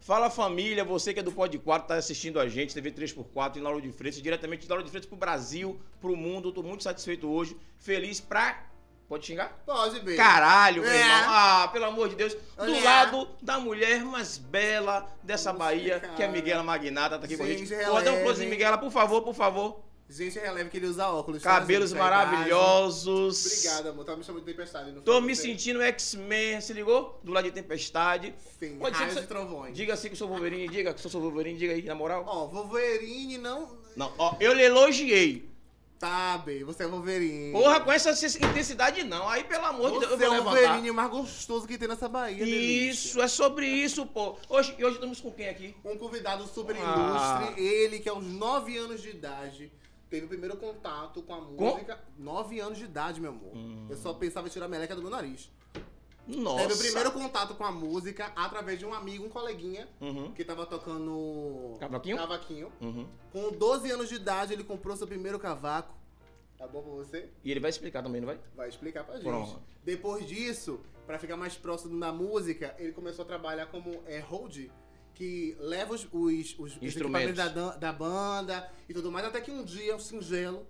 Fala família, você que é do Pod 4, tá assistindo a gente, TV 3x4 em Lauro de Freitas, diretamente de Lauro de Freitas pro Brasil, pro mundo. Tô muito satisfeito hoje, feliz pra... Pode xingar? Pode, bem. Caralho, meu irmão. Ah, pelo amor de Deus. Do Olha. lado da mulher mais bela dessa Bahia, cara. que é a Miguela Magnata, tá aqui com a gente. Gente, Pô, dá um releve. close em Miguela, por favor, por favor. Gente, releve que ele usa óculos. Cabelos tá, gente? Verdade. maravilhosos. Obrigado, amor. Tava me chamando de tempestade. Não Tô foi me você? sentindo X-Men, se ligou? Do lado de Tempestade. Sim, Pode ser raios que e trovões. Diga assim que eu sou Wolverine, diga que eu sou Wolverine, diga aí, na moral. Ó, Wolverine não... Não, ó, eu lhe elogiei. Tá, bem, você é Wolverine. Porra, com essa intensidade não. Aí, pelo amor de Deus, eu Você vou é o levantar. Wolverine mais gostoso que tem nessa Bahia, Isso, é sobre isso, pô. Hoje estamos com quem aqui? Um convidado super Ah. ilustre, ele que aos 9 anos de idade teve o primeiro contato com a música. 9 anos de idade, meu amor. Eu só pensava em tirar a meleca do meu nariz. Nossa. Teve o primeiro contato com a música através de um amigo, um coleguinha, Uhum. que tava tocando Cavaquinho? Uhum. Com 12 anos de idade, ele comprou seu primeiro cavaco. Tá bom pra você? E ele vai explicar também, não vai? Vai explicar pra gente. Pronto. Depois disso, pra ficar mais próximo da música, ele começou a trabalhar como hold, que leva os equipamentos da banda e tudo mais. Até que um dia, o Singelo,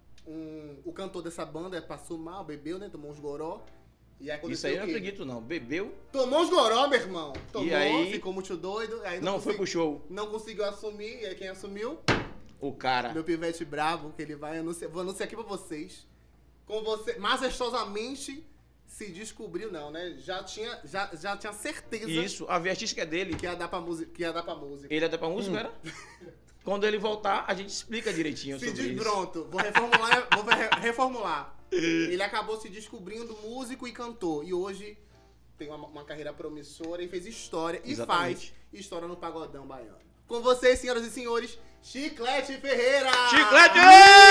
o cantor dessa banda, passou mal, bebeu, né? Tomou uns goró. E aí aconteceu Isso aí eu o não quê? acredito, não. Bebeu? Tomou uns goró, meu irmão. Tomou, E aí? ficou muito doido. Aí Não foi pro show. Não conseguiu assumir. E aí quem assumiu? O cara. Meu pivete bravo, que ele vai anunciar. Vou anunciar aqui pra vocês. Com você, majestosamente se descobriu, não, né? Já tinha certeza Isso, a veia artística é dele. que ia dar pra música. Ele é da pra música, era? Quando ele voltar, a gente explica direitinho Se sobre diz isso. pronto, vou reformular. Ele acabou se descobrindo músico e cantor. E hoje tem uma carreira promissora e fez história. Exatamente. E faz história no pagodão baiano. Com vocês, senhoras e senhores, Chiclete Ferreira! Chiclete!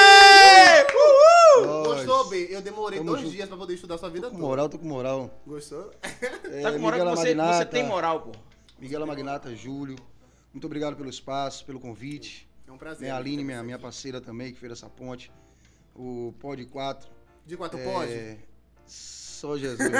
Uhul! Gostou, B? Eu demorei Tamo 2 junto. dias pra poder estudar sua vida Tô toda. com moral. Gostou? Tá com moral que você tem moral, pô. Miguela Magnata, Júlio. Muito obrigado pelo espaço, pelo convite. É um prazer. Minha Aline, ter você minha aqui. parceira também, que fez essa ponte. O Pod 4. De 4 pode? Só Jesus.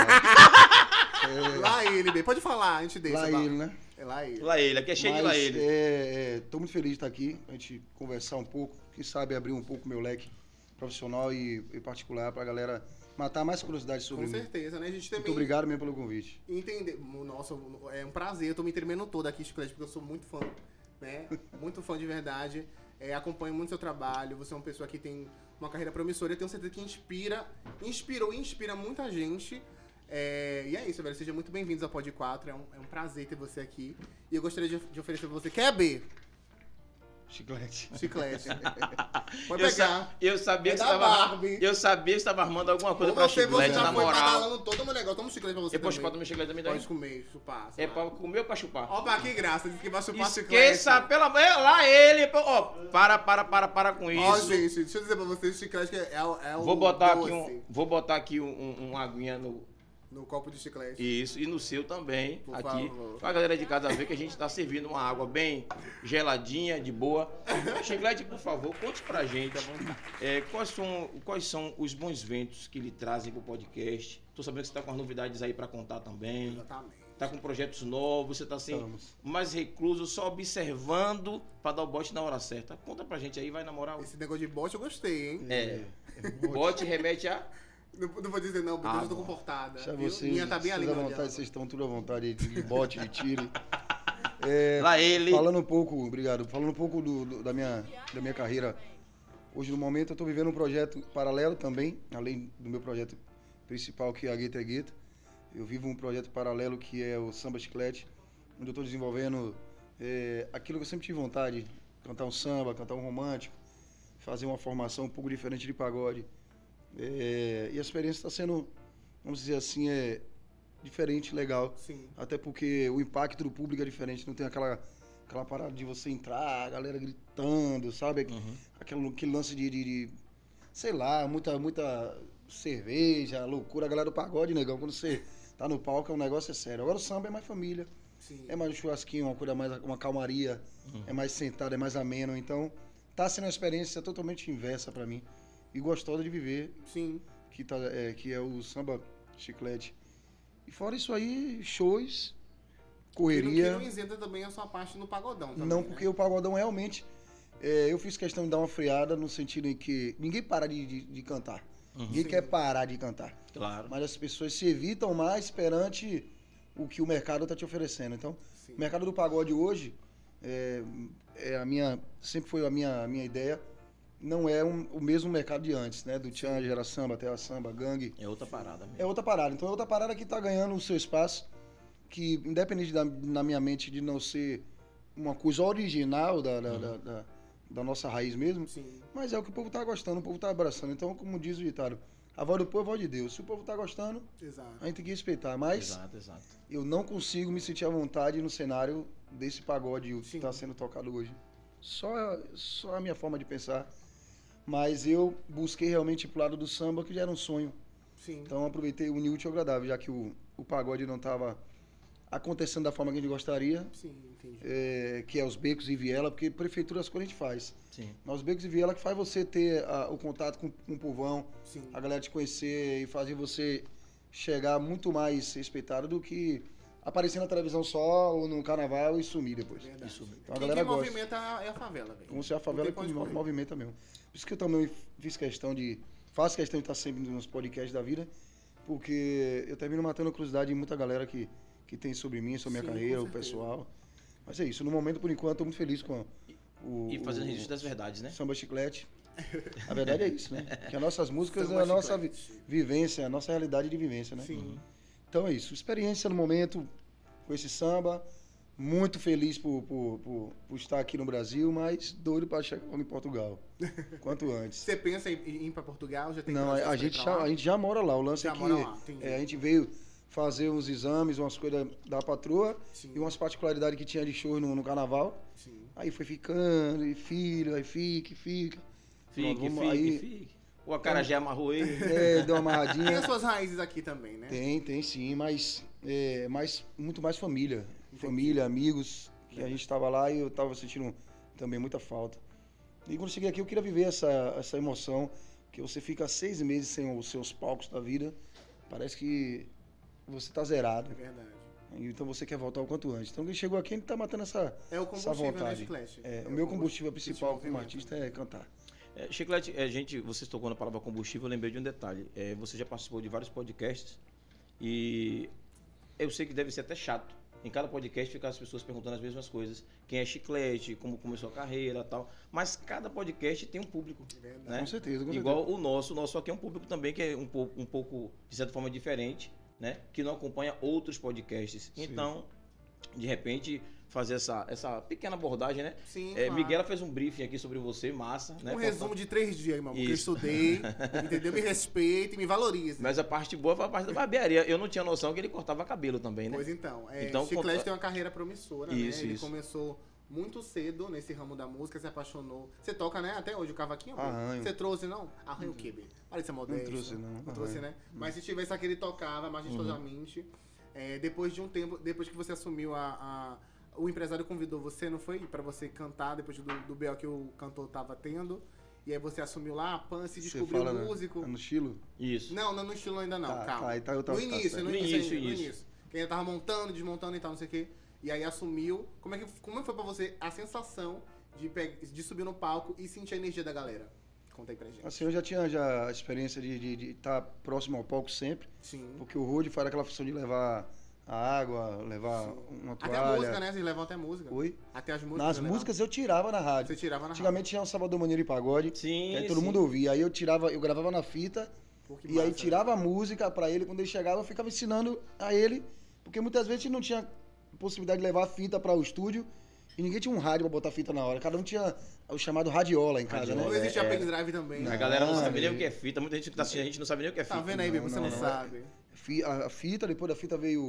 Lá ele, B. Pode falar, a gente deixa. Lá vá. ele, né? É lá ele. Lá ele, aqui é cheio de lá ele. Tô muito feliz de estar aqui, a gente conversar um pouco, quem sabe abrir um pouco o meu leque profissional e particular pra galera matar mais curiosidade sobre Com mim. certeza, né? A gente também Muito obrigado mesmo pelo convite. entender. Nossa, é um prazer. Eu tô me tremendo todo aqui, Chiclete, porque eu sou muito fã, né? Muito fã de verdade. Acompanho muito seu trabalho. Você é uma pessoa que tem uma carreira promissora. Eu tenho certeza que inspirou e inspira muita gente. E é isso, velho. Sejam muito bem-vindos ao Pod 4. É um prazer ter você aqui. E eu gostaria de oferecer pra você. Quer, B? Chiclete. Chiclete. Pode Eu, pegar. eu sabia É que da você tava. Barbie. Eu sabia que você tava armando alguma coisa Ou pra você chiclete, já na foi moral. badalando todo o meu negócio. Toma um chiclete pra você Eu posso chupar também. também chiclete também daí? Pode comer, chupar. É pra comer ou pra chupar? Opa, que graça. Disse que vai chupar Esqueça, chiclete. pelo amor... Lá ele... Ó, para com isso. Ó, gente, deixa eu dizer pra vocês, chiclete que é o Vou botar doce aqui um aguinha no copo de chiclete. Isso, e no seu também, Por aqui. favor. Pra galera de casa ver que a gente tá servindo uma água bem geladinha, de boa. Chiclete, por favor, conte pra gente, tá bom? Quais são os bons ventos que lhe trazem pro podcast? Tô sabendo que você tá com as novidades aí pra contar também. Exatamente. Tá com projetos novos, você tá assim, Estamos. mais recluso, só observando pra dar o bote na hora certa. Conta pra gente aí, vai na moral. Esse negócio de bote eu gostei, hein? Bote remete a... Não vou dizer não, porque eu já tô bom. comportada. Deixa viu? vocês, Minha tá bem ali, vocês à meu vontade, Deus. vocês estão tudo à vontade de bote, de tiro. Lá ele... Falando um pouco, obrigado, falando um pouco da minha carreira. Hoje, no momento, eu estou vivendo um projeto paralelo também, além do meu projeto principal, que é a Gueta é Gueta. Eu vivo um projeto paralelo que é o Samba Chiclete, onde eu estou desenvolvendo aquilo que eu sempre tive vontade, cantar um samba, cantar um romântico, fazer uma formação um pouco diferente de pagode. E a experiência está sendo, vamos dizer assim, diferente, legal. Sim. Até porque o impacto do público é diferente, não tem aquela parada de você entrar, a galera gritando, sabe? Aquele lance de sei lá, muita cerveja, loucura, a galera do pagode, negão, quando você tá no palco, o negócio é sério. Agora o samba é mais família, Sim. é mais um churrasquinho, uma coisa mais, uma calmaria, é mais sentado, é mais ameno, então tá sendo uma experiência totalmente inversa pra mim e gostosa de viver, Sim. que é o Samba Chiclete. E fora isso aí, shows correria. Que não isenta também a sua parte no pagodão também, Não, porque né? o pagodão realmente, eu fiz questão de dar uma freada no sentido em que ninguém para de cantar. Ninguém Sim. quer parar de cantar. Claro. Mas as pessoas se evitam mais perante o que o mercado está te oferecendo. Então, Sim. o mercado do pagode hoje, sempre foi a minha ideia, não é o mesmo mercado de antes, né? Do Tchan, Gera Samba, Terra Samba, Gangue. É outra parada mesmo. É outra parada. Então é outra parada que está ganhando o seu espaço, que independente na minha mente de não ser uma coisa original da nossa raiz mesmo, Sim. mas é o que o povo tá gostando, o povo tá abraçando. Então, como diz o ditado, a voz do povo é a voz de Deus. Se o povo tá gostando, Exato. a gente tem que respeitar. Mas Exato. eu não consigo me sentir à vontade no cenário desse pagode que Sim. está sendo tocado hoje. Só a minha forma de pensar. Mas eu busquei realmente ir pro lado do samba, que já era um sonho. Sim. Então aproveitei o útil ao agradável, já que o pagode não estava acontecendo da forma que a gente gostaria, Sim, entendi. que é os becos e viela, porque prefeitura as coisas a gente faz. Sim. Mas os becos e viela que faz você ter o contato com o povão, Sim. a galera te conhecer e fazer você chegar muito mais respeitado do que aparecer na televisão só ou no carnaval e sumir depois. Verdade. Isso. Então, a Quem galera gosta. movimenta é a favela, velho. Como se a favela Não tem pra onde correr. movimenta mesmo. Por isso que eu também faço questão de estar sempre nos podcasts da vida, porque eu termino matando a curiosidade de muita galera que tem sobre mim, sobre minha Sim, carreira, com o certeza. pessoal. Mas é isso, no momento, por enquanto, estou muito feliz com E fazendo registro das verdades, né? Samba Chiclete. A verdade é isso, né? Que as nossas músicas Samba é a nossa Chiclete. vivência, a nossa realidade de vivência, né? Sim. Então é isso. Experiência no momento com esse samba. Muito feliz por estar aqui no Brasil, mas doido para chegar em Portugal. Quanto antes. Você pensa em ir pra Portugal? Já tem Não, processo a pra gente, ir pra lá? a gente já mora lá. O lance Já é que mora lá, entendi. a gente veio fazer uns exames, umas coisas da patroa Sim. e umas particularidades que tinha de show no carnaval. Sim. Aí foi ficando, e filho, aí fica. Pronto, vamos aí. Fique. O acarajé amarrou ele. Deu uma Tem amarradinha. as suas raízes aqui também, né? Tem sim, mas muito mais família. Família, amigos, que a gente estava lá e eu estava sentindo também muita falta. E quando cheguei aqui eu queria viver essa emoção, que você fica 6 meses sem os seus palcos da vida, parece que você está zerado. É verdade. Então você quer voltar o quanto antes. Então quem chegou aqui, a gente está matando essa É o combustível, né, vontade. Chiclete? O meu combustível principal como movimento. artista é cantar. Chiclete, vocês tocou na palavra combustível, eu lembrei de um detalhe. Você já participou de vários podcasts e eu sei que deve ser até chato. Em cada podcast ficar as pessoas perguntando as mesmas coisas. Quem é Chiclete, como começou a carreira e tal. Mas cada podcast tem um público. Verdade. Né? Com certeza, com Igual o nosso aqui é um público também que é um pouco de certa forma, diferente, né? Que não acompanha outros podcasts. Sim. Então, de repente, fazer essa pequena abordagem, né? Sim, claro. Miguel fez um briefing aqui sobre você, massa. Né? Um resumo de 3 dias, irmão. Porque eu Isso. estudei, entendeu? Me respeite e me valorize. Mas a parte boa foi a parte da barbearia. Eu não tinha noção que ele cortava cabelo também, né? Pois então, Então, Chiclete conta- tem uma carreira promissora, Isso, né? Ele isso. começou muito cedo nesse ramo da música, se apaixonou. Você toca, né? Até hoje o cavaquinho? pô? Arranho. Você trouxe, não? Arranho o quê, B? Olha essa modéstia. trouxe, não. Não trouxe, Arranho. né? Mas se tivesse aquele, tocava majestosamente. Depois de um tempo, depois que você assumiu o empresário convidou você, não foi? Pra você cantar, depois do B.O. que o cantor tava tendo. E aí você assumiu lá a Pan, se Você descobriu fala músico. no estilo? Isso. Não, no estilo ainda não, Tá, calma. tá, então eu tava- no tá início, certo. no No início, início. Que ainda tava montando, desmontando e tal, não sei o quê. E aí assumiu. Como foi pra você a sensação de subir no palco e sentir a energia da galera? Conta aí pra gente. Assim, eu já tinha a experiência de estar próximo ao palco sempre, Sim. porque o Road faz aquela função de levar a água, levar uma Até toalha. a música, né? Vocês levam até a música. Oi? Até as músicas. Nas você levava. músicas eu tirava na rádio. Você tirava na Antigamente tinha um Salvador Maneiro e Pagode, Sim, que aí todo sim. mundo ouvia. Aí eu gravava na fita, rádio. Pô, que e aí massa, tirava a música pra ele, quando ele chegava eu ficava ensinando a ele, porque muitas vezes a gente não tinha possibilidade de levar a fita para o estúdio e ninguém tinha um rádio pra botar fita na hora. Cada um tinha o chamado radiola em casa, Não Radiola. né? existia É. pendrive também. A né? galera não Não, sabe nem é. o que é fita. Muita gente que tá assistindo, a gente não sabe nem o que é fita. Tá vendo aí, Bê? Você não não, sabe. A fita, depois da fita veio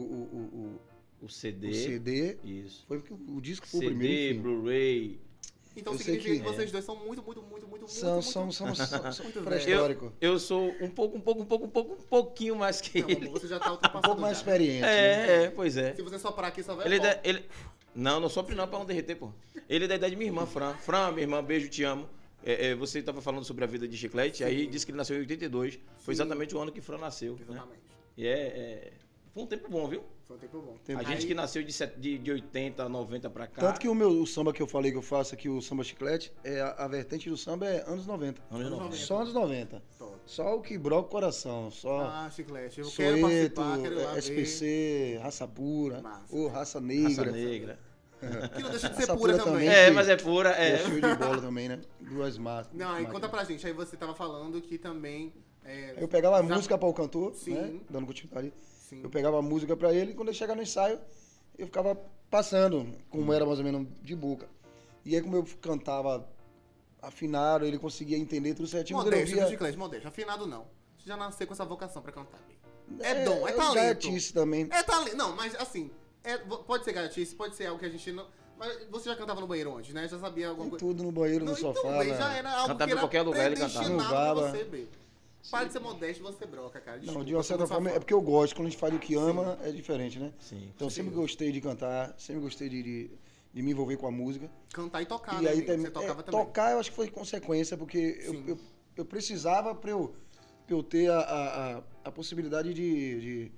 O CD. o CD. Isso. Foi porque o disco foi o CD, primeiro. enfim. Blu-ray. Então Eu significa sei que que- vocês dois são muito, muito, muito, muito, Somos muito pré-histórico. Eu sou um pouquinho mais que Não, ele. amor, você já tá Um ultrapassando. pouco mais já. experiente. né? Pois é. Se você soprar aqui, só vai. Ele, pó. não sopre não pra não derreter, pô. Ele é da idade de minha irmã, Fran. Fran, minha irmã, beijo, te amo. Você estava falando sobre a vida de Chiclete, aí disse que ele nasceu em 82. Foi exatamente o ano que Fran nasceu. Né? Exatamente. E Foi um tempo bom, viu? Foi um tempo bom. A gente que nasceu de 80, 90 pra cá. Tanto que o samba que eu falei que eu faço aqui, o samba chiclete, a vertente do samba é anos 90. Anos 90. Só anos 90. Top. Só o que broca o coração. Só Ah, chiclete. Eu quero Soeto, participar, quero ir lá ver. SPC, Raça Pura, Massa. ou Raça Negra. Raça Negra. Que não deixa de ser Raça pura pura também. também. É, mas é pura. É. É. Show de bola também, né? Duas massas. Não, aí conta pra gente. Aí você tava falando que também... Eu pegava a já- música para o cantor, Sim. né? Dando continuidade. Sim. Eu pegava a música para ele e quando ele chegava no ensaio, eu ficava passando, como era mais ou menos de boca. E aí como eu cantava afinado, ele conseguia entender tudo certinho. quando ele Modesto, ouvia- chiclete, modesto. Afinado não. Você já nasceu com essa vocação pra cantar bem. É dom, é eu talento. gaiatice também. É talento. Não, mas assim, pode ser gaiatice, pode ser algo que a gente não... Mas você já cantava no banheiro antes, né? Já sabia alguma Em coisa? tudo no banheiro, no Não, então, sofá. bem, né? já era algo Cantava que em era qualquer lugar, ele cantava. predestinado No pra baba. você, bem. Para de ser modesto e você broca, cara. Não, Desculpa, de uma eu sou certa muito forma, safado. é porque eu gosto. Quando a gente faz o que ama, é diferente, né? Sim. Então eu sempre gostei de cantar, sempre gostei de me envolver com a música. Cantar e tocar, E né, aí amigo? Você tocava também. tocar eu acho que foi consequência, porque Sim. eu precisava pra eu ter a possibilidade de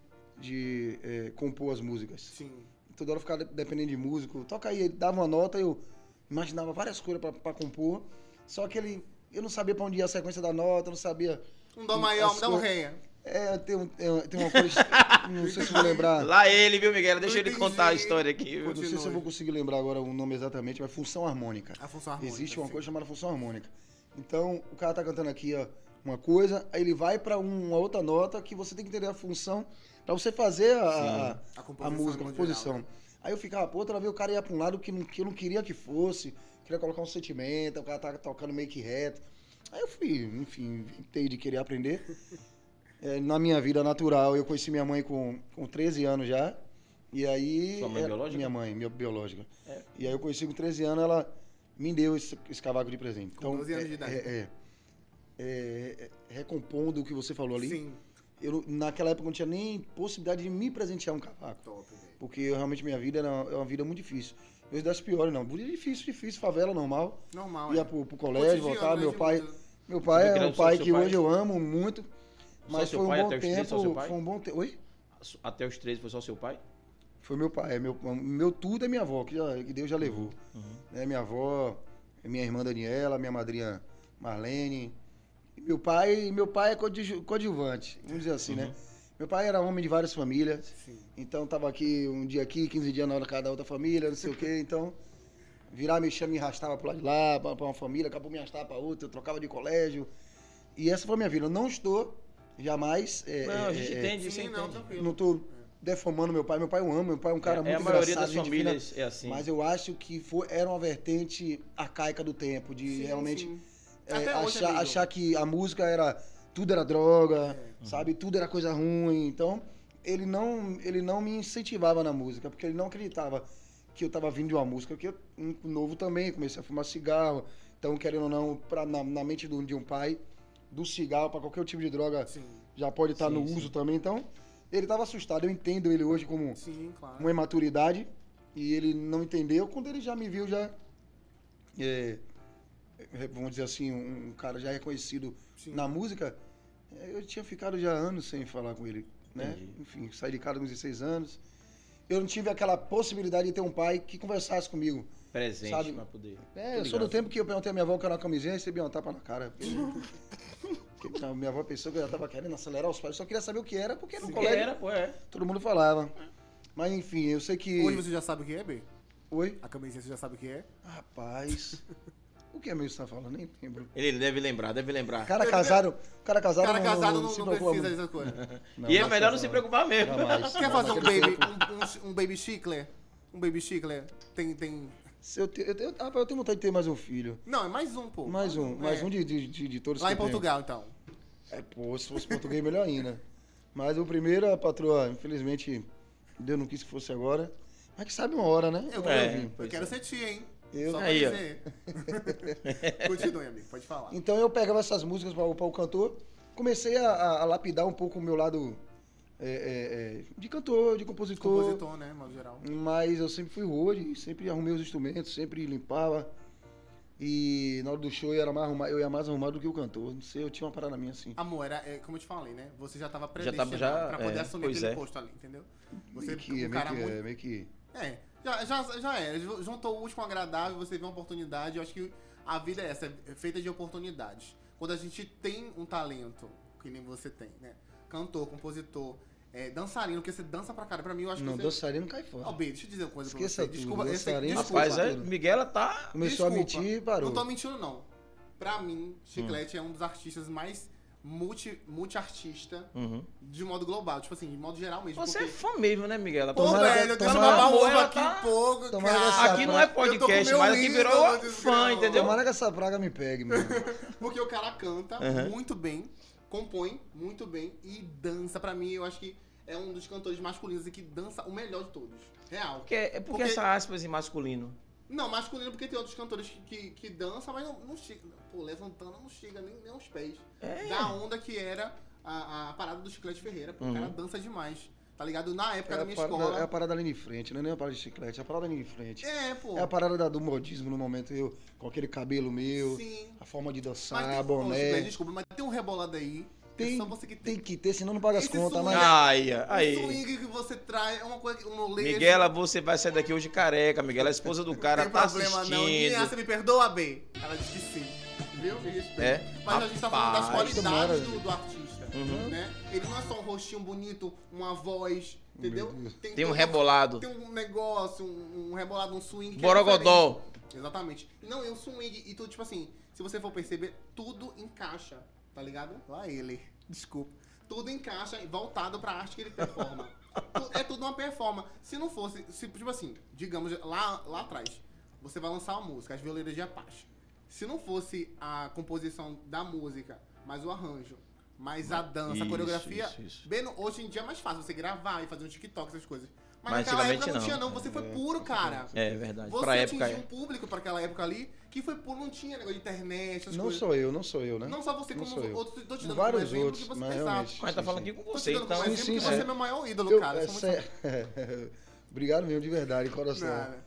compor as músicas. Sim. Toda hora eu ficava dependendo de músico. Toca aí, ele dava uma nota, eu imaginava várias coisas pra compor. Só que eu não sabia pra onde ia a sequência da nota, eu não sabia. Um dó maior, me dá um coisas- ré. Tem uma coisa. Não sei se vou lembrar. Lá ele, viu, Miguel? Deixa Não ele entendi. contar a história aqui, viu? Eu não sei se eu vou conseguir lembrar agora o nome exatamente, mas função harmônica. A função harmônica. Existe uma sim. coisa chamada função harmônica. Então, o cara tá cantando aqui, ó, uma coisa, aí ele vai pra uma outra nota que você tem que entender a função pra você fazer a composição música, a no composição. geral, né? Aí eu ficava, pô, outra vez o cara ia pra um lado que eu não queria que fosse, queria colocar um sentimento, o cara tá tocando meio que reto. Aí eu fui, enfim, inventei de querer aprender. Na minha vida natural, eu conheci minha mãe com 13 anos já. E aí. Sua mãe biológica? Minha mãe, minha biológica. É. E aí eu conheci com 13 anos, ela me deu esse cavaco de presente. Com 12 anos de idade. Recompondo o que você falou ali. Sim. Eu, naquela época, não tinha nem possibilidade de me presentear um cavaco. Top, velho. Porque realmente minha vida é uma vida muito difícil. Eu das piores, não. Vida difícil, favela normal. Normal, Ia é. pro colégio, Cotidiano, voltava. né, Meu de pai, mundo. meu pai Foi é criado um pai só que seu pai? hoje eu amo muito. Só Mas seu foi um pai bom até os 13, só seu tempo. pai? Foi um bom tempo. Oi? Até os 13 foi só seu pai? Foi meu pai. Meu tudo é minha avó, que Deus já levou. Né, minha avó, minha irmã Daniela, minha madrinha Marlene. E meu pai é coadjuvante, vamos dizer assim, né? Meu pai era homem de várias famílias. Sim. Então tava aqui, um dia aqui, 15 dias na hora cada outra família, não sei o quê. Então, virar, mexer, me arrastava pro lado de lá, pra uma família, acabou me arrastava pra outra, eu trocava de colégio. E essa foi a minha vida. Eu não estou jamais. Não, a gente entende, você Sim, não, entende. tranquilo. Não tô defamando meu pai. Meu pai eu amo, meu pai é um cara muito a maioria engraçado, das gente fina. famílias é assim. Mas eu acho que era uma vertente arcaica do tempo, de Sim, realmente sim. Até hoje, amigo. achar que a música tudo era droga, sabe? Tudo era coisa ruim. Então, ele não me incentivava na música, porque ele não acreditava que eu tava vindo de uma música, porque eu, novo também, comecei a fumar cigarro. Então, querendo ou não, na mente de um pai, do cigarro para qualquer tipo de droga, Sim. já pode estar Sim, no sim. uso também. Então, ele tava assustado. Eu entendo ele hoje como Sim, claro. uma imaturidade, e ele não entendeu. Quando ele já me viu, vamos dizer assim, um cara já reconhecido Sim. na música, eu tinha ficado já anos sem falar com ele, né? Entendi. Enfim, saí de casa com 16 anos. Eu não tive aquela possibilidade de ter um pai que conversasse comigo. Presente Sabe? pra poder. Eu sou do tempo que eu perguntei à minha avó que era uma camisinha e recebi uma tapa na cara. Porque a minha avó pensou que eu já tava querendo acelerar os pais. Eu só queria saber o que era, porque no colégio Era, pô, é. todo mundo falava. Mas enfim, eu sei que... Hoje você já sabe o que é, B? Oi? A camisinha você já sabe o que é? Rapaz... O que é mesmo que você tá falando? Nem lembro. Ele deve lembrar. Cara casado Cara casado se não preocupa precisa muito. dessas coisas. Não, E é mas melhor tá não se falando. preocupar mesmo. Jamais. Quer fazer um Naquele baby, tempo, um baby chicle? Um baby chicle? Tem... se eu tenho vontade de ter mais um filho. Não, é mais um, pô. Mais um de todos Lá que em eu tenho. Portugal, então. Pô, se fosse português, melhor ainda. Mas o primeiro, a patroa, infelizmente, Deus não quis que fosse agora. Mas que sabe uma hora, né? Eu pois quero é. ser tia, hein? Eu- Só pra Aí, ó. dizer. Continue, amigo. Pode falar. Então eu pegava essas músicas para o cantor, comecei a lapidar um pouco o meu lado de cantor, de compositor. Compositor, né? No geral. Mas eu sempre fui road, sempre arrumei os instrumentos, sempre limpava. E na hora do show eu ia mais arrumado do que o cantor. Não sei, eu tinha uma parada minha assim. Amor, como eu te falei, né? Você já tava Já predestinado tava, pra poder assumir pois aquele é. posto ali, entendeu? Você Meio que, um cara muito... meio que... Já era. Juntou o último ao agradável, você vê uma oportunidade. Eu acho que a vida é essa, é feita de oportunidades. Quando a gente tem um talento, que nem você tem, né? Cantor, compositor, dançarino, porque você dança pra cara. Pra mim, eu acho Não, que você... dançarino cai fora. Ó, B, deixa eu dizer uma coisa Esqueça pra você. tudo, Desculpa, dançarino. desculpa. Rapaz, Miguela tá... Começou a mentir e parou. Não tô mentindo, não. Pra mim, Chiclete é um dos artistas mais multi-artista de modo global. Tipo assim, de modo geral mesmo. Você porque... é fã mesmo, né, Miguela? Pô, Tomara- velho, deixa eu tomara- babar ovo ela aqui tá- um pouco, tomara cara. essa Aqui não é Eu tô com podcast, meu mas aqui ídolo, virou desgrama. fã, entendeu? Tomara que essa praga me pegue, mano. Porque o cara canta muito bem, compõe muito bem e dança. Pra mim, eu acho que é um dos cantores masculinos e que dança o melhor de todos. Real. Porque essa aspas em masculino. Não, masculino porque tem outros cantores que dançam, mas não chega. Pô, levantando não chega nem aos pés. Da onda que era a parada do Chiclete Ferreira. Pô, o cara dança demais. Tá ligado? Na época da minha escola. É a parada ali de frente, não é nem a parada de chiclete, é a parada ali de frente. Pô. É a parada do modismo no momento, eu com aquele cabelo meu, Sim. a forma de Mas dançar, tem, boné. Chiclete, desculpa, mas tem um rebolado aí. Tem, é só você que tem que ter, senão não paga as Esse contas, swing- mas... Aí. O swing que você traz é uma coisa que um molejo. Miguela, você vai sair daqui hoje careca. Miguela, a esposa do cara, Tem tá problema assistindo. não. Ninha, você me perdoa, B? Ela disse que sim. Viu? Me respeita. Mas a gente tá falando das Rapaz, qualidades tomara. do artista. Né? Ele não é só um rostinho bonito, uma voz, entendeu? Meu Deus. Tem um todo- rebolado. Tem um negócio, um rebolado, um swing. que é Borogodó. diferente. Exatamente. Não, é um swing. E tudo, tipo assim, se você for perceber, tudo encaixa. Tá ligado? Lá ele. Desculpa. Tudo encaixa voltado pra arte que ele performa. É tudo uma performance. Se não fosse, tipo assim, digamos, lá atrás, você vai lançar uma música, As Violeiras de Apache. Se não fosse a composição da música, mais o arranjo, mais a dança, a coreografia, isso. hoje em dia é mais fácil você gravar e fazer um TikTok, essas coisas. Mas Mas naquela antigamente época não não. tinha não, você foi puro, cara. É verdade. Você Pra atingiu época um público pra aquela época ali que foi puro, não tinha negócio de internet, essas Não coisas. sou eu, né? Não só você, Não como sou eu. outros, tô te dando Vários como exemplo outros, que você mas pensava. realmente. Mas tá falando aqui com Tô te você, dando então. como exemplo sim, porque sim. você é meu maior ídolo, Eu- cara. é Eu sou muito sé- Obrigado mesmo, de verdade, coração. Nada.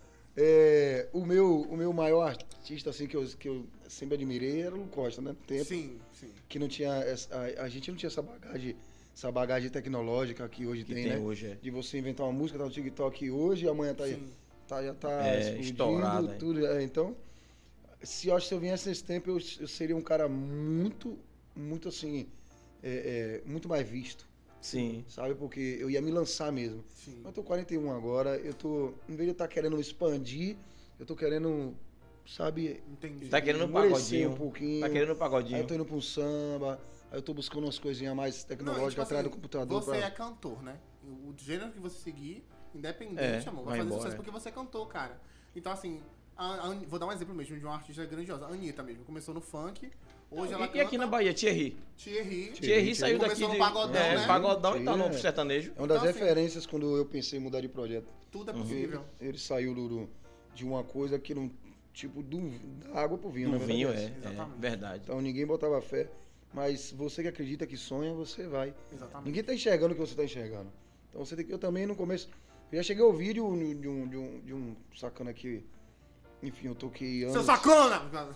O meu maior artista, assim, que eu sempre admirei era o Lu Costa, né? Tempo Sim. que não tinha... A gente não tinha essa bagagem tecnológica que hoje Que tem, tem né? hoje, é. De você inventar uma música, tá no TikTok hoje, amanhã Sim. já tá explodindo, estourada, tudo. Então, se eu viesse nesse tempo, eu seria um cara muito assim, muito mais visto, Sim. sabe? Porque eu ia me lançar mesmo. Sim. Eu tô 41 agora, em vez de eu estar querendo expandir, eu tô querendo, sabe, Entendi. Tá querendo um endurecer pagodinho. um pouquinho. Tá querendo um Aí pagodinho. eu tô indo pra um samba, aí eu tô buscando umas coisinhas mais tecnológicas tipo atrás do assim, computador. Você é cantor, né? O gênero que você seguir, independente, amor, vai vai fazer embora, sucesso porque você é cantor, cara. Então, assim, vou dar um exemplo mesmo de uma artista grandiosa. A Anitta mesmo. Começou no funk, hoje ela E aqui na Bahia, Thierry? Thierry. Thierry saiu daqui Começou no de... pagodão, né? pagodão e tá Thierry no sertanejo. É uma das Então, assim, referências quando eu pensei em mudar de projeto. Tudo é possível. Ele saiu de uma coisa que não, tipo, da água pro vinho, Do na vinho, verdade. Exatamente. verdade. Então ninguém botava fé, mas você que acredita que sonha, você vai. Exatamente. Ninguém tá enxergando o que você tá enxergando. Então você tem que, eu também no começo, eu já cheguei ao vídeo de um sacana aqui, enfim, eu toquei Seu anos, sacana!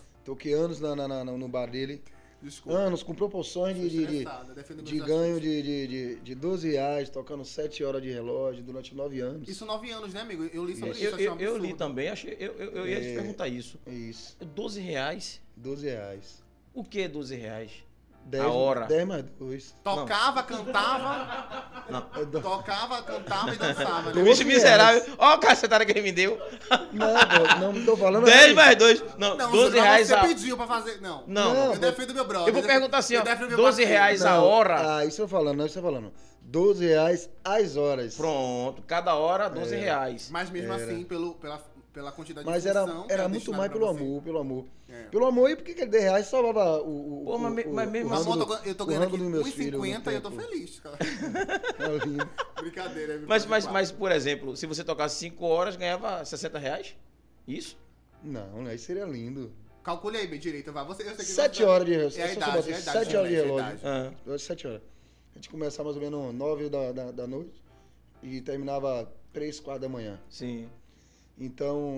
no bar dele, Desculpa. anos com proporções Tô de estressado, defendo de meus ganho artistas. de 12 reais, tocando 7 horas de relógio durante 9 anos. Isso 9 anos, né, amigo? Eu li sobre isso. Eu achei um li absurdo. também, achei, eu ia te perguntar isso. É isso, 12 reais? 12 reais. O que é 12 reais? 10, A hora. 10 mais 2. Tocava, cantava. Não. Tocava, cantava e dançava. Do- Né? Bicho 12 miserável. Ó a cacetada que ele me deu. Não tô falando 10 mais 2. Não, Não, 12 mas reais você a... pediu pra fazer. Não. Não. Eu defendo meu brother. Eu vou perguntar assim, ó. Eu defendo meu 12 parceiro. reais a hora. Ah, isso eu falando, não, isso eu falando. 12 reais as horas. Pronto. Cada hora, 12 reais. Mas mesmo assim, pela quantidade Mas de função... era que muito destinada mais pra pelo você. amor, pelo amor. É. Pelo amor, e por que aquele 10 reais salvava o Pô, mas mesmo o assim, rango Eu tô o ganhando rango aqui dos meus filhos no 1,50 e eu tô tempo. feliz, cara. É lindo. Brincadeira. é Mas, por exemplo, se você tocasse 5 horas, ganhava 60 reais? Isso? Não, aí seria lindo. Calcule aí, bem direito, vai. Eu sei que 7 você- horas de relógio. É a Se você idade, botar é a idade. 7 horas de é a relógio. idade. Ah, Hoje 7 horas. A gente começava mais ou menos 9 da noite e terminava 3, 4 da manhã. sim. Então,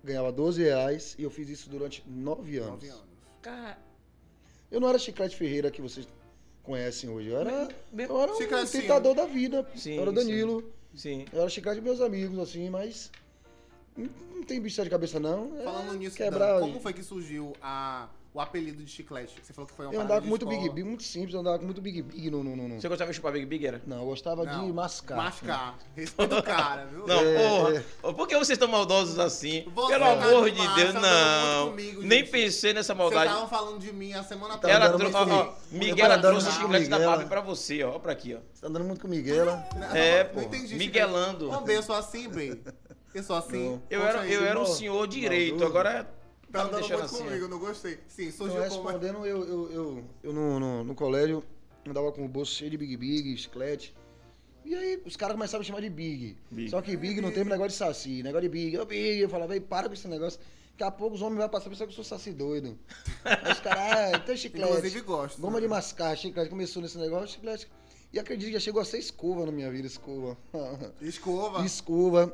ganhava R$12 e eu fiz isso durante 9 anos. 9 anos. Cara, Eu não era Chiclete Ferreira que vocês conhecem hoje. Eu era um Chicletinho. tentador da vida. Sim, Eu era o Danilo. sim. Eu era Chiclete de meus amigos, assim, mas não tem bicho de cabeça, não. Falando nisso, quebrar. Dan, como foi que surgiu o apelido de chiclete? Você falou que foi uma Eu parada andava de com muito escola. Big Big, muito simples, eu andava com muito Big Big no. Você gostava de chupar Big Big, era? Não, eu gostava Não, de mascar. Mascar. Respeita o cara, viu? Não, porra. Por que vocês estão maldosos assim? Você Pelo tá amor de demais, Deus, tá não. andando muito comigo, Nem gente. pensei nessa Vocês maldade. estavam falando de mim a semana toda. Tá Ela andando trouxe, muito ó, comigo. Miguel Tá andando trouxe o muito chiclete da comigo, Barbie ela. pra você, ó pra aqui, ó. Você tá andando muito com Miguela. É, Não pô. entendi. Miguelando. Ô, B, eu sou assim, B. Eu sou assim. Não. Eu Conta era, aí. eu era um Maldoso. senhor direito, Maldoso. agora Tá tá me andando deixando muito assim. comigo, eu não gostei. Sim, Então, surgiu como... respondendo, eu no colégio andava com o bolso cheio de Big Big, chiclete. E aí os caras começavam a chamar de Big. Big. Só que Big não tem um negócio de saci, negócio de Big. Ô Big, eu falava, ei, para com esse negócio. Daqui a pouco os homens vão passar a pensar que eu sou saci doido. Aí os caras, tem chiclete. Inclusive gosto. Goma de mascar, chiclete. Começou nesse negócio, chiclete. E acredito que já chegou a ser escova na minha vida, escova. Escova. Escova,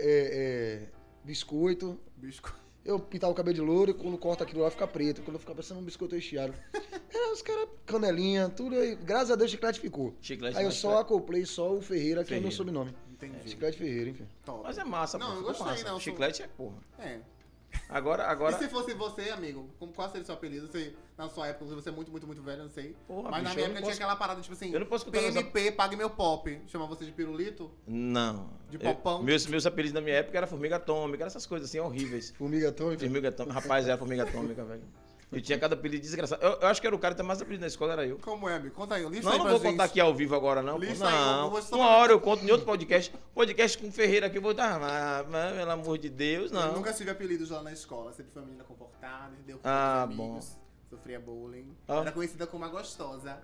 biscoito. Biscoito. Eu pintava o cabelo de louro e quando corta aquilo lá fica preto. Quando fica parecendo um biscoito recheado. Os caras, canelinha, tudo aí. Graças a Deus, chiclete ficou. Chiclete Aí eu mais só acoplei só o Ferreira, que é o meu Ferreira. sobrenome. Entendi. Chiclete Ferreira, enfim. Top. Mas é massa, Não, pô. eu ficou gostei, massa. não, eu sou- Chiclete é porra. É. Agora... E se fosse você, amigo? Qual seria o seu apelido? Você, na sua época, você é muito, muito, muito velho, eu não sei. Porra, Mas na bicho, minha eu não época tinha posso- aquela parada, tipo assim, eu não posso contar PMP, pague meu pop. Chamar você de pirulito? Não. De popão? Meus apelidos da minha época era formiga atômica, era essas coisas assim horríveis. Formiga atômica. Formiga atômica. Rapaz, era formiga atômica, velho. Eu tinha cada apelido desgraçado. Eu acho que era o cara que tem mais apelido na escola, era eu. Como é, amigo? Conta aí, lista Não, aí não pra vou gente. contar aqui ao vivo agora, não. Pô. Lista aí, eu Não, vou só- uma hora eu conto em outro podcast. Podcast com o Ferreira aqui, eu vou dar. Mas, pelo amor de Deus, Eu não. nunca tive apelidos lá na escola. Sempre foi uma menina comportada, entendeu? Com Ah, muitos bom. amigos, sofria bullying. Ó. Era conhecida como a gostosa.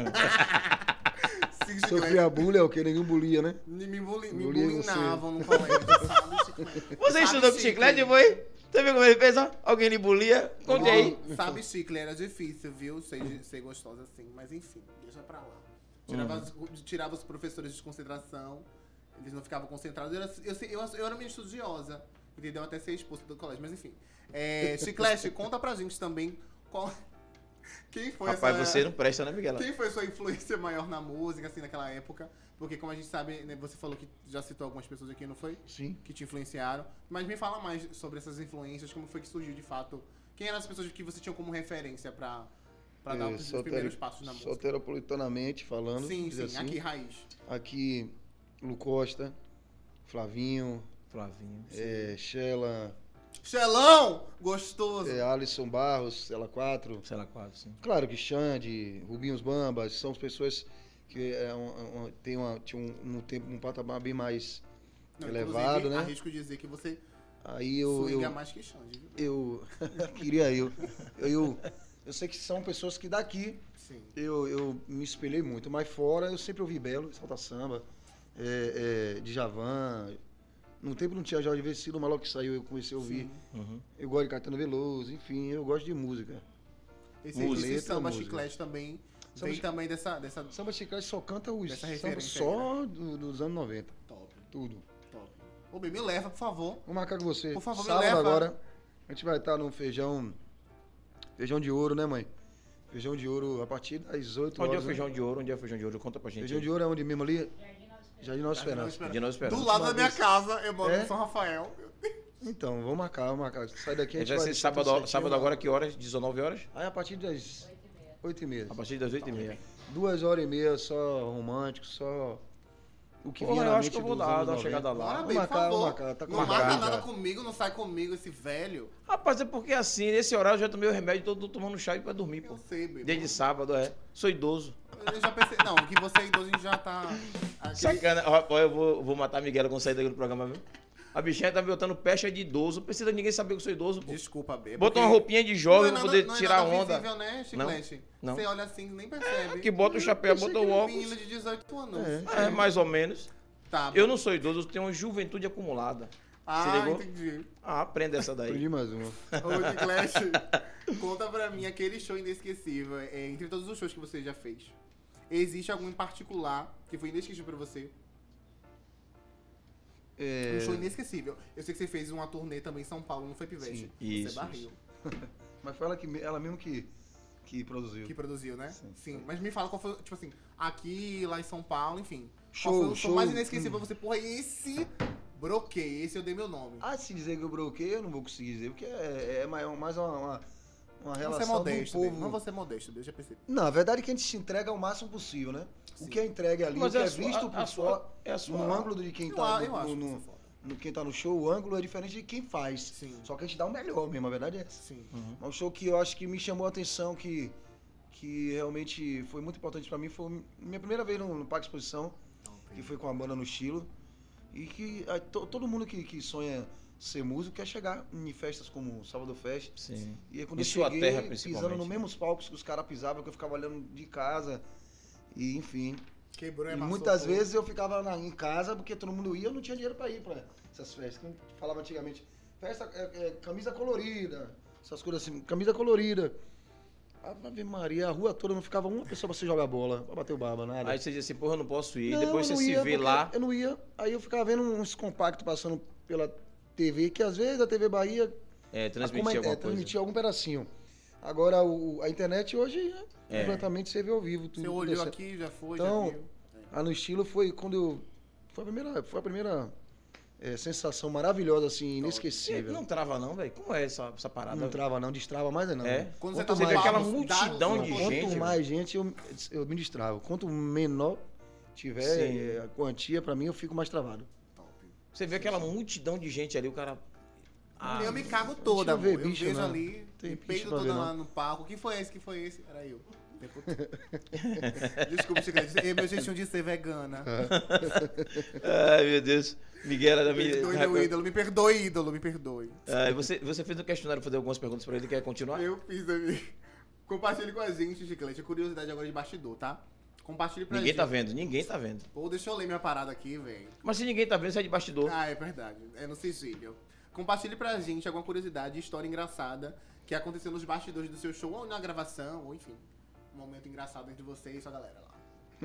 Sim, Sofria bullying é o quê? Ninguém bulia, né? Me Bullying bullyingavam no colégio, sabe, chiclete? Você Sabe, estudou com chiclete, foi? Você viu como ele fez, ó? Alguém lhe bulia? Conte aí. Sabe, chicle era difícil, viu? Ser gostosa assim, mas enfim, deixa pra lá. Tirava os professores de concentração, eles não ficavam concentrados. Eu era meio estudiosa, entendeu? Até ser expulso do colégio, mas enfim. Chiclete, conta pra gente também quem foi Rapaz, essa... você não presta, né, Miguel? Quem foi sua influência maior na música, assim, naquela época? Porque, como a gente sabe, né, você falou que já citou algumas pessoas aqui, não foi? Sim. Que te influenciaram. Mas me fala mais sobre essas influências, como foi que surgiu de fato. Quem eram as pessoas que você tinha como referência pra dar os primeiros passos na música? Soteropolitanamente falando. Sim, dizer sim, assim. aqui, raiz. Aqui, Lu Costa, Flavinho, Flavinho. Sheila, Xelão! Gostoso! Alisson Barros, Ela 4. Sei lá, quase, sim. Claro que Xande, Rubinhos Bambas, são as pessoas que tinham um tempo, um patamar bem mais Não, elevado, inclusive, né? arrisco dizer que você Aí swinga mais que Xande, viu? eu sei que são pessoas que daqui Sim. eu me espelhei muito, mas fora eu sempre ouvi Belo, Salta Samba, Djavan. No tempo não tinha Jorge Vecino, mas logo que saiu eu comecei a ouvir. Uhum. Eu gosto de Caetano Veloso, enfim, eu gosto de música. Esse Letra, samba música. chiclete também Samba vem chi- também dessa Samba Chiclete só canta os Dessa samba referência só dos anos 90, top, tudo. top. Ô, bem, me leva, por favor. Vou marcar com você. Por favor, me Sábado leva. agora, a gente vai estar no feijão de ouro, né, mãe? Feijão de ouro a partir das 8 horas. Onde é o né? feijão de ouro? Onde é o feijão de ouro? Conta pra gente. Feijão de ouro é onde mesmo ali? Jardim Nova Esperança. De Nova Esperança. Do lado da minha vez. casa, eu moro É? em São Rafael. Então, vamos marcar. Sai daqui, a gente Vai ser deixar tudo sábado certinho lá. agora, que horas? 19 horas? Aí a partir das 8h30. A partir das 8h30. 2h30 só romântico, só o que vinha Porra, na eu mente acho que eu vou dos dar anos uma 90. chegada lá. Bora, Vamos bem, por marcar, favor. vamos marcar, tá Não marca marcado nada já. comigo, não sai comigo, esse velho. Rapaz, é porque assim, nesse horário eu já tomei o remédio e tô tomando chá pra dormir, pô. Eu sei, bebê. Desde sábado, Sou idoso. Eu já pensei. Não, que você é idoso, a gente já tá. aquele- Sacana. Ó, eu vou matar a Miguela quando sair daqui do programa, viu? A bichinha tá me botando pecha de idoso. Precisa ninguém saber que eu sou idoso, pô. Desculpa, bebê. Bota uma porque roupinha de jovem não é pra poder não é tirar nada onda. visível, né, Chiclete? Não. Você olha assim, nem percebe. Que bota o chapéu, bota o óculos. Menino de 18 anos. É. Mais ou menos. Tá. Eu não sou idoso, eu tenho uma juventude acumulada. Ah, ligou? entendi. Aprenda essa daí. Aprendi mais uma. Ô, Chiclete, conta pra mim aquele show inesquecível. Entre todos os shows que você já fez, existe algum em particular que foi inesquecível pra você? Um show inesquecível. Eu sei que você fez uma turnê também em São Paulo, não foi Pivete? Sim, Você isso, barril. Mas foi ela mesmo que produziu. Que produziu, né? Sim. Mas me fala qual foi, tipo assim, aqui, lá em São Paulo, enfim. Show, qual foi o show mais show. inesquecível pra você? Porra, esse broquei, esse eu dei meu nome. Se dizer que eu broquei, eu não vou conseguir dizer, porque é mais uma Não vou ser relação modesto, do bem. povo. Não vou ser modesto, bem, eu já percebi. Não, a verdade é que a gente se entrega ao máximo possível, né? Sim. O que é entregue ali, Mas o que é é a sua- visto a por sua- fora, é a sua- no ângulo de quem Eu tá acho no, isso foda. no quem tá no show, o ângulo é diferente de quem faz. Sim. Só que a gente dá o melhor mesmo, a verdade é essa. Sim. É um show que eu acho que me chamou a atenção, que realmente foi muito importante pra mim. Foi minha primeira vez no Parque Exposição, que foi com a banda no estilo. E que todo mundo que sonha ser músico quer chegar em festas como o Salvador Fest. Sim. E aí, quando Em eu sua cheguei, terra, principalmente, pisando nos né? mesmos palcos que os caras pisavam, que eu ficava olhando de casa. E enfim. Quebrou, E amassou muitas tudo. vezes eu ficava em casa porque todo mundo ia, eu não tinha dinheiro pra ir pra essas festas. Que a gente falava antigamente, festa camisa colorida, essas coisas assim, camisa colorida. Ave Maria, a rua toda não ficava uma pessoa pra você jogar bola, pra bater o baba, nada. Aí você diz assim, porra, eu não posso ir. Não, Depois eu você não se ia, vê porque lá. Eu não ia, aí eu ficava vendo uns compactos passando pela TV, que às vezes a TV Bahia Transmitir alguma coisa. transmitia algum pedacinho. Agora a internet hoje completamente você vê ao vivo. Tudo Você olhou acontecendo. aqui, já foi, Então, já viu. No estilo foi quando eu. Foi a primeira sensação maravilhosa, assim, inesquecível. Não trava não, velho? Como é essa parada? Não trava, não, destrava mais não. É? Quando Quanto tá Você vê mais- aquela dá- multidão de quanto gente. Quanto mais gente, eu me destravo. Quanto menor tiver Sim. a quantia, pra mim, eu fico mais travado. Top. Você vê aquela multidão de gente ali, o cara... Eu me cago toda, não vê amor. Eu bicho, vejo não. ali, Tem me bicho peido pra toda ver, lá não. no palco. Quem foi esse? Era eu. Desculpa, Chiclete. Meu jeitinho de ser vegana. Ai, meu Deus. Miguel era da Perdoe, meu ídolo. Me perdoe, ídolo. Me perdoe. Você fez um questionário pra fazer algumas perguntas pra ele. Quer continuar? Eu fiz, amigo. Compartilhe com a gente, Chiclete. Curiosidade agora de bastidor, tá? Compartilhe pra Ninguém gente. tá vendo, ninguém tá vendo. Pô, deixa eu ler minha parada aqui, velho. Mas se ninguém tá vendo, você é de bastidor. Ah, é verdade. É no sigilo. Compartilhe pra gente alguma curiosidade, história engraçada que aconteceu nos bastidores do seu show, ou na gravação, ou enfim. Um momento engraçado entre você e sua galera lá.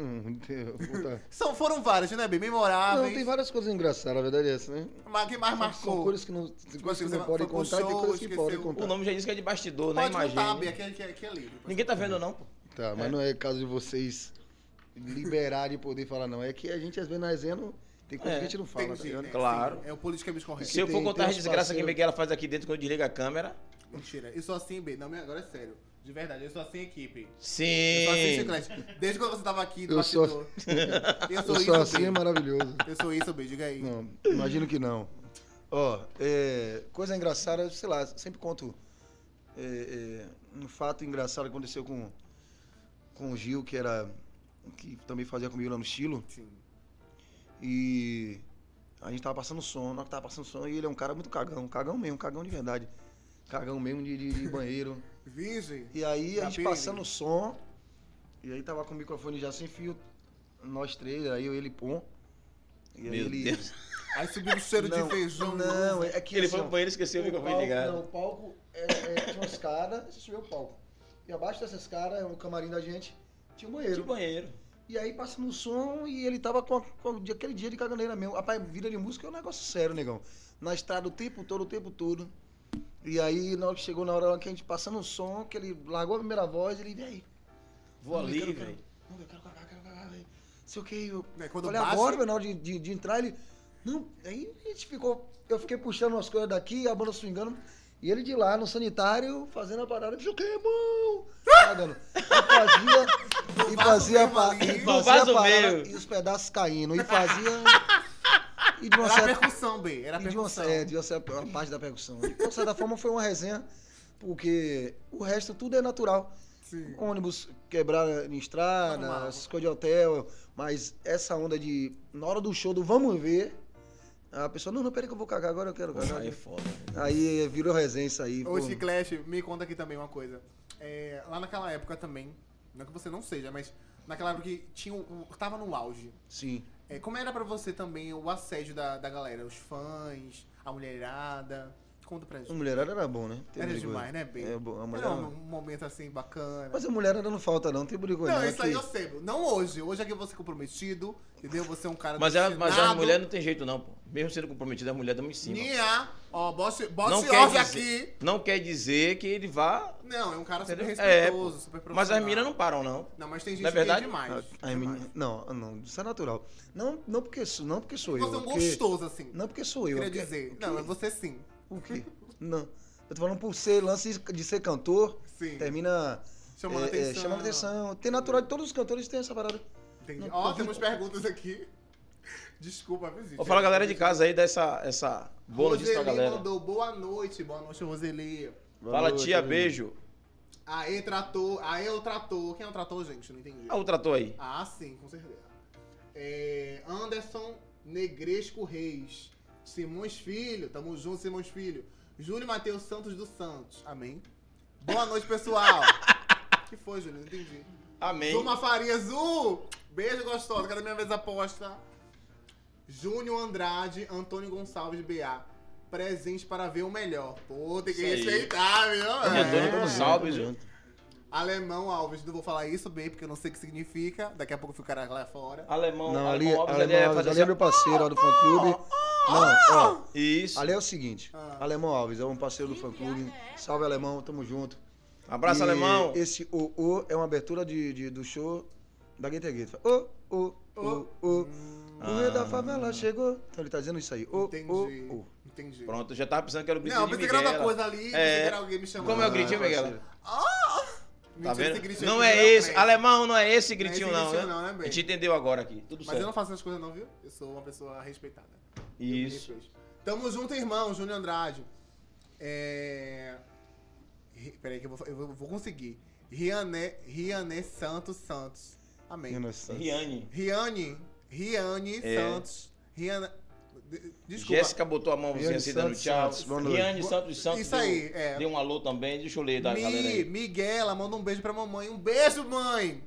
Puta. Foram várias, né, bem Não, memoráveis. tem várias coisas engraçadas, a verdade é essa, né? Mas que mais São marcou? coisas que não, coisas que você não podem foi pro contar e tem show, coisas que podem esqueceu. contar. O nome já diz que é de bastidor, né? Pode Imagina. contar, Bia, aqui é livre. Ninguém tá vendo não, pô. Tá, mas não é caso de vocês liberarem e poder falar, não. É que a gente, às vezes, na resenha, tem coisa que a gente não fala, tá Entendi, ligado? né? Claro. Sim, é o politicamente correto. Se eu for tem contar as uns desgraças que parceiros- Miguel faz aqui dentro quando desliga a câmera... Mentira, eu sou assim, B. Não, agora é sério. De verdade, eu sou assim, equipe. Sim. Eu sou assim, Chiclete. Desde quando você tava aqui no Eu sou- bastidor. Eu sou Eu isso, sou assim, B. é maravilhoso. Eu sou isso, B. Diga aí. Não, imagino que não. Ó, coisa engraçada, sei lá, sempre conto um fato engraçado que aconteceu com o Gil, que também fazia comigo lá no estilo. Sim. E a gente tava passando som, na hora que tava passando som, e ele é um cara muito cagão mesmo, cagão de verdade. Cagão mesmo de banheiro. Virgem. E aí a Da gente Piri. passando o som, e aí tava com o microfone já sem fio, nós três, aí eu e ele pô. E aí Meu ele. Deus. Aí subiu o cheiro de feijão. Não, é que Ele assim, foi ó, pro banheiro e esqueceu o microfone ligado. Não, o palco tinha uma escada, você subiu o palco. E abaixo dessa escada, o camarim da gente, tinha um banheiro. De banheiro. E aí passando o som e ele tava com aquele dia de caganeira mesmo. Rapaz, vida de música é um negócio sério, negão. Na estrada o tempo todo. E aí, na hora que chegou na hora que a gente passando o som, que ele largou a primeira voz, ele veio aí. Vou ali, velho. Eu quero cagar, velho. Sei o que, eu Quando falei baixa- agora, velho, na hora de entrar, ele... Não, aí a gente ficou... Eu fiquei puxando umas coisas daqui, a banda swingando, e ele de lá, no sanitário, fazendo a parada, sei o que, irmão? Cagando. E fazia No vaso a parada, meio. e os pedaços caindo, e fazia... E de uma Era a certa... percussão, B. Era a E de uma, percussão. de uma certa parte da percussão. E, de uma certa forma foi uma resenha, porque o resto tudo é natural. Sim. Ônibus quebrar em estrada, Normal. essas coisas de hotel, mas essa onda de, na hora do show do vamos ver, a pessoa, não, peraí que eu vou cagar agora, eu quero cagar. Aí é foda. Aí virou resenha isso aí. Ô, pô. Chiclete, me conta aqui também uma coisa. Lá naquela época também, não que você não seja, mas naquela época que tava no auge. Sim. Como era pra você também o assédio da galera? Os fãs, a mulherada? conta pra gente. A mulherada era bom, né? Tem Era briga, demais, né, bem? É bom, a mulher Era um momento assim bacana. Mas a mulherada não falta, não. Tem briga, Não, isso aí eu sei. Não hoje. Hoje é que você é comprometido, entendeu? Você é um cara Mas a destinado. mulher não tem jeito, não, pô. Mesmo sendo comprometida, a mulher dá em cima. Nia, ó, bote Não quer ordem dizer- aqui. Não quer dizer que ele vá. Não, é um cara super Entendeu? respeitoso, super profissional. Mas as minas não param, não. Não, mas tem gente Não é que é verdade? demais. Ai, menina, não, isso é natural. Não porque sou eu. Você é um porque- gostoso, assim. Não porque sou eu. Queria porque- dizer. o quê? Não, é você sim. O quê? Não. Eu tô falando por ser lance de ser cantor, Sim. termina Chamando atenção. chamando atenção. Tem natural de todos os cantores tem essa parada. Entendi. Não, Ó, eu vi- temos perguntas aqui. Desculpa, visite. Vou falar, galera de casa aí, essa boa notícia pra Roseli galera. mandou boa noite, Roseli. Fala, tia, beijo. Aê, trator. Aê, o trator. Quem é o trator, gente? Não entendi. Ah, o trator aí. Ah, sim, com certeza. Anderson Negresco Reis. Simões Filho. Tamo junto, Simões Filho. Júlio Matheus Santos dos Santos. Amém. Boa noite, pessoal. Que foi, Júlio? Não entendi. Amém. Zuma Faria Azul. Beijo gostosa. Cada minha vez aposta. Júnior Andrade, Antônio Gonçalves, BA. Presente para ver o melhor. Pô, tem que Isso aí. respeitar, viu? Antônio Gonçalves, Tamo viu? junto. Alemão Alves, não vou falar isso bem, porque eu não sei o que significa. Daqui a pouco ficará lá fora. Alemão, Não, Alemão Alves, Alemão ele é Alves, fazer ali é meu parceiro, ó, do fã-clube. Não, ó, Isso. ali é o seguinte. Ah. Alemão Alves é um parceiro do fã-clube. Salve, Alemão, tamo junto. Abraço, E Alemão. Esse o é uma abertura do show da Guetta Guetta. O rei da favela chegou. Então ele tá dizendo isso aí. Entendi. Entendi. Pronto, eu já tava pensando que era o gritinho Não, de pensei que era Miguel. outra coisa ali, pensei É. que era alguém me chamando. Como é o gritinho, parceiro. Miguel? Mentira, Tá esse vendo? gritinho Não aqui é esse. crente. Alemão não é esse gritinho, Não é esse não, gritinho né? não, né, bem? A gente entendeu agora aqui. Tudo Mas certo. eu não faço essas coisas não, viu? Eu sou uma pessoa respeitada. Eu me Isso. respeito. Tamo junto, irmão, Júnior Andrade. Peraí que eu vou conseguir. Riané Santos. Amém. Riane. Riane É. Santos. Desculpa. Jéssica botou a mãozinha Riane assim dando Santos tchau. Santos, boa noite. Riane Santos Santos. Isso aí, é. Deu um alô também. Deixa eu ler da galera aí. Miguela, manda um beijo pra mamãe. Um beijo, mãe!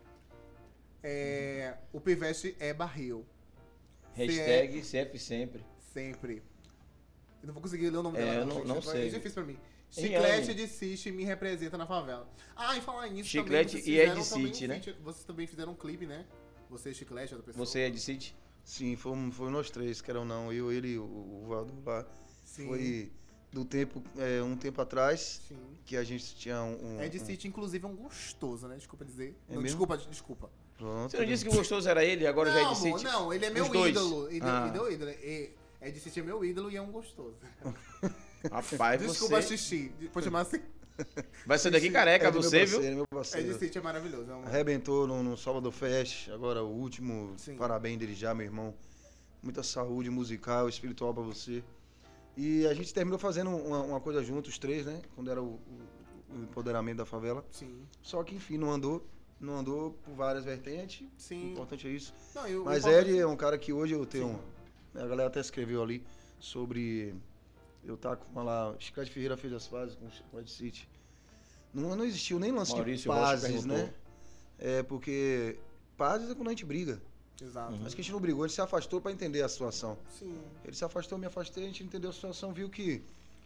O Pivete é barril. Hashtag CF sempre. Sempre. Eu não vou conseguir ler o nome É, dela. eu não gente. sei. É difícil pra mim. Riane. Chiclete de City me representa na favela. Ah, e falar nisso Chiclete também, vocês e Ed fizeram também City, um né? feat- Vocês também fizeram um clipe, né? Você, Chiclete, outra pessoa. Você é de City? Sim, foi nós três, que eram não. Eu, ele e o voador lá. Sim. Foi do tempo, um tempo atrás, Sim. que a gente tinha Ed City, inclusive, é um gostoso, né? Desculpa dizer. É não, mesmo? desculpa. Pronto. Você não disse que o gostoso era ele, agora já é Não, de amor, City? não, ele é meu Os dois. ídolo. Ele Ah. é meu ídolo. Ed City é meu ídolo e é um gostoso. Rapaz, Desculpa, você Xixi. Pode chamar assim. vai ser daqui careca, do meu você, parceiro, viu? Meu Ed parceiro. City é maravilhoso. É um... Arrebentou no Salvador Fest, agora o último. Sim. Parabéns dele já, meu irmão. Muita saúde musical, espiritual pra você. E a gente terminou fazendo uma coisa juntos, os três, né? Quando era o empoderamento da favela. Sim. Só que, enfim, não andou por várias vertentes. O Sim. importante é isso. Não, eu, Mas eu Ed é um cara que hoje eu tenho. Sim. A galera até escreveu ali sobre. Eu tá com lá. Chiclete Ferreira fez as fases com o Ed City. Não existiu nem lance Maurício de Rocha pazes, perguntou. né? É porque pazes é quando a gente briga. Exato. Mas que a gente não brigou, a gente se afastou pra entender a situação. Sim. Ele se afastou, eu me afastei, a gente entendeu a situação, viu que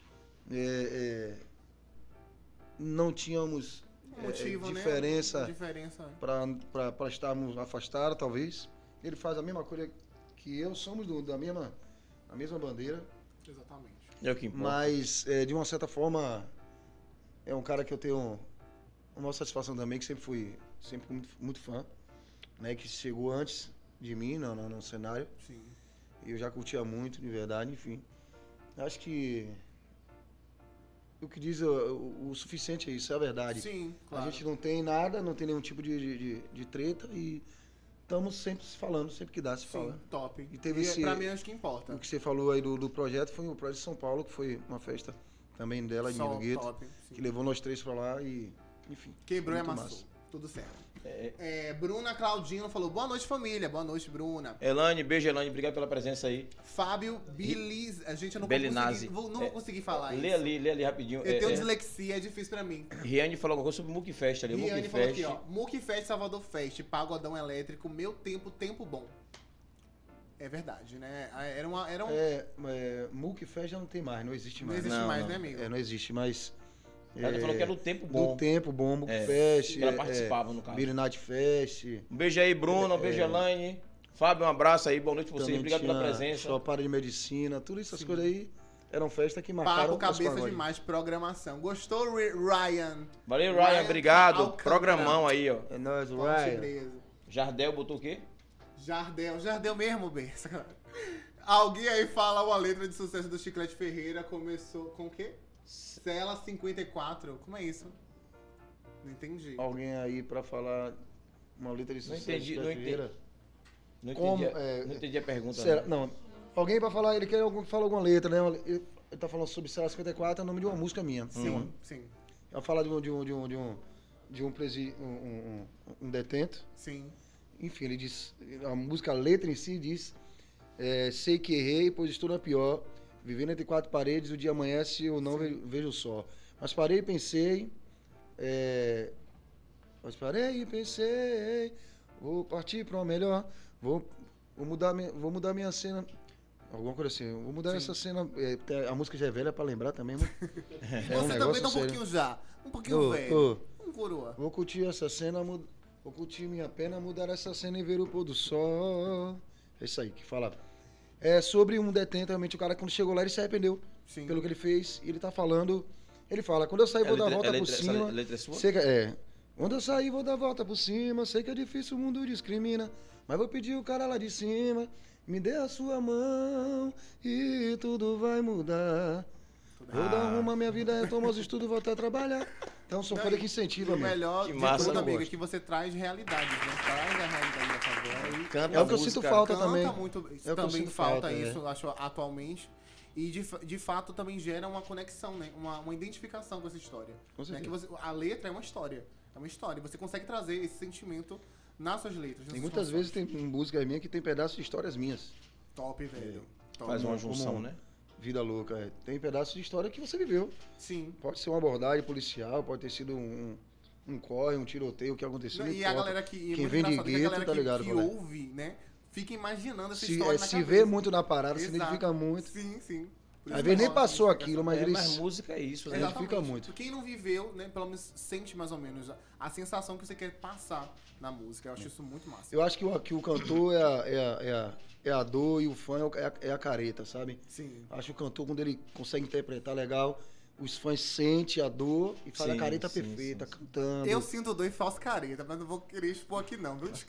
não tínhamos Motivo, diferença né? Diferença. para estarmos afastados, talvez. Ele faz a mesma coisa que eu, somos da mesma bandeira, Exatamente. É o que importa. mas de uma certa forma é um cara que eu tenho uma satisfação também, que sempre fui muito, muito fã, né, que chegou antes de mim no cenário. Sim. E eu já curtia muito, de verdade, enfim. Acho que o que diz o suficiente é isso, é a verdade. Sim, claro. A gente não tem nada, não tem nenhum tipo de treta e estamos sempre se falando, sempre que dá se Sim, fala. top. E teve Pra mim, acho que importa. O que você falou aí do projeto foi o Projeto de São Paulo, que foi uma festa também dela, de Só do Gueto, top. Sim. que levou nós três pra lá e, enfim. Quebrou e muito amassou. massa. Tudo certo. É. Bruna Claudino falou, boa noite, família. Boa noite, Bruna. Elane, beijo, Elane. Obrigado pela presença aí. Fábio Biliz. A gente, eu não Belinazzi. vou conseguir falar Lê isso. ali rapidinho. Eu tenho dislexia, é difícil pra mim. Riane falou alguma coisa sobre o Muki Fest ali. O Muki Riane falou Fest. aqui, ó. Muki Fest Salvador Fest, Pagodão Elétrico, meu tempo bom. É verdade, né? Era um... Muque Fé já não tem mais, não existe Não mais. existe mais, né, amigo? Não existe mais. Ela falou que era o tempo bom. Do tempo bom, Muque Fest. Ela participava, no caso. Beer Night Fest. Um beijo aí, Bruno. Um beijo, Elaine. Fábio, um abraço aí. Boa noite pra vocês. Obrigado pela presença. Só para de medicina. Tudo essas coisas aí eram festas que marcaram. Papo cabeça demais, programação. Gostou, Ryan? Valeu, Ryan. Obrigado. Alcântara. Programão aí, ó. É nóis, Forte Ryan. brisa. Jardel botou o quê? Jardel mesmo, Berça. Alguém aí fala uma letra de sucesso do Chiclete Ferreira começou com o quê? Cela 54. Como é isso? Não entendi. Alguém aí pra falar uma letra de sucesso entendi, da não entendi. Ferreira? Não Como, entendi, não entendi a pergunta. Será? Não. Alguém pra falar, ele quer que fale alguma letra, né? Ele tá falando sobre Cela 54, é o nome de uma música minha. Sim, sim. Ela fala de um detento. Sim. Enfim, ele diz, a música, a letra em si diz, sei que errei, pois estou na pior, vivendo entre quatro paredes, o dia amanhece e eu não vejo o sol. Mas parei e pensei, vou partir para uma melhor, vou mudar minha cena, alguma coisa assim, vou mudar essa cena, a música já é velha para lembrar também, mas Você também tá um pouquinho já, um pouquinho velho, um coroa. Vou curtir essa cena, vou curtir minha pena, mudar essa cena e ver o pôr do sol. É isso aí que fala. É sobre um detento, realmente o cara quando chegou lá ele se arrependeu pelo que ele fez. E ele tá falando, ele fala, quando eu sair vou dar a volta por cima. Essa letra é sua? Quando eu sair vou dar a volta por cima, sei que é difícil, o mundo discrimina, mas vou pedir o cara lá de cima, me dê a sua mão e tudo vai mudar. Vou dar rumo à minha vida, retomo os estudos, voltar a trabalhar. Então são coisas que incentivam, amigo. O melhor que de massa, tudo, amigo, é que você traz realidades, né? Traz a realidade da favela. Canta é o que eu sinto falta também. Também falta isso, acho, atualmente. E de fato também gera uma conexão, né? Uma identificação com essa história. Com certeza. Né? Que a letra é uma história. É uma história. Você consegue trazer esse sentimento nas suas letras. E muitas vezes tem músicas minhas que tem pedaços de histórias minhas. Top, velho. Top. Faz uma junção, né? Vida louca, Tem pedaços de história que você viveu. Sim. Pode ser uma abordagem policial, pode ter sido um corre, um tiroteio, o que aconteceu. E a galera que... Quem vem de gueto, tá ligado? Que ouve, né? Fica imaginando essa história na cabeça. Se vê muito na parada, se identifica muito. Sim. Às vezes nem passou aquilo, mas eles... Mas música é isso, né? Identifica muito. Quem não viveu, né, pelo menos sente mais ou menos a sensação que você quer passar na música. Eu acho isso muito massa. Eu acho que o cantor é a dor e o fã é a careta, sabe? Sim. Acho que o cantor, quando ele consegue interpretar legal, os fãs sentem a dor e faz a careta perfeita, cantando. Eu sinto dor e falso careta, mas não vou querer expor aqui não, viu,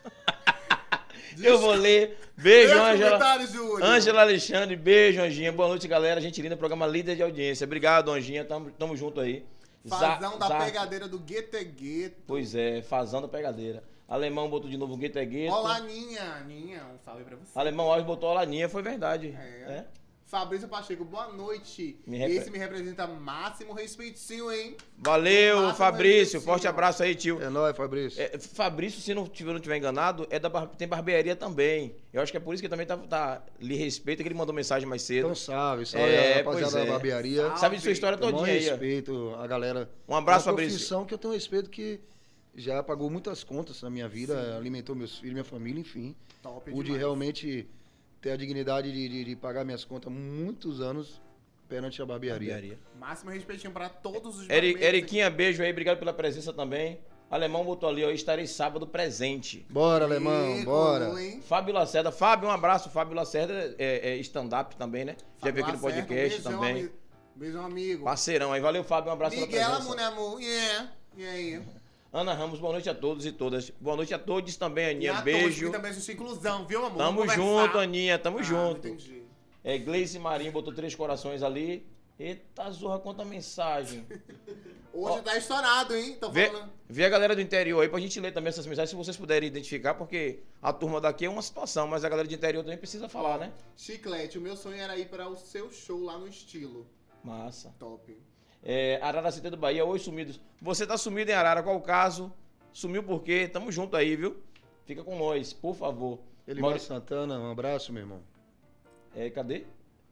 Eu vou ler. Beijo, Ângela. Júlio. Ângela Alexandre, beijo, Anjinha. Boa noite, galera. Gente linda, programa líder de audiência. Obrigado, Anjinha. Tamo junto aí. Fazão da pegadeira do Gueto é Gueto. Pois é, Fazão da pegadeira. Alemão botou de novo Gueto é Gueto. Olá, Ninha. Um salve pra você. Alemão Alves botou Olá, Ninha, foi verdade. Fabrício Pacheco, boa noite. Esse me representa máximo respeitinho, hein? Valeu, máximo Fabrício. Forte abraço aí, tio. É nóis, Fabrício. Fabrício, se não tiver enganado, tem barbearia também. Eu acho que é por isso que ele também lhe respeita, que ele mandou mensagem mais cedo. Então salve a rapaziada da barbearia. Salve. Sabe de sua história todinha aí. Respeito a galera. Um abraço, uma Fabrício. profissão que eu tenho respeito que já pagou muitas contas na minha vida, alimentou meus filhos, minha família, enfim. Top Pude demais. realmente ter a dignidade de pagar minhas contas muitos anos perante a barbearia. Máximo respeitinho pra todos os Eriquinha, beijo aí, obrigado pela presença também. Alemão botou ali, ó, estarei sábado presente. Bora, Alemão, bora. Fábio Lacerda. Fábio, um abraço. Fábio Lacerda é stand-up também, né? Já veio aqui no podcast também. Beijão, amigo. Parceirão aí. Valeu, Fábio, um abraço pela presença. Miguel, e aí? Ana Ramos, boa noite a todos e todas. Boa noite a todos também, Aninha. E beijo. Todos, também assistir inclusão, viu, amor? Tamo junto, Aninha. Tamo junto. Entendi. Gleice Marinho botou 3 corações ali. Eita, Zorra, quanta mensagem. Hoje tá estourado, hein? Tô falando. Vê a galera do interior aí pra gente ler também essas mensagens, se vocês puderem identificar, porque a turma daqui é uma situação, mas a galera do interior também precisa falar, né? Chiclete, o meu sonho era ir para o seu show lá no Estilo. Massa. Top. Araraceta do Bahia, oi sumidos. Você tá sumido em Arara, qual o caso? Sumiu por quê? Tamo junto aí, viu? Fica com nós, por favor. Elimar Santana, um abraço, meu irmão. Cadê?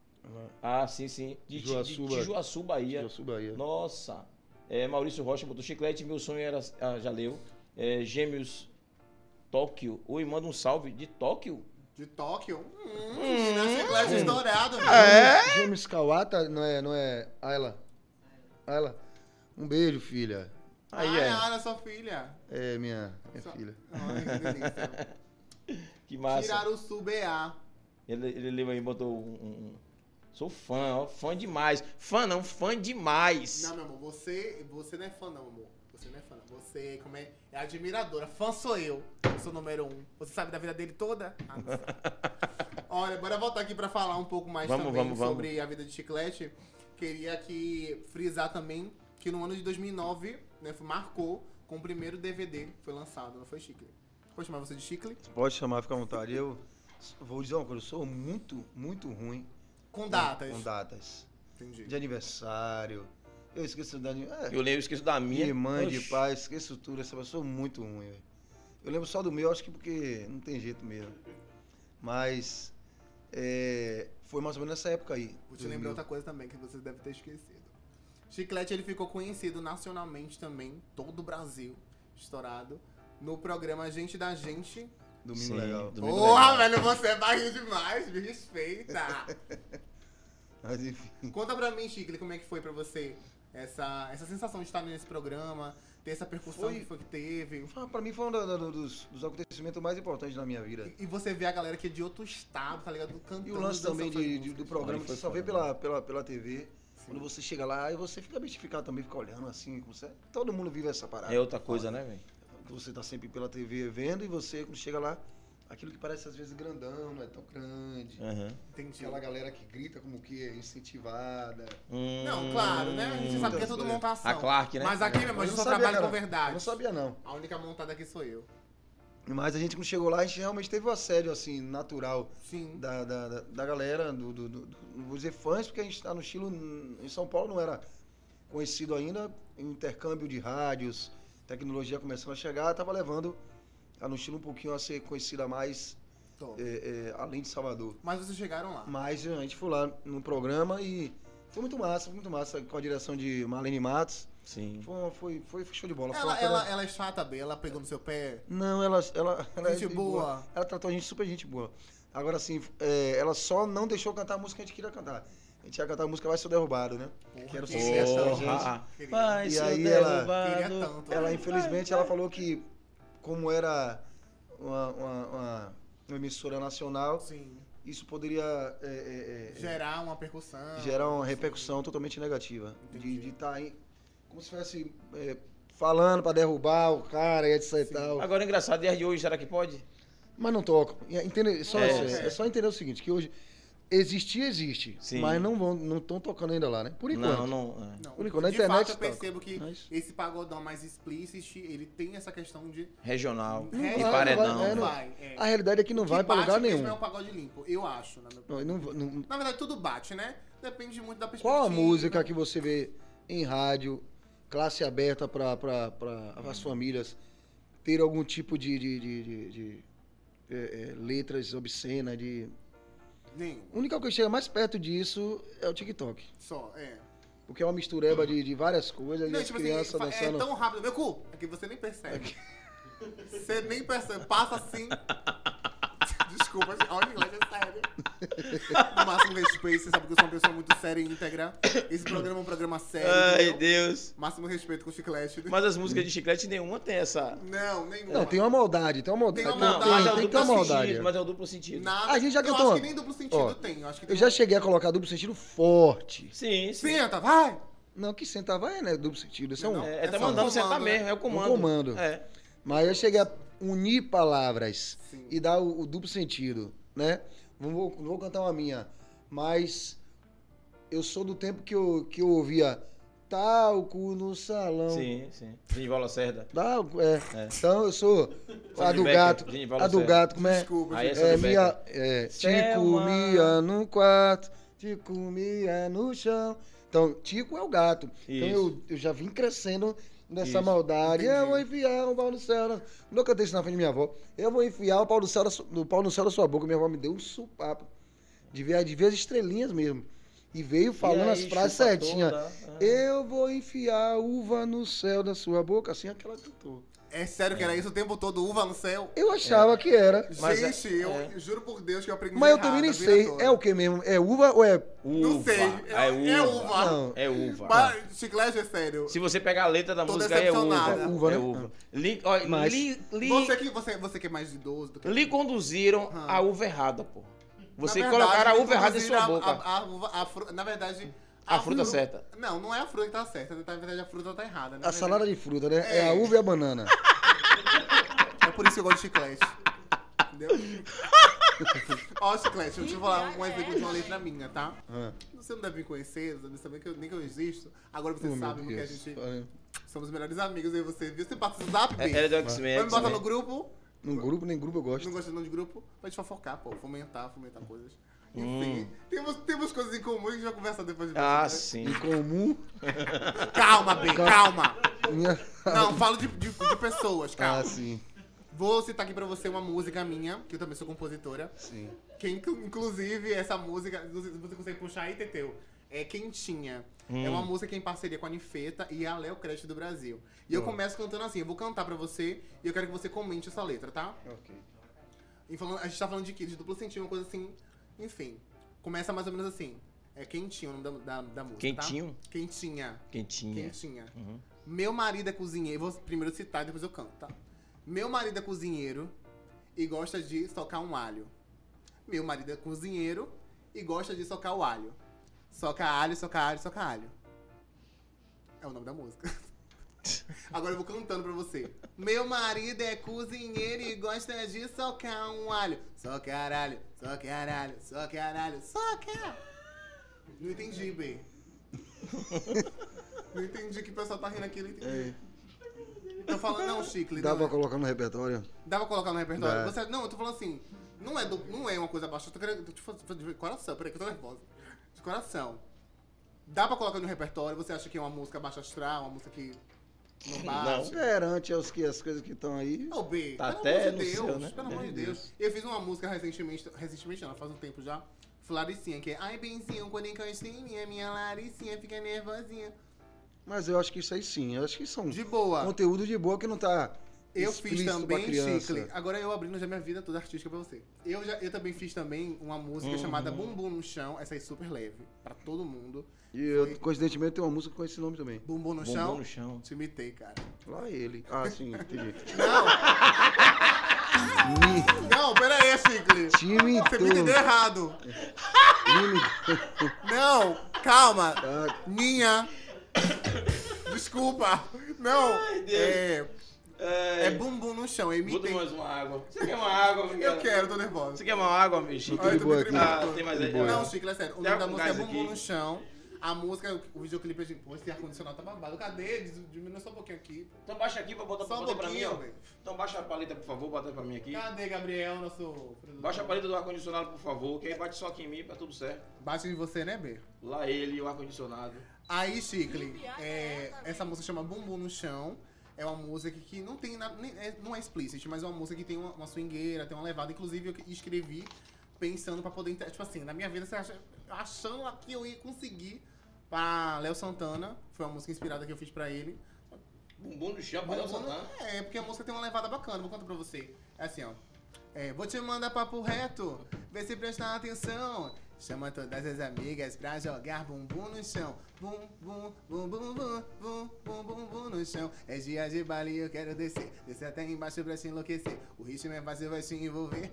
Sim. De Juaçu, Bahia. Juaçu, Bahia. Nossa. Maurício Rocha botou chiclete, meu sonho era... já leu. Gêmeos Tóquio. Oi, manda um salve de Tóquio? De Tóquio? Na Chiclete estourado. James Kawata, não é Ayla? Ayla? Um beijo, filha. Aí Olha, sua filha. É, minha filha. Ai, que delícia. Que massa. Tiraruçu BA. Ele levou aí e botou Sou fã, ó. Fã demais. Fã não, fã demais. Não, meu amor, você não é fã não, amor. Você não é fã não. Você é admiradora. Fã sou eu. Eu sou o número 1. Você sabe da vida dele toda? Ah, não sei. Olha, bora voltar aqui pra falar um pouco mais sobre a vida de Chiclete. Queria aqui frisar também que no ano de 2009, né, marcou com o primeiro DVD que foi lançado, não foi Chicle? Pode chamar você de Chicle? Pode chamar, fica à vontade. Eu vou dizer uma coisa, eu sou muito, muito ruim com datas. Com datas. Entendi. De aniversário. Eu esqueço da Eu esqueço da minha. De mãe, de pai, esqueço tudo. Essa pessoa é muito ruim, velho. Eu lembro só do meu, acho que porque não tem jeito mesmo. Mas foi mais ou menos nessa época aí. Vou te lembrar outra coisa também que você deve ter esquecido. Chiclete, ele ficou conhecido nacionalmente também, todo o Brasil, estourado, no programa Gente da Gente. Domingo Legal. Porra, velho, você é barriga demais, me respeita. Mas enfim. Conta pra mim, Chicle, como é que foi pra você essa sensação de estar nesse programa, ter essa percussão que teve. Pra mim foi um dos acontecimentos mais importantes da minha vida. E você vê a galera que é de outro estado, tá ligado? Cantando. E o lance também do programa, que você só vê pela TV. Sim. Quando você chega lá, e você fica bestificado também, fica olhando assim, todo mundo vive essa parada. É outra coisa, né, velho? Você tá sempre pela TV vendo, e você, quando chega lá, aquilo que parece às vezes grandão, não é tão grande. Entendi. Aquela galera que grita como que é incentivada. Não, claro, né? A gente sabe que é tudo montação. A Clark, né? Mas aqui, meu irmão, a gente só trabalha com verdade. Eu não sabia, não. A única montada aqui sou eu. Mas a gente, quando chegou lá, a gente realmente teve um assédio, assim, natural. Sim. Da galera, não vou dizer fãs, porque a gente tá no estilo, em São Paulo não era conhecido ainda, intercâmbio de rádios, tecnologia começando a chegar, tava levando no estilo um pouquinho a ser conhecida mais, além de Salvador. Mas vocês chegaram lá? Mas a gente foi lá no programa e foi muito massa, com a direção de Marlene Matos. Sim. Foi show de bola. Ela é chata, bem? Ela pegou no seu pé? Não, ela gente boa. Ela tratou a gente super gente boa. Agora, assim, ela só não deixou cantar a música que a gente queria cantar. A gente ia cantar a música Vai Ser Derrubado, né? Que era o sucesso da gente. Vai ser aí derrubado. ela infelizmente, ela falou que, como era uma emissora nacional, sim, isso poderia gerar uma percussão. Gerar uma repercussão totalmente negativa. De estar aí, como se estivesse falando pra derrubar o cara e etc e tal. Agora, engraçado, dia de hoje, será que pode? Mas não tocam. É só entender o seguinte, que hoje existe. Sim. Mas não estão tocando ainda lá, né? Por enquanto. Não. Por enquanto, na de internet fato, eu percebo que esse pagodão mais explícito, ele tem essa questão de... Regional. E paredão. A realidade é que não vai pra lugar nenhum. Não é um pagode limpo, eu acho. Na verdade, tudo bate, né? Depende muito da perspectiva. Qual a música que você vê em rádio, classe aberta para as famílias, ter algum tipo de letras obscenas, Nenhum. A única coisa que chega mais perto disso é o TikTok. Só, Porque é uma mistureba de várias coisas, não, e as tipo crianças assim, dançando... É tão rápido, meu cu, é que você nem percebe. Você nem percebe, passa assim... Desculpa, olha o inglês, é sério. No máximo respeito, você sabe que eu sou uma pessoa muito séria e íntegra. Esse programa é um programa sério. Ai, entendeu? Deus. Máximo respeito com o Chiclete. Mas as músicas de Chiclete nenhuma tem essa... Não, nenhuma. Não, tem uma maldade, Tem uma tem maldade, que ter uma maldade. Mas é o duplo sentido. Nada, A gente já eu cantou. acho que nem duplo sentido tem. Eu já cheguei a colocar duplo sentido forte. Sim. Senta, vai! Não, que sentar vai, né? Duplo sentido. Isso tá mandando sentar mesmo, é o comando. O comando. Mas eu cheguei a unir palavras. Sim. E dar o duplo sentido, né? Não vou cantar uma minha, mas eu sou do tempo que eu ouvia talco no salão. Sim. Genival Lacerda. Então eu sou a do gato. Como é? Desculpa, aí te comia no quarto, te comia no chão. Então, Tico é o gato. Isso. Então eu já vim crescendo nessa Isso. maldade. Entendi. Eu vou enfiar um pau no céu. Não cantei isso na frente da minha avó. Eu vou enfiar o pau no céu da sua boca. Minha avó me deu um supapo. De ver as estrelinhas mesmo. E veio falando as frases certinhas. Eu vou enfiar uva no céu da sua boca. Assim é que ela cantou. É sério que era isso o tempo todo, uva no céu? Eu achava que era. Mas Gente, eu juro por Deus que eu aprendi Mas eu errado também nem a vida sei. toda. É o que mesmo? É uva ou é... Não sei. É uva. Não. É uva. Mas, Chiclete, é sério. Se você pegar a letra da Tô música, aí é uva. decepcionada. É uva, né? É uva. Olha, Mas- Você que é mais idoso do que... lhe conduziram Aham. a uva errada, pô. Você Na verdade, colocaram a me uva errada em sua conduziram boca. na verdade... A fruta certa. Não, não é a fruta que tá certa. Na verdade, a fruta tá errada. Na A verdade, salada de fruta, né? É a uva e a banana. É por isso que eu gosto de chiclete. Entendeu? Ó, chiclete, deixa eu falar um exemplo de uma letra minha, tá? Ah. Você não deve me conhecer, não deve saber nem que eu existo. Agora você Oh, meu sabe, porque a Deus. gente Olha, somos melhores amigos, eu e você. Viu? Você passa o zap, Ela é do Vai X-Men. me botar no grupo. num grupo, nem grupo eu gosto. Não gosta não de grupo? Pode fofocar, pô. Fomentar coisas. Enfim, temos coisas em comum que a gente vai conversar depois de Ah, você, sim. Em comum, Calma, bem, calma. minha... Não, falo de pessoas, calma. Ah, sim. Vou citar aqui pra você uma música minha, que eu também sou compositora. Sim. Que inclusive essa música, não sei se você consegue puxar aí, Teteu, é Quentinha. É uma música que é em parceria com a Ninfeta e a Léo Crédito do Brasil. E eu começo cantando assim, eu vou cantar pra você e eu quero que você comente essa letra, tá? Ok. A gente tá falando de quê? De duplo sentido, uma coisa assim, enfim. Começa mais ou menos assim. É Quentinho o nome da música, Quentinho? tá? Quentinha. Quentinha. Quentinha. Meu marido é cozinheiro, vou primeiro citar e depois eu canto, tá? Meu marido é cozinheiro e gosta de socar um alho. Meu marido é cozinheiro e gosta de socar o alho. Soca alho, soca alho, soca alho. É o nome da música. Agora eu vou cantando pra você. Meu marido é cozinheiro e gosta de socar um alho. Socar alho, socar alho, socar alho, soca! Não entendi, bem. Não entendi que o pessoal tá rindo aqui, não entendi. Tô falando, não, Chicle. Dá não, pra colocar no repertório? Dá pra colocar no repertório? Dá. Você, não, eu tô falando assim, não é uma coisa baixa, eu tô querendo, tô te falando de coração, peraí que eu tô nervosa. De coração. Dá pra colocar no repertório? Você acha que é uma música baixa astral, uma música que não baixa? Perante as coisas que estão aí. Ô, B, Tá pelo até amor de no Deus, céu, né? pelo amor de Deus. Eu fiz uma música recentemente não, faz um tempo já, Flaricinha, que é ai, benzinho, quando encosta em mim, minha Laricinha fica nervosinha. Mas eu acho que isso aí sim. Eu acho que são De boa. conteúdo de boa que não tá Eu fiz explícito pra também, criança. Chicle. Agora eu abrindo já minha vida toda artística pra você. Eu também fiz também uma música chamada Bumbum no Chão. Essa aí super leve, pra todo mundo. E eu, coincidentemente, tenho uma música com esse nome também. Bumbum no Bumbum Chão. no chão. Te imitei, cara. Lá ele. Ah, sim, entendi. Não, pera aí, Chicle. Time Você me entendeu errado. Não, calma. Minha. Desculpa. Não. É bumbum no chão. Eu Vou tomar imitei. mais uma água. Você quer uma água, Miguel? Eu quero, tô nervosa. Você quer uma água, meu Chico? Ai, eu tô me boa aqui. tremendo. Ah, tem mais aí? Não, Chicle, é sério. O Tem nome da algum música é gás Bumbum aqui? no Chão. A música, o videoclipe, a gente, pô, esse ar-condicionado tá babado. Cadê? Diminui só um pouquinho aqui. Então baixa aqui pra botar Só um pra mim, ó. pouquinho, velho. Então baixa a paleta, por favor, bota pra mim aqui. Cadê, Gabriel, nosso produtor? Baixa a paleta do ar-condicionado, por favor, que aí bate só aqui em mim, tá tudo certo. Bate em você, né, B? Lá ele e o ar-condicionado. Aí, Chicle, essa música chama Bumbum no Chão. É uma música que não tem nada, não é explícita, mas é uma música que tem uma swingueira, tem uma levada. Inclusive, eu escrevi pensando pra poder entrar. Tipo assim, na minha vida, achando que eu ia conseguir pra Léo Santana. Foi uma música inspirada que eu fiz pra ele. Bumbum no chão, Léo Santana. É, porque a música tem uma levada bacana. Vou contar pra você. É assim, ó. Vou te mandar papo reto, vê se presta atenção. Chama todas as amigas pra jogar bumbum no chão. Bum, bum, bum, bum, bum, bum, bum, bum, bum no chão. É dia de baile e eu quero descer. Descer até embaixo pra te enlouquecer. O ritmo é fácil, vai te envolver.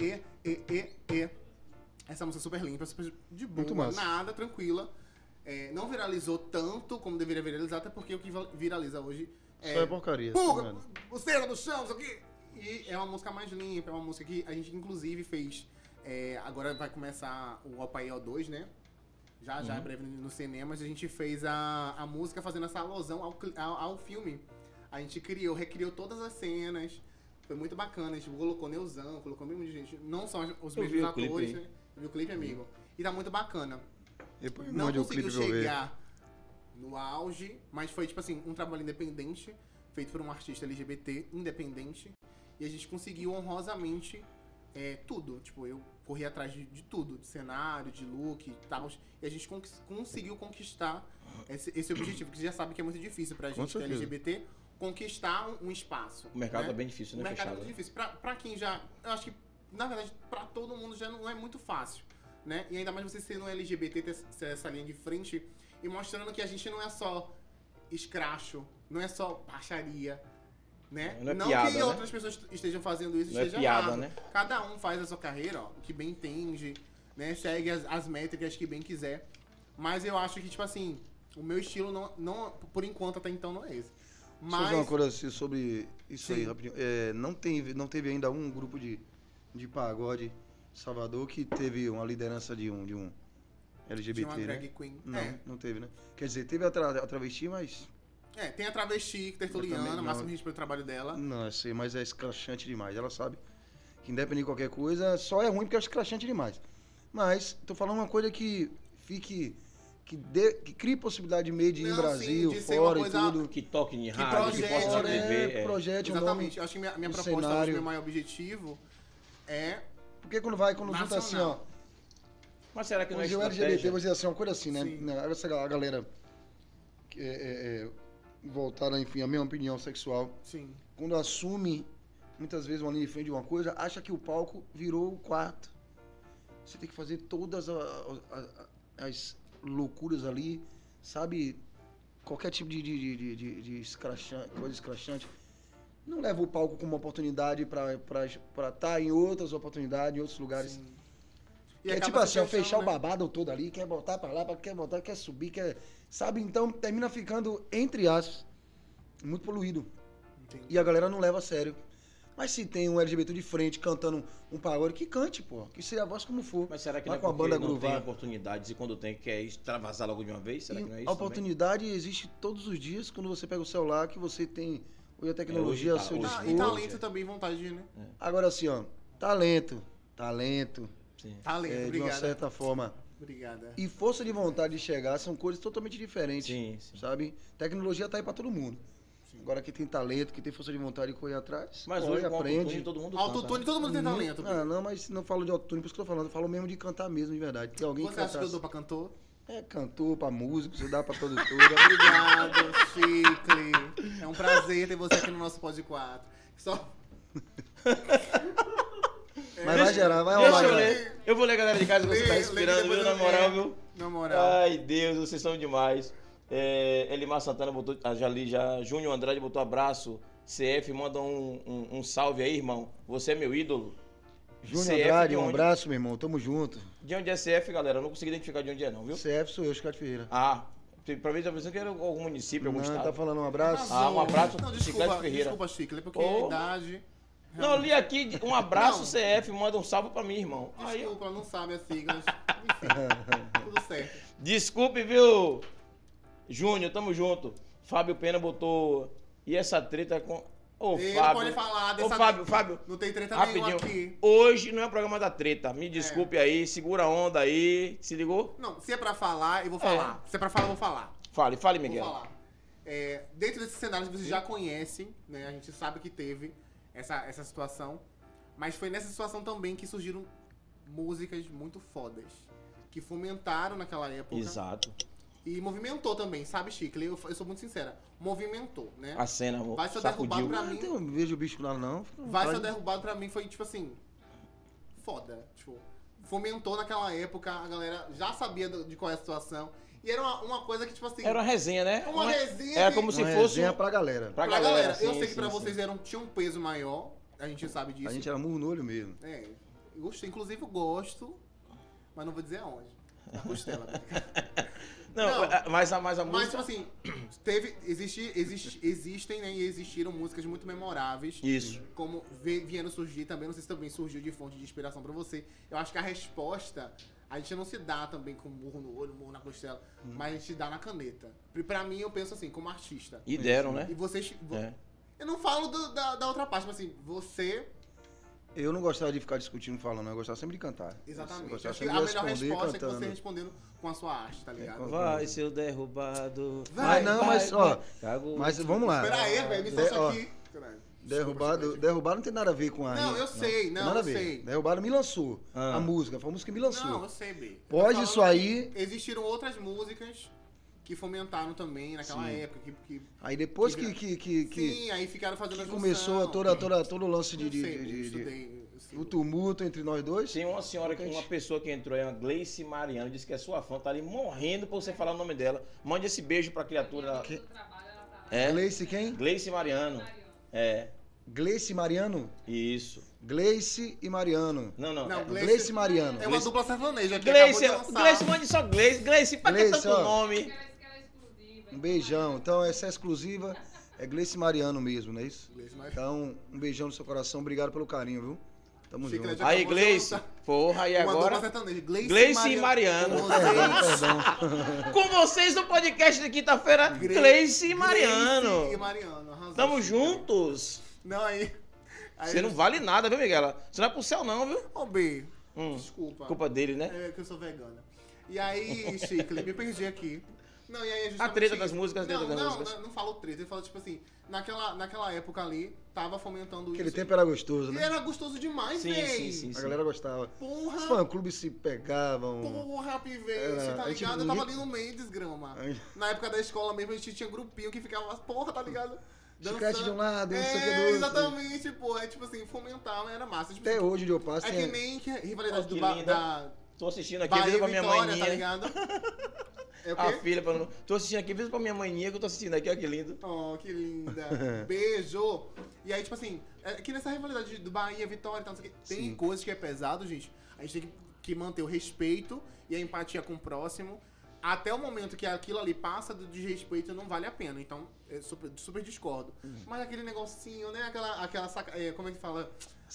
Essa música é super limpa, super de boa. Muito massa. Nada, tranquila. Não viralizou tanto como deveria viralizar, até porque o que viraliza hoje Só é porcaria. Pulga, tá vendo? buceira no chão, isso aqui. E é uma música mais limpa, é uma música que a gente inclusive fez. Agora vai começar o Opael 2, né? Já em breve nos cinemas. A gente fez a música fazendo essa alusão ao filme. A gente recriou todas as cenas. Foi muito bacana. A gente colocou Neuzão, colocou mesmo de gente. Não só os Eu vi mesmos o clipe, atores, hein? né? Viu o clipe, amigo? E tá muito bacana. Depois me Não mande o conseguiu clipe pra eu ver. chegar no auge, mas foi, tipo assim, um trabalho independente, feito por um artista LGBT independente, e a gente conseguiu honrosamente tudo. Tipo, eu corri atrás de tudo, de cenário, de look e tal, e a gente conseguiu conquistar esse objetivo, que você já sabe que é muito difícil pra gente que é certeza. LGBT, conquistar um espaço. O mercado né? tá bem difícil, né? O mercado Fechado. é muito difícil. Pra quem já... Eu acho que, na verdade, pra todo mundo já não é muito fácil, né? E ainda mais você sendo um LGBT, ter essa linha de frente e mostrando que a gente não é só escracho, não é só baixaria, né? Não é não piada, que né? outras pessoas estejam fazendo isso, Não é esteja piada, errado. né? Cada um faz a sua carreira, ó, que bem entende, né? Segue as métricas que bem quiser. Mas eu acho que, tipo assim, o meu estilo, não por enquanto, até então, não é esse. Deixa eu fazer uma Mas... coisa assim sobre isso aí, Sim. rapidinho. Não teve ainda um grupo de pagode em Salvador que teve uma liderança de um LGBT, de uma drag né? queen. Não, não teve, né? Quer dizer, teve a travesti, mas... Tem a travesti, Eu Tertuliana, também não. máximo respeito pelo trabalho dela. Não, eu sei, mas é escrachante demais. Ela sabe que independente de qualquer coisa, só é ruim porque é escrachante demais. Mas, tô falando uma coisa que fique... Que crie possibilidade de made in Não, Brasil, sim, de ser uma fora coisa- e tudo. Que toque em Que rádio, que projete, possa na né? TV. Projete um Exatamente. nome. Eu acho que minha o proposta, hoje, cenário. meu maior objetivo é... Porque quando junta assim, ó... Nacional. Mas será que não é Hoje o LGBT, estratégia? vou dizer assim, uma coisa assim, né? Sim. Essa galera que voltada, enfim, à mesma opinião sexual, Sim. quando assume, muitas vezes, uma linha de frente de uma coisa, acha que o palco virou o quarto. Você tem que fazer todas as loucuras ali, sabe? Qualquer tipo de escrachante, coisa escrachante. Não leva o palco como uma oportunidade para estar em outras oportunidades, em outros lugares. Sim. Que é acaba tipo se assim, ó, fechando, fechar o né? babado todo ali, quer botar pra lá, quer botar, quer subir, quer... Sabe? Então termina ficando, entre aspas, muito poluído. Entendi. E a galera não leva a sério. Mas se tem um LGBT de frente cantando um pagode, que cante, pô. Que seja a voz como for. Mas será que Vai não é com a porque banda não tem groovar. oportunidades e quando tem quer extravasar logo de uma vez? Será que não é isso A oportunidade existe todos os dias quando você pega o celular, que você tem hoje a tecnologia ao hoje seu tá- dispor. E talento também, vontade, né? Agora assim, ó, talento, também? Sim. Talento, de uma obrigada. certa forma, Obrigada. e força de vontade de chegar são coisas totalmente diferentes. Sim, sim. Sabe? Tecnologia tá aí pra todo mundo. Agora que tem talento, que tem força de vontade de correr atrás, Mas corre, hoje com aprende. autotune todo mundo canta. Autotune, todo mundo tem talento. Não, mas não falo de autotune, por isso que eu tô falando. Eu falo mesmo de cantar mesmo, de verdade. Tem alguém Você que acha que eu cantasse. dou pra cantor? É cantor, pra músico, você dá pra produtora. Obrigado, Chicle. É um prazer ter você aqui no nosso Pod 4. Só... Mas vai gerar, vai Deixa rolar. eu galera. ler. Eu vou ler, galera de casa, que você tá Lê, respirando, depois viu? Na eu moral, leio. viu? Na moral. Ai, Deus, vocês são demais. Elimar Santana botou, já li já. Júnior Andrade botou abraço. CF manda um salve aí, irmão. Você é meu ídolo. Júnior CF Andrade, de um onde? abraço, meu irmão. Tamo junto. De onde é CF, galera? Eu não consegui identificar de onde é, não, viu? CF sou eu, Chicago Ferreira. Ah, pra mim tá pensando que era algum município, algum Não, estado. tá falando um abraço. Ah, um abraço, Não, Chiclete desculpa, Ferreira. desculpa, Chicle, porque Oh. a idade... Não, eu li aqui, um abraço Não. CF, manda um salve pra mim, irmão. Aí, Desculpa, não sabe as siglas. Enfim, tudo certo. desculpe, viu? Júnior, tamo junto. Fábio Pena botou. E essa treta com. Ô, Ele Fábio. pode falar Ô, dessa... Fábio. Não tem treta Rapidinho. nenhuma aqui. Hoje não é o programa da treta. Me desculpe aí, segura a onda aí. Se ligou? Não, se é pra falar, eu vou falar. Se é pra falar, eu vou falar. Fale, Vou Miguel. falar. Dentro desses cenários que vocês já conhecem, né? A gente sabe que teve essa situação. Mas foi nessa situação também que surgiram músicas muito fodas. Que fomentaram naquela época. Exato. E movimentou também, sabe, Chicle? Eu sou muito sincera. Movimentou, né? A cena Vai ser sacudiu. derrubado pra mim. Não vejo o bicho lá, não. Vai Ser Derrubado pra mim foi, tipo assim, foda. Tipo, fomentou naquela época, a galera já sabia de qual é a situação. E era uma coisa que, tipo assim... Era uma resenha, né? Uma resenha Era que- como se Uma fosse. resenha pra galera. Pra pra galera. galera. Eu sim, sei que pra sim, vocês sim. tinha um peso maior, a gente sabe disso. A gente era murro no olho mesmo. Eu gostei, inclusive eu gosto, mas não vou dizer aonde. Na costela. Não, Não. mas a Mas, música. tipo assim, existem, né, e existiram músicas muito memoráveis. Isso. Como vieram surgir também, não sei se também surgiu de fonte de inspiração pra você. Eu acho que a resposta, a gente não se dá também com murro no olho, murro na costela, mas a gente dá na caneta. Pra mim, eu penso assim, como artista. E deram, né? E vocês... É. Eu não falo da outra parte, mas assim, você... Eu não gostava de ficar discutindo, falando, eu gostava sempre de cantar. Eu Exatamente. gostava Acho que sempre a de melhor responder resposta é que você cantando. respondendo com a sua arte, tá ligado? Vai ser derrubado. Vai, não, mas, ó, Cago. Mas vamos lá. Pera aí, velho, me De- solta ó, aqui. Caralho. Derrubado não tem nada a ver com a... Não, eu sei, tem não, nada a eu ver. sei. Derrubado me lançou. Ah. A música, foi a música que me lançou. Não, eu sei, B. Pode Tô isso falando aí- que existiram outras músicas que fomentaram também naquela época. Aí depois que sim, aí ficaram fazendo a junção. começou todo o lance Eu estudei. o tumulto entre nós dois. Tem uma senhora, uma pessoa que entrou, é uma Gleice Mariano, disse que é sua fã, tá ali morrendo pra você falar o nome dela. Mande esse beijo pra criatura. É? Gleice quem? Gleice Mariano. É. Gleice Mariano? Isso. Gleice e Mariano. Não. Não, Gleice Mariano. É uma dupla sertaneja que Gleice, acabou de lançar. Gleice, mande só Gleice. Gleice, pra que Gleice, tanto ó. nome? Um beijão. Então, essa é exclusiva. É Gleice Mariano mesmo, não é isso? Gleice Mariano. Então, um beijão no seu coração. Obrigado pelo carinho, viu? Tamo Chiclete junto. já Aí, acabou de Gleice. lançar. Porra, e Uma dupla agora? sertaneja. Gleice e Mariano. Com Perdão. Com vocês no podcast de quinta-feira, Gleice e Mariano. Gleice e Mariano. Arrasou, Tamo Chiclete. juntos. Não, aí Você não vale nada, viu, Miguela? Você não é pro céu, não, viu? Ô, B, Hum. desculpa. Culpa dele, né? É que eu sou vegana. E aí, Chicle, me perdi aqui. Não, e aí A treta das músicas, a treta das não, músicas. não falo treta, eu falo tipo assim, naquela época ali, tava fomentando Aquele isso. tempo era gostoso, E né? era gostoso demais, Sim, véi. sim. A galera gostava. Porra, Os fã-clubes se pegavam. porra, pivete, Era- tá a gente ligado? Eu não- tava ali no meio, desgrama. Ai. Na época da escola mesmo, a gente tinha grupinho que ficava, porra, tá ligado? Chiclete de um lado, não sei o que do É, outro. exatamente, pô. É tipo assim, fomentar, era massa. Tipo, Até assim, hoje, onde eu passo, é que tem... nem que a rivalidade Ó, do que ba linda. da Tô assistindo aqui, Bahia viu e pra minha Vitória, maninha. tá ligado? É o A quê? filha falando, tô assistindo aqui, viu pra minha maninha que eu tô assistindo aqui, ó, que lindo. Oh, que linda. Beijo. E aí, tipo assim, é que nessa rivalidade do Bahia, Vitória e tal, não sei o quê, tem Sim. coisas que é pesado, gente. A gente tem que manter o respeito e a empatia com o próximo. Até o momento que aquilo ali passa do desrespeito, não vale a pena. Então, eu super discordo. Mas aquele negocinho, né? Como é que fala?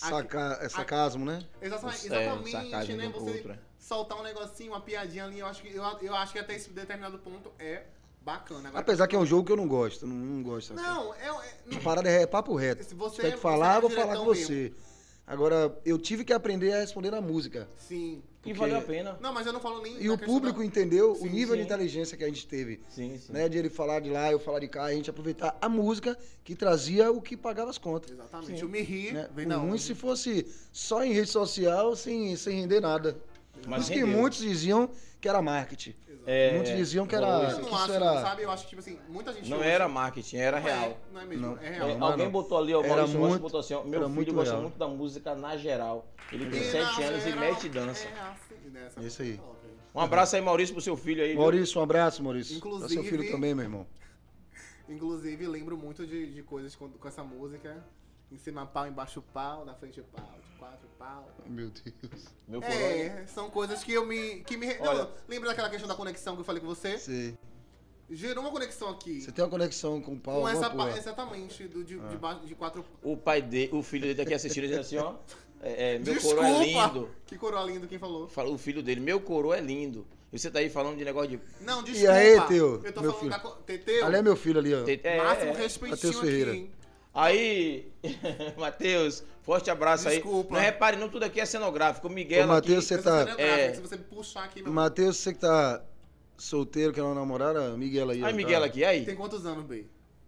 Sarcasmo, né? Exatamente, sarcasmo né? do Você outro, é. soltar um negocinho, uma piadinha ali, eu acho que até esse determinado ponto é bacana. Agora, Apesar que é um jogo que eu não gosto. Não gosto. Assim. Não, A parada é papo reto. Se Se você- tiver que falar, eu vou você é falar com diretão você. Agora, eu tive que aprender a responder na música. sim. E valeu a pena. Não, mas eu não falo nem E na o questão público da- entendeu Sim, o nível sim. de inteligência que a gente teve. Sim. Né, de ele falar de lá, eu falar de cá, a gente aproveitar a música que trazia o que pagava as contas. Exatamente. Sim. Eu me ri, Né? vem O da ruim onde? se fosse só em rede social, sem render nada. Por Mas isso que rendeu. muitos diziam que era marketing. É, Muitos diziam que era. Eu que não isso acho, era... sabe? Eu acho que, tipo assim, muita gente... Não hoje- era marketing, era Não real. Não é mesmo, Não. é real. É, Não, alguém não. botou ali, ó, o Era Maurício Rocha muito- botou assim, ó, meu era filho muito gosta real. muito da música na geral. Ele tem E 7 na anos e geral, mete dança. É assim, né? Essa Isso aí. top. Um abraço aí, Maurício, pro seu filho aí. viu? Maurício, um abraço, Maurício. Inclusive- Pra seu filho também, meu irmão. Inclusive, lembro muito de coisas com essa música. Em cima pau, embaixo pau, na frente pau, de 4 pau. Meu Deus. Meu coroa. São coisas que me... Olha- Não, lembra daquela questão da conexão que eu falei com você? Você Gerou uma conexão aqui. tem uma conexão com o pau, Com essa alguma porra. exatamente, de 4 O filho dele tá aqui assistindo, ele diz assim, ó. Meu Desculpa! coroa é lindo. Que coroa lindo, quem falou? Fala o filho dele, meu coroa é lindo. E você tá aí falando de negócio de. Não, desculpa. aí, Teu? Eu tô Meu falando filho. da... Teteu, Ali é meu filho ali, ó. máximo É. respeitinho Matheus aqui, Ferreira. hein? Aí, Matheus, forte abraço Desculpa. aí. Não repare, não, tudo aqui é cenográfico. O Miguel Ô, Matheus, aqui. você tá- Se você puxar aqui, meu... Matheus, você que tá solteiro, quer uma namorada, Miguel aí. Aí, ó, Miguel tá? aqui, aí. Tem quantos anos, B?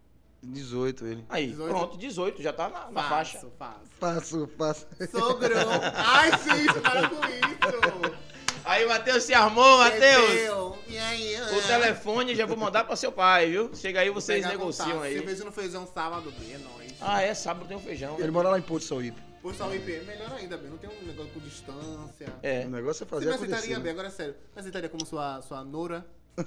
18 ele. Aí, 18? pronto, 18, já tá na faixa. Faço. Passo. Sogrão. Ai, gente, para com isso. Aí, Matheus se armou, Matheus. Teteu. E aí? O telefone já vou mandar pra seu pai, viu? Chega aí, vocês Pegar negociam contato. aí. Cerveja no feijão sábado, B, é nóis. Ah, é, sábado tem um feijão. Ele mora lá em Porto Sauípe. Por só o IP, melhor ainda, B. Não tem um negócio com distância. É. O negócio é Você fazer me acontecer. aceitaria, B? Né? Agora é sério. Me aceitaria como sua nora?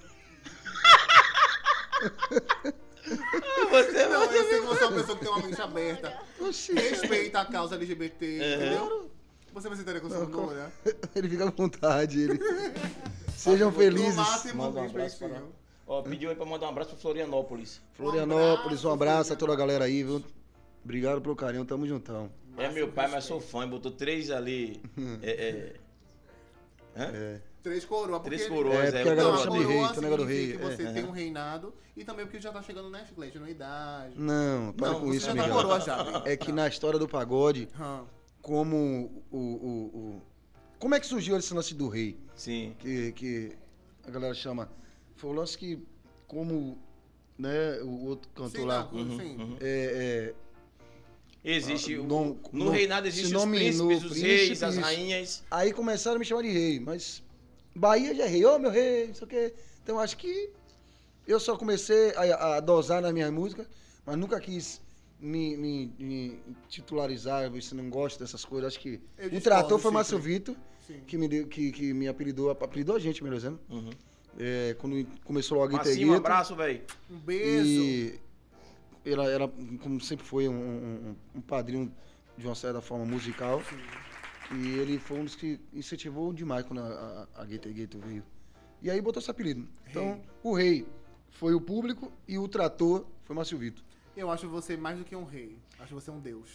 Você Não, eu sei que você é uma pessoa que tem uma mente aberta. Oxi. Respeita a causa LGBT, entendeu? Você me aceitaria como sua nora? Ele fica à vontade, ele. Sejam felizes. No máximo, Manda um abraço pra respeitinho. Ó, pediu aí pra mandar um abraço pra Florianópolis. Florianópolis, um abraço a Florianópolis. toda a galera aí, viu? Obrigado pelo carinho, tamo juntão. É meu pai, mas sou fã. Botou 3 ali. É. 3 coroas. porque- Três coroas, É, porque a o galera Não, chama de coroa rei, tem o negócio do significa rei. que você É. tem um reinado e também porque já tá chegando na Netflix, na idade. Não, para Não, com você isso, já tá Miguel. coroa já, Miguel. É que na história do pagode, Hum. como como é que surgiu esse lance do rei? Sim. Que a galera chama. Foi o lance que, como né, o outro cantor Sim, lá. não, sim. Existe. No reinado existem os nome príncipes, no os reis, príncipe, as isso. rainhas. Aí começaram a me chamar de rei, mas Bahia já é rei, ô meu rei, não sei o quê. Então acho que Eu só comecei a dosar nas minhas músicas, mas nunca quis me titularizar, você não gosta dessas coisas. Acho que o trator foi Márcio Vitor, que me apelidou a gente, melhor dizendo. Uhum. Quando começou logo a Massinho, um abraço, velho. Um beijo. E ela, como sempre foi, um padrinho de uma certa forma musical. Sim. E ele foi um dos que incentivou demais quando a Gueto veio. E aí botou esse apelido. Então, o rei foi o público e o trator foi Márcio Vitor. Eu acho você mais do que um rei. Acho você um deus.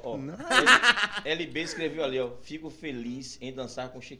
LB escreveu ali, ó. Fico feliz em dançar com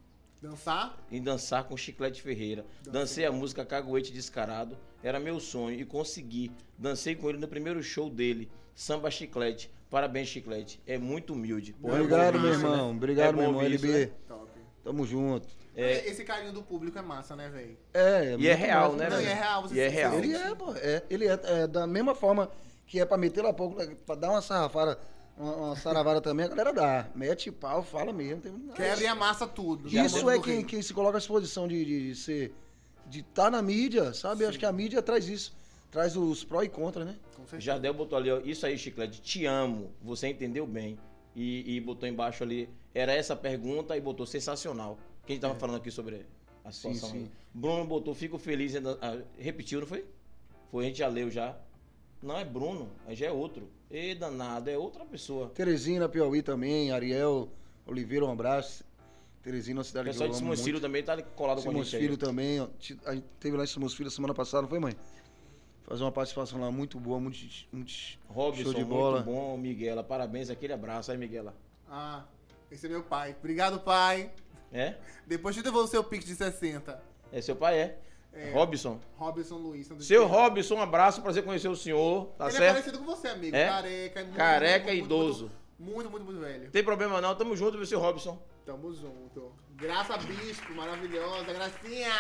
Chiclete Ferreira. Dancei a música Caguete Descarado. Era meu sonho e consegui. Dancei com ele no primeiro show dele. Samba Chiclete. Parabéns, Chiclete. É muito humilde. Pô, obrigado, é meu isso, irmão. Né? Obrigado, meu irmão. Isso, LB. né? Top. Tamo junto. Esse carinho do público é massa, né, velho? E é real, né, Não, velho? e é real. E é real. Ele é, pô. Ele é da mesma forma que é pra meter lá pouco, pra dar uma sarrafada, uma saravada também, a galera dá. Mete pau, fala mesmo. Quebra e amassa tudo. Isso é quem se coloca à disposição de estar na mídia, sabe? Sim. Acho que a mídia traz isso. Traz os pró e contra, né? Jardel botou ali, ó. Isso aí, Chiclete. Te amo. Você entendeu bem. E botou embaixo ali. Era essa a pergunta e botou sensacional. Quem tava falando aqui sobre a situação. Sim. Bruno botou, fico feliz. Repetiu, não foi? Foi, a gente já leu já. Não é Bruno, já é outro. E danado, é outra pessoa. Teresina, Piauí também, Ariel Oliveira, um abraço. Teresina, uma O cidade que eu pessoal de amo Simões muito. Filho também tá colado com a Simões gente aí. Filho também, ó. A gente teve lá em Simões Filho semana passada, não foi, mãe? Fazer uma participação lá muito boa, muito Robson, show de bola. muito bom, Miguela. Parabéns, aquele abraço aí, Miguela. Ah, esse é meu pai. Obrigado, pai. É? Depois te devolvo o seu pix de 60. É seu pai, é? Robson. Robson Luiz. Seu Robson, um abraço, prazer conhecer o senhor, tá Ele é certo? parecido com você, amigo. É? Careca. Careca e idoso. Muito velho. Não tem problema não, tamo junto, meu seu Robson. Tamo junto. Graça Bispo, maravilhosa. Gracinha.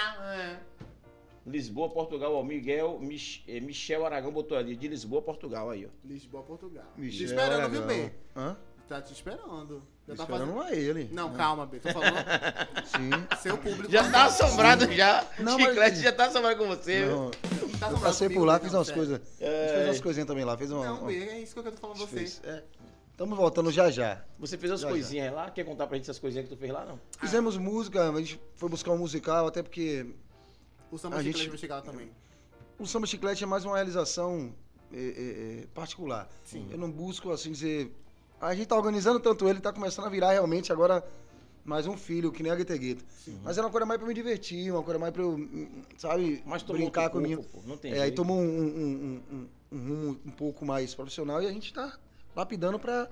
Lisboa, Portugal, ó, Michel Aragão botou ali, de Lisboa, Portugal, aí, ó. Lisboa, Portugal. Michel Te esperando, Aragão. viu, B? Hã? Tá te esperando. Já tá Esperando fazendo... a ele. Não, calma, B. Tô falando Sim. seu público. Já tá assombrado já, Não, Chiclete mas- já tá assombrado com você. Não, Tá eu assombrado passei comigo, por lá, não, fiz umas sério. coisas. A gente fez umas coisinhas também lá. Fez uma, Não, B, é isso que eu tô falando você. Estamos voltando já já. Você fez as Já, coisinhas lá? Quer contar pra gente essas coisinhas que tu fez lá, não? Fizemos música, a gente foi buscar um musical, até porque O Samba A Chiclete gente- vai chegar lá também. o Samba Chiclete é mais uma realização particular. Sim. Eu não busco, assim, dizer... A gente tá organizando tanto ele, tá começando a virar realmente agora mais um filho, que nem a Guetegueta. Mas é uma coisa mais pra me divertir, uma coisa mais pra eu, sabe, Mas tomou brincar outro comigo. corpo, pô, não tem Aí jeito. tomou um rumo um pouco mais profissional e a gente tá lapidando pra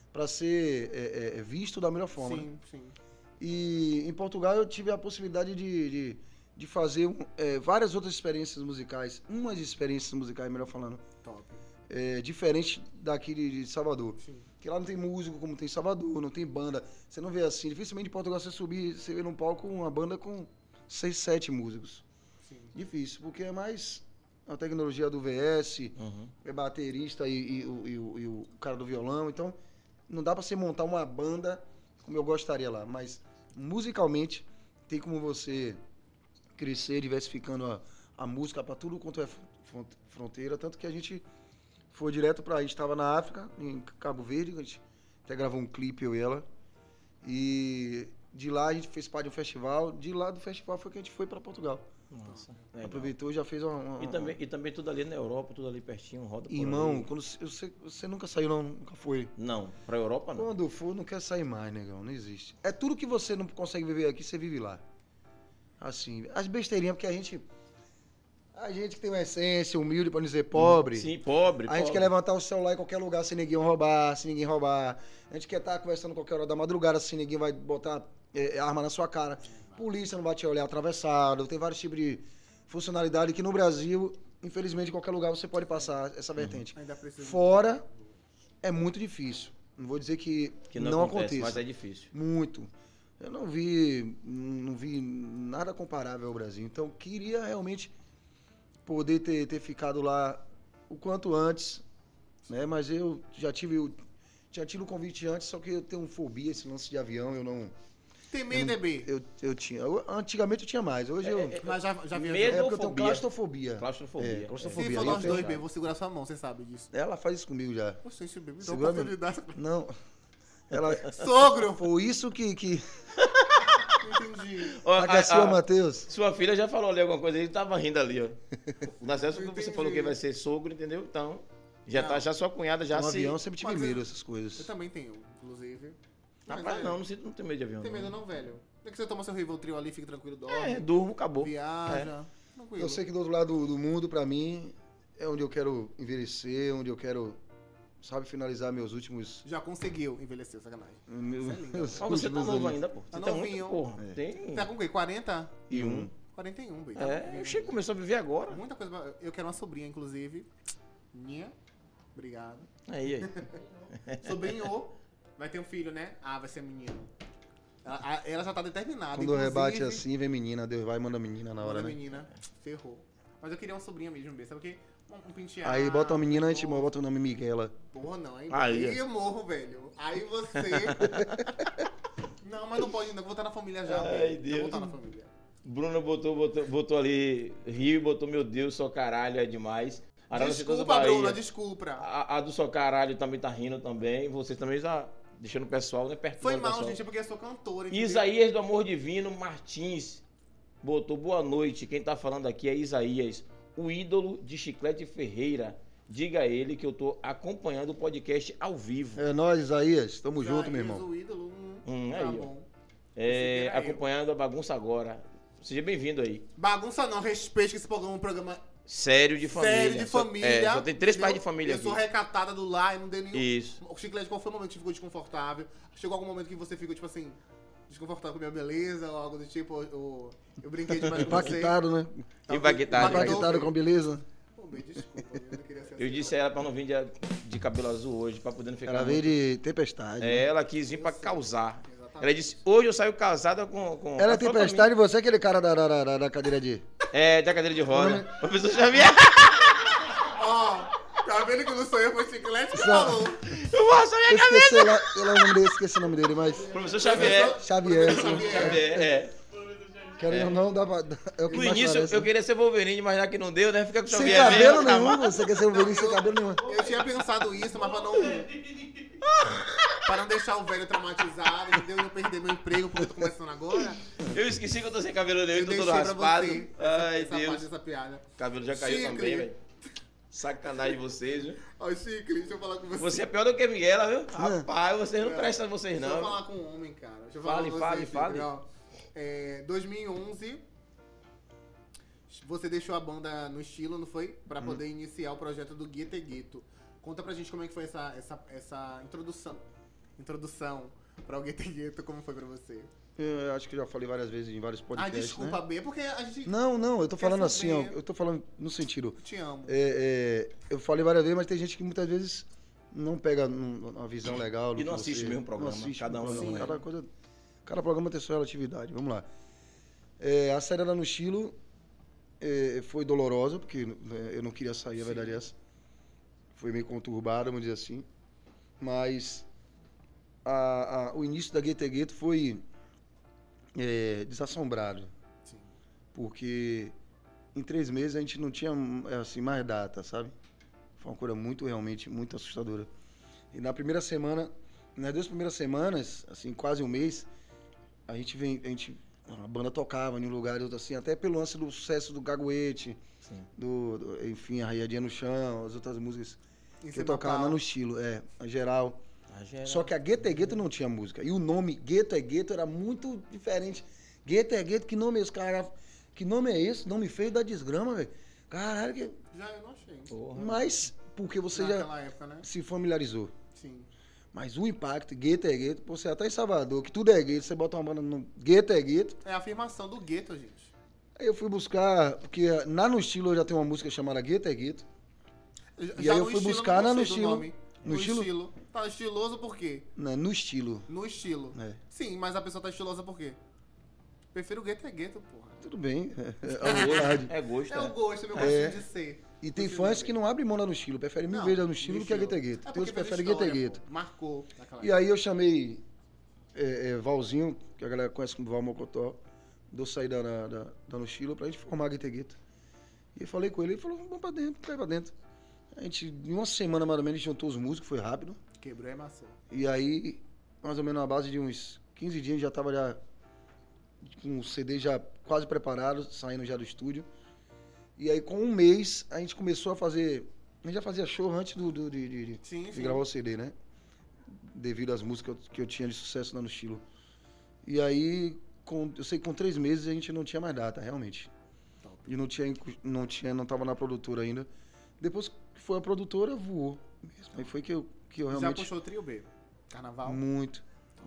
ser visto da melhor forma. né? Sim. E em Portugal eu tive a possibilidade de fazer várias outras experiências musicais. Umas experiências musicais, melhor falando, Top. diferente daqui de Salvador. Sim. Porque lá não tem músico como tem em Salvador, não tem banda. Você não vê assim, dificilmente em Portugal você vê num palco uma banda com 6, 7 músicos. Sim. Difícil, porque é mais a tecnologia do VS, Uhum. é baterista e o cara do violão. Então, não dá pra você montar uma banda como eu gostaria lá. Mas, musicalmente, tem como você crescer, diversificando a música pra tudo quanto é fronteira. Tanto que a gente foi direto pra... A gente tava na África, em Cabo Verde, a gente até gravou um clipe, eu e ela. E de lá a gente fez parte de um festival. De lá do festival foi que a gente foi pra Portugal. Nossa, legal. Aproveitou e já fez uma... E também tudo ali na Europa, tudo ali pertinho, roda por Irmão, ali. quando você nunca saiu, não, nunca foi. Não, pra Europa não. Quando for, não quer sair mais, negão, não existe. É tudo que você não consegue viver aqui, você vive lá. Assim, as besteirinhas, porque a gente que tem uma essência humilde, pra não dizer pobre, Sim, pobre. a gente quer levantar o celular em qualquer lugar sem ninguém roubar, sem ninguém roubar. A gente quer estar conversando qualquer hora da madrugada, sem ninguém vai botar arma na sua cara. Polícia não vai te olhar atravessado, tem vários tipos de funcionalidade que no Brasil, infelizmente, em qualquer lugar você pode passar essa vertente. Ainda precisa. Fora, é muito difícil. Não vou dizer que não acontece, aconteça. mas é difícil. Muito. Eu não vi nada comparável ao Brasil. Então, queria realmente poder ter ficado lá o quanto antes, né? Mas eu tinha tido o convite antes, só que eu tenho fobia esse lance de avião, eu não... Tem medo, bebê? Eu tinha. Antigamente eu tinha mais. Hoje eu. Mas já viajou. Medo É porque eu ou tenho fobia? claustrofobia. Claustrofobia. É, Se claustrofobia. for Aí nós eu dois, tenho- bebê, eu vou segurar sua mão, você sabe disso. Ela faz isso comigo já. Oxente, bebê, dá Segura mesmo. oportunidade. Não. Ela. Sogro! Foi isso que. Entendi. Ó, Tá com a sua, Matheus? Sua filha já falou ali alguma coisa, ele tava rindo ali, ó. O acesso que você Entendi. falou que vai ser sogro, entendeu? Então, já Não. tá, já sua cunhada já No se... avião eu sempre tive Mas medo eu- dessas coisas. Eu também tenho, inclusive. Mas, Rapaz, é, não sinto, não tenho medo de avião. Não tem medo não, velho. É que você toma seu Rivotril ali, fica tranquilo, dorme. É, durmo, acabou. Viaja. Tranquilo. Eu sei que do outro lado do mundo, pra mim, é onde eu quero envelhecer, onde eu quero, sabe, finalizar meus últimos. Já conseguiu envelhecer, sacanagem. Meus, Isso é lindo. meus Mas você tá últimos novo anos. ainda, pô. Você Tá tá muito, novinho. porra. É. Tem... Tá com o quê? 40? E um. 41, bem. É, o Chico começou a viver agora. Muita coisa. Eu quero uma sobrinha, inclusive. Minha. Obrigado. Aí. Sobrinho. Vai ter um filho, né? Ah, vai ser menino. Ela já tá determinada. Quando rebate inclusive, assim, vem menina, Deus vai e manda menina na hora, manda né? menina. Ferrou. Mas eu queria uma sobrinha mesmo, bem. Sabe o quê? Um penteado. Aí bota uma menina, a gente porra. bota o nome Miguela. Porra, não, hein? Aí. Aí eu morro, velho. Aí você. Não, mas não pode ainda. Vou estar na família já. Ai, velho. Já Deus. vou estar na família. Bruna botou ali, riu e botou, meu Deus, só caralho, é demais. Arara Citosa Desculpa, Bahia. Bruna, desculpa. A do só caralho também tá rindo também. Vocês também já deixando o pessoal, né? Perto Foi do mal, pessoal. gente, é porque eu sou cantora. entendeu? Isaías do Amor Divino Martins botou boa noite. Quem tá falando aqui é Isaías, o ídolo de Chiclete Ferreira. Diga a ele que eu tô acompanhando o podcast ao vivo. É nóis, Isaías. Tamo Isaías, junto, meu irmão. O ídolo, Aí, tá ó. bom. É, Esse era eu. acompanhando a bagunça agora. Seja bem-vindo aí. Bagunça não, respeite que esse programa é um programa Sério de família. sério de família. Só tem 3 pais de entendeu? família Eu aqui. sou recatada do lar e não dei nenhum. Isso. O Chiclete, qual foi o momento que você ficou desconfortável? Chegou algum momento que você ficou, tipo assim, desconfortável com a minha beleza ou algo do tipo? Eu brinquei demais com você? Impactado, né? Impactado. Impactado com a beleza. Pô, bem, desculpa, eu não queria ser Eu assim, disse a ela pra não vir de cabelo azul hoje, pra poder não ficar. Ela veio muito- de tempestade. É, ela quis vir pra causar. Exatamente. Ela disse, hoje eu saio casada com... Ela é com a tempestade e você é aquele cara da cadeira de. É, da cadeira de roda. Professor Xavier. Ó, tá vendo que não sou eu, foi o Chiclete que Só- falou. Eu vou assumir Eu a cabeça. esqueci lá, eu o nome dele, esqueci o nome dele, mas. Professor Xavier. Xavier. sim. Xavier, é. Querendo ou não, dá pra. É o que No mais início parece, eu né? queria ser Wolverine, mas já que não deu, né? Fica com o Sem Xavier cabelo mesmo. nenhum, você quer ser um velhinho sem cabelo nenhum. Eu tinha pensado isso, mas pra não. Pra não deixar o velho traumatizado, entendeu? E não perder meu emprego, porque eu tô começando agora. Eu esqueci que eu tô sem cabelo nenhum, Eu tô todo deixei pra raspado. você Ai, essa parte Deus. dessa piada. Cabelo já caiu Chicle. também, velho. Sacanagem de vocês, viu? Ó, Chicle, deixa eu falar com você. Você é pior do que Miguela, viu? Rapaz, vocês não prestam vocês Deixa eu não. falar com um homem, cara. Deixa eu Fale, falar com você, fale, Chicle, ó. 2011, você deixou a banda no estilo, não foi? Pra poder iniciar o projeto do Gueto e Gueto. Conta pra gente como é que foi essa introdução. Introdução pra o Gueto e Gueto, como foi pra você? Eu acho que eu já falei várias vezes em vários Ah, podcasts. desculpa, né? B, porque a gente... Não, eu tô falando Quer assim, ó. saber? Eu tô falando no sentido. Te amo. Eu falei várias vezes, mas tem gente que muitas vezes não pega uma visão legal. E do não que assiste você- o mesmo programa, Não assiste cada o um programa, sim, cada coisa. Cada programa tem sua relatividade. Vamos lá. A saída lá no estilo foi dolorosa, porque eu não queria sair, a verdade é essa. Foi meio conturbada, vamos dizer assim. Mas o início da Gueto é Gueto foi desassombrado. Sim. Porque em 3 meses a gente não tinha assim, mais data, sabe? Foi uma coisa realmente muito assustadora. E nas 2 primeiras semanas, assim, quase um mês, a banda tocava em um lugar e outro assim, até pelo lance do sucesso do Gaguete, enfim, a Raiadinha no Chão, as outras músicas Em que eu cima tocava pau. no estilo, a geral. Só que a Gueto é Gueto não tinha música. E o nome Gueto é Gueto era muito diferente. Gueto é Gueto, que nome é esse, cara? Que nome é esse? Nome feio da desgrama, velho. Caralho, que... Já eu não achei. Porra. Mas, porque você Naquela já época, né? se familiarizou. Sim. Mas o impacto, Gueto é Gueto, você até em Salvador, que tudo é gueto, você bota uma banda no Gueto é Gueto. É a afirmação do gueto, gente. Aí eu fui buscar, porque No Estilo eu já tenho uma música chamada Gueto é Gueto. E aí eu no fui estilo, buscar não No gostei do Estilo. nome. No No Estilo? estilo. Tá estiloso por quê? Não, no Estilo. No estilo. É. Sim, mas a pessoa tá estilosa por quê? Prefiro gueto é gueto, porra. Tudo bem, é verdade. É gosto, É o né? gosto, meu gostinho de ser. E tem Prefiro fãs gueto. que não abrem mão no Estilo, preferem mil Não, vezes no Estilo do que a Gueto é Gueto. É Tem outros porque que fez preferem Gueto é história, Gueto. pô. Marcou naquela E aí eu chamei Valzinho, que a galera conhece como Val Mocotó, deu saída da Mochila pra gente formar a Gueto. E eu falei com ele vamos pra dentro, cai pra dentro. A gente, em uma semana mais ou menos, a gente juntou os músicos, foi rápido. Quebrou e amassou. E aí, mais ou menos na base de uns 15 dias, a gente já tava já com o CD já quase preparado, saindo já do estúdio. E aí, com um mês, a gente começou a fazer... A gente já fazia show antes de gravar o CD, né? Devido às músicas que eu tinha de sucesso lá no estilo. E aí, eu sei que com 3 meses a gente não tinha mais data, realmente. Top. E não tava na produtora ainda. Depois que foi a produtora, voou mesmo. Aí foi que eu realmente... Já puxou o trio B? Carnaval? Muito.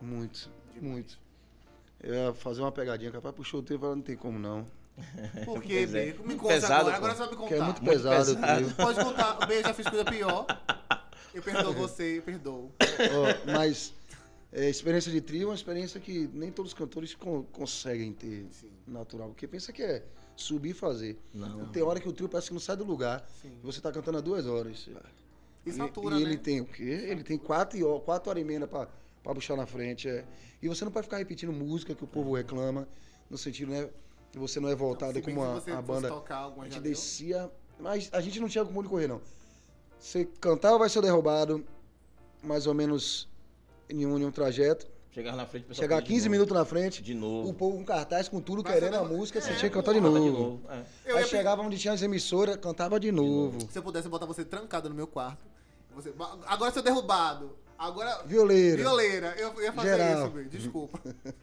Eu ia fazer uma pegadinha, capaz puxou o trio e falou, não tem como não. Por quê, Pois é. B? Me Muito conta pesado, agora pô. você vai me contar. Porque é muito pesado. pesado. O trio. Pode contar. B, já fiz coisa pior. Eu perdoo você, eu perdoo. Ó, mas experiência de trio é uma experiência que nem todos os cantores conseguem ter Sim. natural. Porque pensa que é subir e fazer. Não. Tem hora que o trio parece que não sai do lugar. Sim. E você tá cantando há 2 horas. E satura, e né? ele tem o quê? Ele tem 4 horas e meia pra puxar na frente. E você não pode ficar repetindo música que o povo reclama, no sentido, né? Que você não é voltado Se bem como que você a banda. tocar A alguma gente já deu. descia. Mas a gente não tinha como correr, não. Você cantava, vai ser derrubado, mais ou menos em um trajeto. Chegar na frente, o pessoal Chegar pede de 15 novo. minutos na frente, De novo. o povo com cartaz, com tudo, Vai querendo ser a derrubado. música, você É, tinha que cantar de Cantava novo. É. Eu Aí ia chegava onde tinha as emissoras, cantava de novo. Se eu pudesse botar você trancado no meu quarto. Agora seu derrubado. Agora. Violeira. Violeira. Eu ia fazer Geral. isso, B. Desculpa.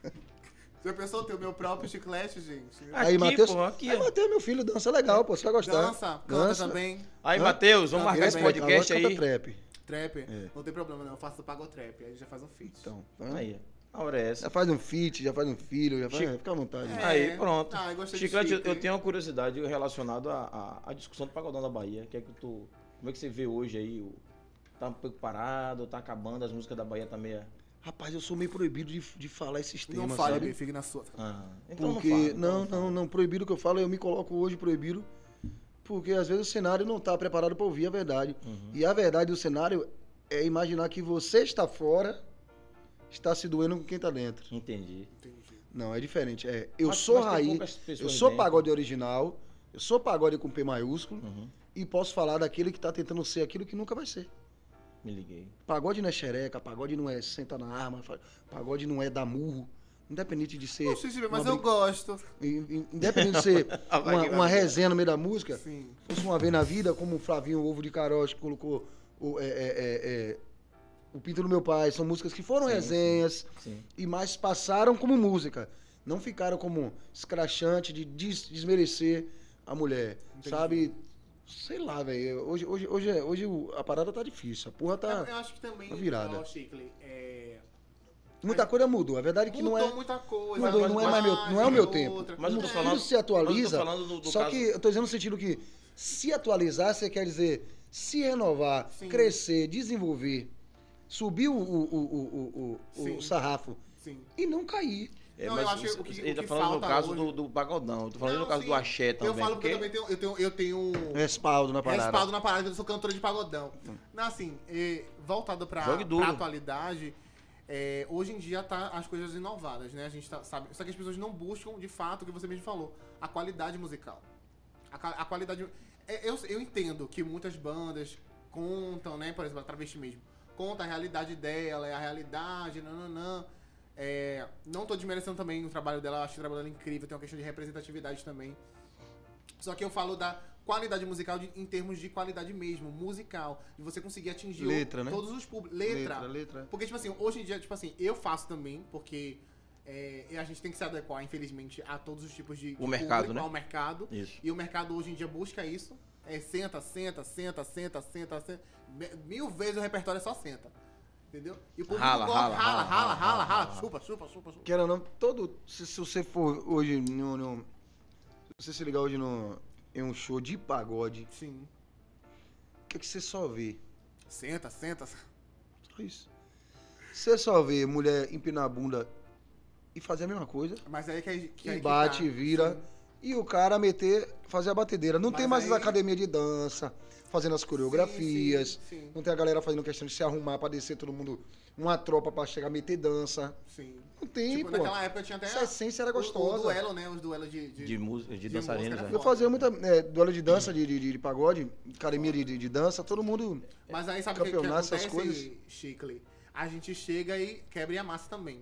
Já pensou ter o meu próprio chiclete, gente? Aí, Aqui, Matheus. pô, aqui, Aí, ó. Matheus, meu filho, dança legal, pô, você vai gostar. Dança, canta também. Aí, Hã? Matheus, vamos Canta marcar esse também. podcast Agora aí. canta trap. Trap? É. Não tem problema, não. Eu faço pagotrap. Aí a gente já faz um feat. Então, tá? Aí, a hora é essa. Já faz um feat, já faz um filho, já faz. Chico. Fica à vontade. É. Aí, pronto. Ah, eu gostei de Chiclete, chique. eu tenho uma curiosidade relacionada à discussão do Pagodão da Bahia. Que é que como é que você vê hoje aí? Tá um pouco parado, tá acabando, as músicas da Bahia tá meio... Rapaz, eu sou meio proibido de falar esses temas, Não fale, sabe? B. Fique na sua. Então Porque, não fala. Então fala. não, proibido que eu falo, eu me coloco hoje proibido, porque às vezes o cenário não tá preparado para ouvir a verdade. Uhum. E a verdade do cenário é imaginar que você está fora, está se doendo com quem tá dentro. Entendi. Entendi. Não, é diferente. Mas tem Raiz, poucas pessoas eu sou dentro. pagode original, eu sou pagode com P maiúsculo, Uhum. e posso falar daquele que tá tentando ser aquilo que nunca vai ser. Me liguei. Pagode não é xereca, pagode não é senta na arma, pagode não é dar murro. Independente de ser. Não sei se vê, mas uma eu gosto. Independente de ser Vai que uma vai. resenha no meio da música, Sim. fosse uma vez na vida, como o Flavinho Ovo de Caroche colocou o Pinto do Meu Pai, são músicas que foram Sim, resenhas Sim. e mais passaram como música. Não ficaram como escrachante de desmerecer a mulher, Entendi. sabe? Sei lá, velho. Hoje a parada tá difícil. A porra tá. Eu acho que também, tá virada. ó, Chicle, Muita coisa mudou. A verdade é que mudou não é. muita coisa. Mudou, não é mais meu, não é o meu tempo. outra. Mas eu tô Tudo falando- se atualiza. mas eu tô falando do só caso- que eu tô dizendo no sentido que se atualizar, você quer dizer se renovar, Sim. crescer, desenvolver, subir o Sim. sarrafo Sim. e não cair. É, Não, mas eu acho que o que- ele o tá que falando no falta caso hoje- do Pagodão. Eu tô falando Não, no caso sim. do axé também. Eu falo porque porque eu também eu tenho Respaldo na parada. respaldo na parada, eu sou cantora de pagodão. Não, assim, voltado Jogue duro. pra atualidade, hoje em dia tá as coisas inovadas, né? A gente sabe. Só que as pessoas não buscam, de fato, o que você mesmo falou, a qualidade musical. A qualidade. Eu entendo que muitas bandas contam, né? Por exemplo, a Travesti mesmo. Conta a realidade dela, é a realidade, nananã. Não tô desmerecendo também o trabalho dela, eu acho que o trabalho dela é incrível, tem uma questão de representatividade também. Só que eu falo da qualidade musical em termos de qualidade mesmo, musical. De você conseguir atingir Letra, né? todos os públicos. Letra. Letra. Porque, tipo assim, hoje em dia, tipo assim, eu faço também, porque a gente tem que se adequar, infelizmente, a todos os tipos de O mercado, público, né? ao mercado. Isso. E o mercado hoje em dia busca isso. Senta. 1000 vezes o repertório é só senta. Entendeu? E o público Rala, gosta, rala, rala. Chupa. Quero ou não, se você for hoje se você se ligar hoje em um show de pagode, Sim. o que você só vê? Senta. Só isso. Você só vê mulher empinar a bunda e fazer a mesma coisa, Mas aí que e bate, tá. e vira, Sim. e o cara fazer a batedeira. Não Mas tem mais aí- as academias de dança, fazendo as coreografias. Sim. Não tem a galera fazendo questão de se arrumar pra descer todo mundo, uma tropa pra chegar a meter dança. Sim. Não tem, Tipo, pô. naquela época tinha até Essa essência era o gostosa. duelo, né? Os duelos De música, de dançarinos, música, né? era Eu fazia muita duelo de dança, de pagode, academia de dança, todo mundo... Mas aí sabe o que Campeonato, essas acontece, Chicle? A gente chega e quebra a massa também.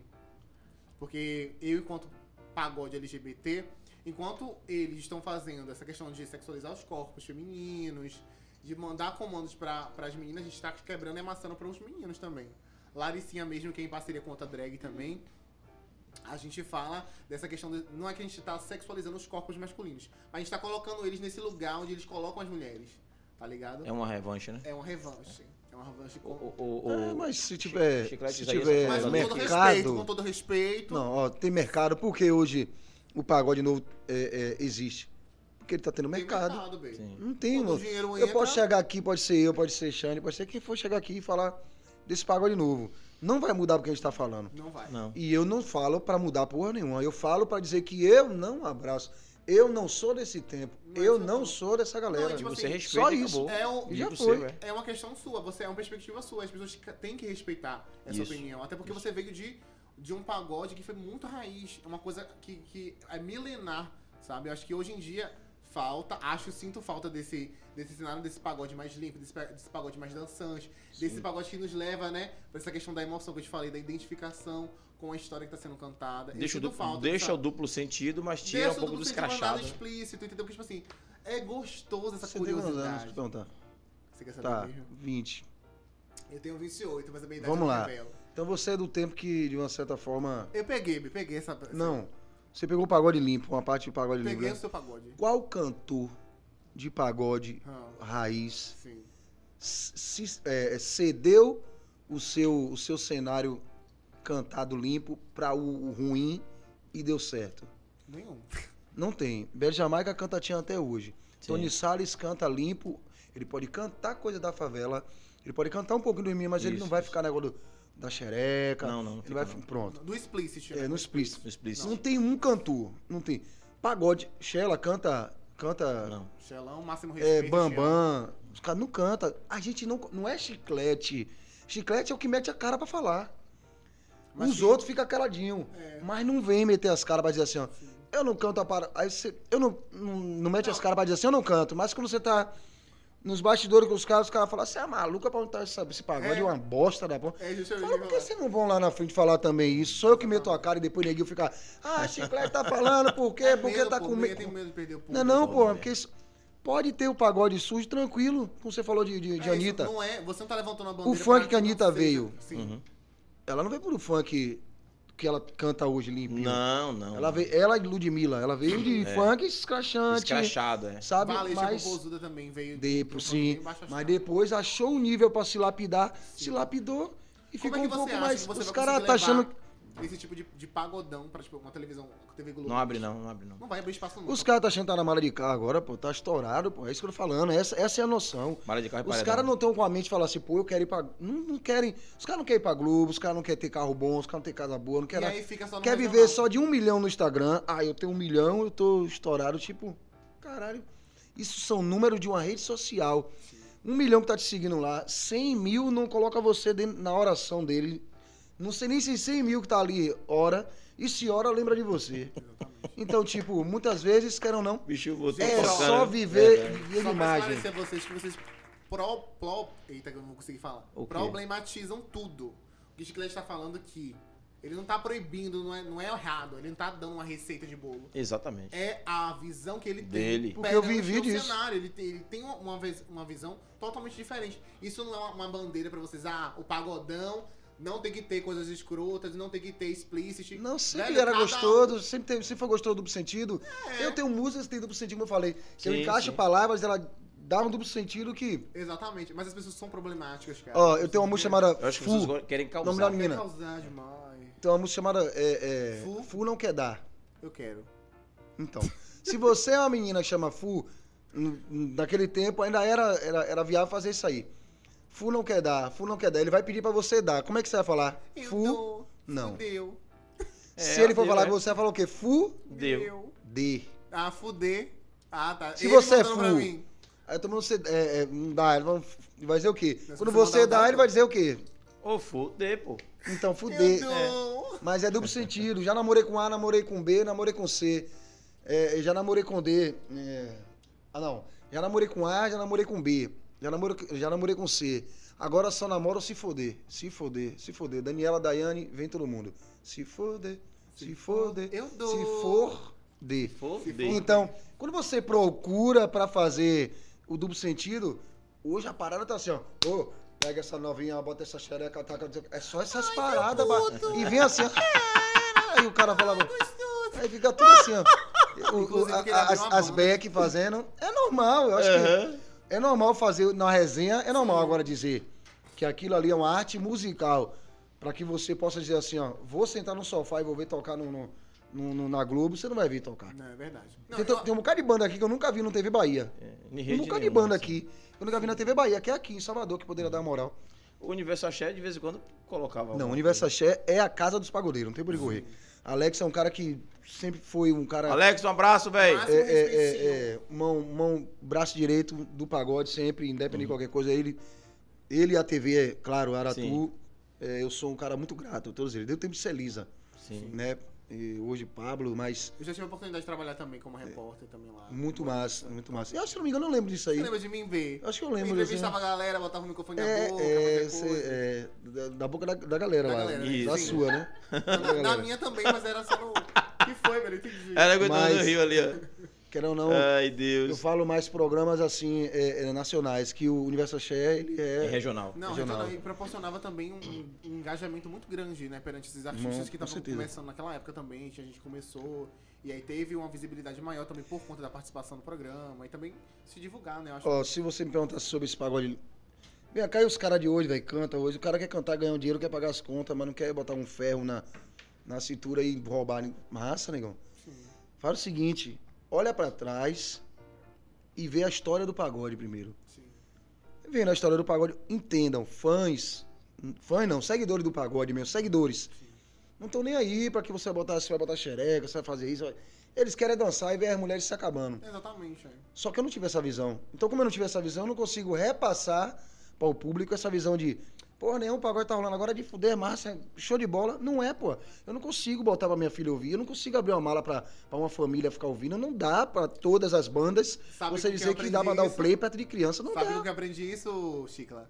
Porque eu, enquanto pagode LGBT, enquanto eles estão fazendo essa questão de sexualizar os corpos femininos, de mandar comandos para as meninas, a gente tá quebrando e amassando para os meninos também. Laricinha mesmo, que é em parceria com outra drag também, a gente fala dessa questão não é que a gente tá sexualizando os corpos masculinos, mas a gente tá colocando eles nesse lugar onde eles colocam as mulheres, tá ligado? É uma revanche, né? É uma revanche. É uma revanche com... mas se tiver, Chiclete se Isaías tiver tá Mas falando com todo mercado... respeito, com todo respeito. Não, ó, tem mercado, porque hoje o pagode novo existe. Porque ele tá tendo tem mercado. baby. Sim. Não tem, Quando o mano. dinheiro Eu entra- posso chegar aqui, pode ser eu, pode ser Xande, pode ser quem for chegar aqui e falar desse pagode novo. Não vai mudar o que a gente tá falando. Não vai. Não. E eu não falo pra mudar porra nenhuma. Eu falo pra dizer que eu não abraço. Eu não sou desse tempo. Mas eu eu não não. sou dessa galera. Não, e tipo Você assim, respeita só e isso. acabou. É, Já Digo foi. seu, é. é uma questão sua, é uma perspectiva sua. As pessoas têm que respeitar essa Isso. opinião. Até porque você veio de um pagode que foi muito raiz. É uma coisa que é milenar, sabe? Eu acho que hoje em dia sinto falta desse cenário, desse pagode mais limpo, desse pagode mais dançante, desse pagode que nos leva, né, pra essa questão da emoção que eu te falei, da identificação com a história que tá sendo cantada. Eu Deixa, sinto falta deixa dessa- o duplo sentido, mas tira Deixa um pouco do tudo sem nada escrachado. Né? explícito, entendeu? Porque, tipo assim, é gostoso essa Você tem quantos anos? Deixa eu curiosidade. te perguntar. Você quer saber Tá, mesmo? 20. Eu tenho 28, mas a minha idade Vamos não lá. revela. Então você é do tempo que, de uma certa forma... Eu peguei essa... Não. Você pegou o pagode limpo, uma parte de pagode limpo, Peguei né? o seu pagode. Qual cantor de pagode Ah, raiz sim. cedeu o seu cenário cantado limpo para o ruim e deu certo? Nenhum. Não tem. Bela Jamaica canta Tchan até hoje. Sim. Tony Salles canta limpo. Ele pode cantar coisa da favela. Ele pode cantar um pouquinho do mim, mas ele Isso, não vai isso. ficar negócio da xereca. Não, não Ele fica vai, não. pronto. Do explicit, É, no explícito. No explícito. Não tem um cantor. Não tem. Pagode. Sheila canta Não. Xelão, máximo respeito. Bambam. Os caras não cantam. A gente não é chiclete. Chiclete é o que mete a cara pra falar. Mas Os sim. outros ficam caladinho. É. Mas não vem meter as caras pra dizer assim, ó. Eu não canto a para. Aí você. Eu não mete as caras pra dizer assim, eu não canto. Mas quando você tá nos bastidores com os caras falam, você é maluca pra montar esse pagode, é uma bosta da porra. É, justamente. Fala, por que vocês não vão lá na frente falar também isso? Sou eu que meto a cara e depois neguinho fica. Ah, Chiclete tá falando, por quê? Porque tá com Eu medo. tenho medo de perder o público. Não, não, pô, porra, né? porque isso. Pode ter o pagode sujo tranquilo, como você falou de É, isso Anitta. não é, você não tá levantando a bandeira. O funk pra que a não Anitta seja- veio. Sim. Uhum. Ela não veio pro funk que ela canta hoje limpinho. Não. Ela e Ludmilla, ela veio de funk escrachante. Escrachado, é. Sabe? Valete, Mas. a Popozuda também veio. Depois, do sim. funk baixo Mas astral. depois achou um nível pra se lapidar, se lapidou e Como ficou é que um você pouco acha mais. que você Os vai caras conseguir tá achando. levar esse tipo de pagodão pra tipo, uma televisão, TV Globo? Não abre não. Não vai abrir espaço nunca. Os caras tá achando que tá na mala de carro agora, pô. Tá estourado, pô. É isso que eu tô falando. Essa é a noção. Mala de carro e Os paredão. caras não estão com a mente de falar assim, pô, eu quero ir pra. Não querem. Os caras não querem ir pra Globo, os caras não querem ter carro bom, os caras não têm casa boa, não E querem. aí fica só no Quer regional. viver só de 1 milhão no Instagram. Ah, eu tenho 1 milhão, eu tô estourado. Tipo, caralho. Isso são números de uma rede social. 1 milhão que tá te seguindo lá, 100 mil não coloca você na oração dele. Não sei nem se 100 mil que tá ali ora. E se ora, lembra de você. Então, tipo, muitas vezes, quer ou não, Bicho, você é tocando. só viver É, viver Só pra imagem. esclarecer vocês que vocês eita, que eu não vou conseguir falar. O quê? Problematizam tudo. O que o Chiclete tá falando aqui, ele não tá proibindo, não é errado, ele não tá dando uma receita de bolo. Exatamente. É a visão que ele tem. Dele. Porque eu perante vivi o disso. cenário. Ele tem uma visão totalmente diferente. Isso não é uma bandeira pra vocês. Ah, o pagodão não tem que ter coisas escrotas, não tem que ter explicit. Não, sempre Velho, era cada gostoso, sempre foi gostoso do duplo sentido. É. Eu tenho músicas que tem duplo sentido, como eu falei. Que eu Sim, encaixo sim. palavras, ela dá um duplo sentido que... Exatamente, mas as pessoas são problemáticas, cara. Ó, eu tenho uma música chamada Eu acho que Fu. vocês querem O nome da causar. menina. Quer causar demais. Tem uma música chamada Fu? Fu Não Quer Dar. Eu quero. Então, se você é uma menina que chama Fu, naquele tempo ainda era viável fazer isso aí. Fu não quer dar, Fu não quer dar. Ele vai pedir pra você dar. Como é que você vai falar? Eu Fu? dou. Não. Fudeu. Se ele for deu, falar é. com você, vai falar o quê? Fu? Deu. Dê. Ah, fuder. Ah, tá. Se Ele você é mandou pra full, mim. aí todo mundo não dá, ele vai dizer o quê? Mas Quando se você você mandar, dá, dá, ele vai dizer o quê? Ô, fuder, pô. Então, fuder. Eu dou. Mas é duplo sentido. Já namorei com A, namorei com B, namorei com C. Já namorei com D. Não. Já namorei com A, já namorei com B. Já namorei com C. Agora só namoro se foder. Se foder, se foder. Daniela, Daiane, vem todo mundo. Se foder, se foder. Eu dou. Se for, dê. Fuder. Então, quando você procura pra fazer o duplo sentido, hoje a parada tá assim, ó. Ô, pega essa novinha, bota essa xereca, taca. É só essas paradas. E vem assim, ó. Aí o cara fala. Aí fica tudo assim, ó. Inclusive, queria abrir uma As banda. back fazendo. É normal, eu acho que. É normal fazer na resenha, é normal agora dizer que aquilo ali é uma arte musical. Pra que você possa dizer assim, ó. Vou sentar no sofá e vou ver tocar na Globo, você não vai vir tocar. Não, é verdade. Não, Tem um bocado de banda aqui que eu nunca vi no TV Bahia. Tem um bocado de banda aqui. Que eu nunca vi na TV Bahia, que é aqui em Salvador, que poderia dar moral. O Universo Axé, de vez em quando, colocava. Não, alguma o Universo Axé é a casa dos pagodeiros, não tem por que correr. Alex é um cara que sempre foi um cara. Alex, um abraço, velho. Mas- Braço direito do pagode, sempre, independente de qualquer coisa. Ele e a TV, claro, Aratu. Sim. Eu sou um cara muito grato a todos eles. Deu tempo de ser Lisa, Sim. né? E hoje Pablo, mas Eu já tive a oportunidade de trabalhar também como repórter também lá. muito massa, muito massa. Eu, se não me engano, eu não lembro disso aí. Você lembra de mim ver? Acho que eu lembro. Entrevistava a galera, botava o microfone na boca, fazia coisa. Da boca da galera Da lá. galera, Isso. Da sim. sua, né? Na minha também, mas era só no... que foi, velho? Entendi. Ela aguentou Mas- no Rio ali, ó. Quer ou não, Ai, eu Deus. falo mais programas assim, nacionais, que o Universo Axé, ele É é... regional. Não, regional. regional. E proporcionava também um engajamento muito grande, né? Perante esses artistas Não, que com estavam certeza. começando naquela época também, que a gente começou. E aí teve uma visibilidade maior também por conta da participação no programa. E também se divulgar, né? Eu acho Ó, se você me perguntasse sobre esse pagode... Vem cá, e os caras de hoje, velho, canta hoje. O cara quer cantar, ganhar um dinheiro, quer pagar as contas, mas não quer botar um ferro na cintura e roubar. Massa, negão. Sim. Fala o seguinte, olha pra trás e vê a história do pagode primeiro. Sim. Vendo a história do pagode, entendam, fãs não, seguidores do pagode mesmo, seguidores. Não estão nem aí pra que você vai botar xereca, você vai fazer isso. Eles querem dançar e ver as mulheres se acabando. Exatamente, é. Só que eu não tive essa visão. Então, como eu não tive essa visão, eu não consigo repassar para o público essa visão de, porra, nenhum pagode tá rolando agora de fuder, massa, show de bola. Não é, pô. Eu não consigo botar pra minha filha ouvir, eu não consigo abrir uma mala pra uma família ficar ouvindo. Não dá pra todas as bandas Sabe você com dizer quem que dá pra aprendi dar o isso? play perto de criança. Não Sabe dá. com que eu aprendi isso, Chicla?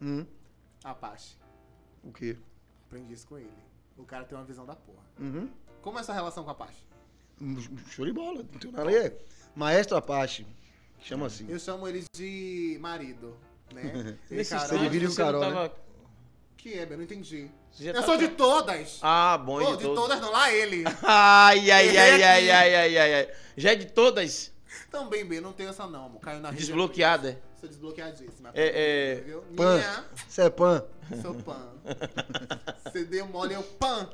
Apache. O quê? Aprendi isso com ele. O cara tem uma visão da porra. Uhum. Como é essa relação com a Apache? Show de bola. Não tem nada aí. Maestro Apache. Chama assim. Eu chamo ele de marido, né? Nesse Carol, você divide um você não Carol, tava- Que é, eu não entendi. Você já Eu tá- sou de todas. Ah, bom, Pô, de de todas. todas não, lá ele. Ai, ai, Errei ai, ai, aqui. ai, ai, ai, ai. Já é de todas? Também, B, não tenho essa não, amor. Caiu na rede. Desbloqueada. Sou desbloqueadíssima. É. Viu? Pan. Minha, Você é pan. sou pan. Você deu mole, eu pan.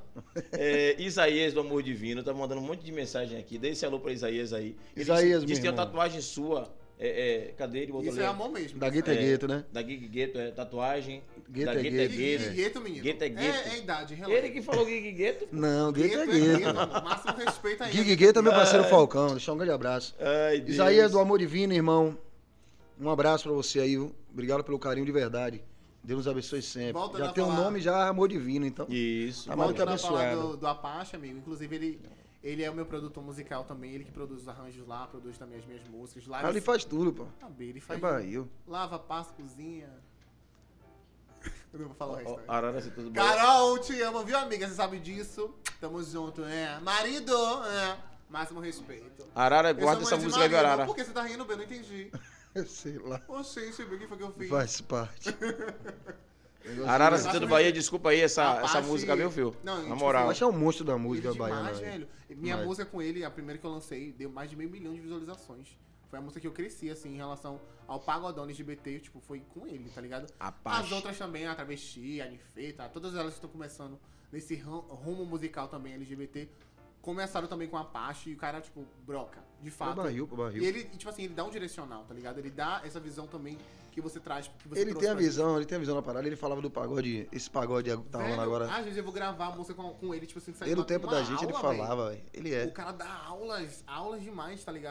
Isaías do Amor Divino tá mandando um monte de mensagem aqui. Dê esse alô pra Isaías aí. Ele Isaías, disse que tem meu uma irmão. tatuagem sua. Cadê ele? Botou Isso ali. é amor mesmo. Da Gueto é Gueto, né? Da Gig Gueto, tatuagem. Gueto da é Gueto Gueto. Gueto. Gueto, menino. Gueto é Gueto. É idade, relaxa. Ele que falou Gig Gueto. Não, Gueto é Gueto, Gueto. amor. Máximo respeito aí. Gig Gueto é meu parceiro Falcão. Deixa um grande abraço. Ai, Deus. Isaías do Amor Divino, irmão. Um abraço pra você aí, viu? Obrigado pelo carinho de verdade. Deus nos abençoe sempre. Voltando Já a tem um falar- nome já Amor Divino, então. Isso. Tá mais do que Voltando a falar abençoado. do Apache, amigo. Inclusive, ele é o meu produtor musical também. Ele que produz os arranjos lá, produz também as minhas músicas. Lá Ah, ele faz tudo, pô. Ah, B, ele É faz barril. lava, passa, cozinha. Eu não vou falar o resto. né? Arara, você tudo bom? Carol, te amo, viu, amiga? Você sabe disso? Tamo junto, né? Marido, máximo respeito. Arara, Eu guarda chamo essa ele de música aí, marido. Arara. Por que você tá rindo, B? Eu não entendi. Sei lá. Oxente, B, o que foi que eu fiz? Faz parte. Arara, Mas você tudo acho Bahia, que- desculpa aí essa Apache- música, viu, filho? Não, Na tipo moral. Acho que é um monstro da música Ele baiana. demais, velho. velho. Minha Mas- música com ele, a primeira que eu lancei, deu mais de 500 mil de visualizações. Foi a música que eu cresci, assim, em relação ao pagodão LGBT, tipo, foi com ele, tá ligado? Apache. As outras também, a Travesti, a Nifeta, todas elas que estão começando nesse rumo musical também LGBT, começaram também com a Apache e o cara, tipo, broca, de fato. barril, pro barril. E ele, tipo assim, ele dá um direcional, tá ligado? Ele dá essa visão também que você traz, que você Ele trouxe tem a pra gente. visão, ele tem a visão na parada. Ele falava do pagode, esse pagode que tá rolando Velho, agora. às vezes eu vou gravar a música com ele, tipo assim, sair Ele, no uma- tempo uma da gente, ele aula, velho. falava, velho. Ele é. O cara dá aulas demais, tá ligado?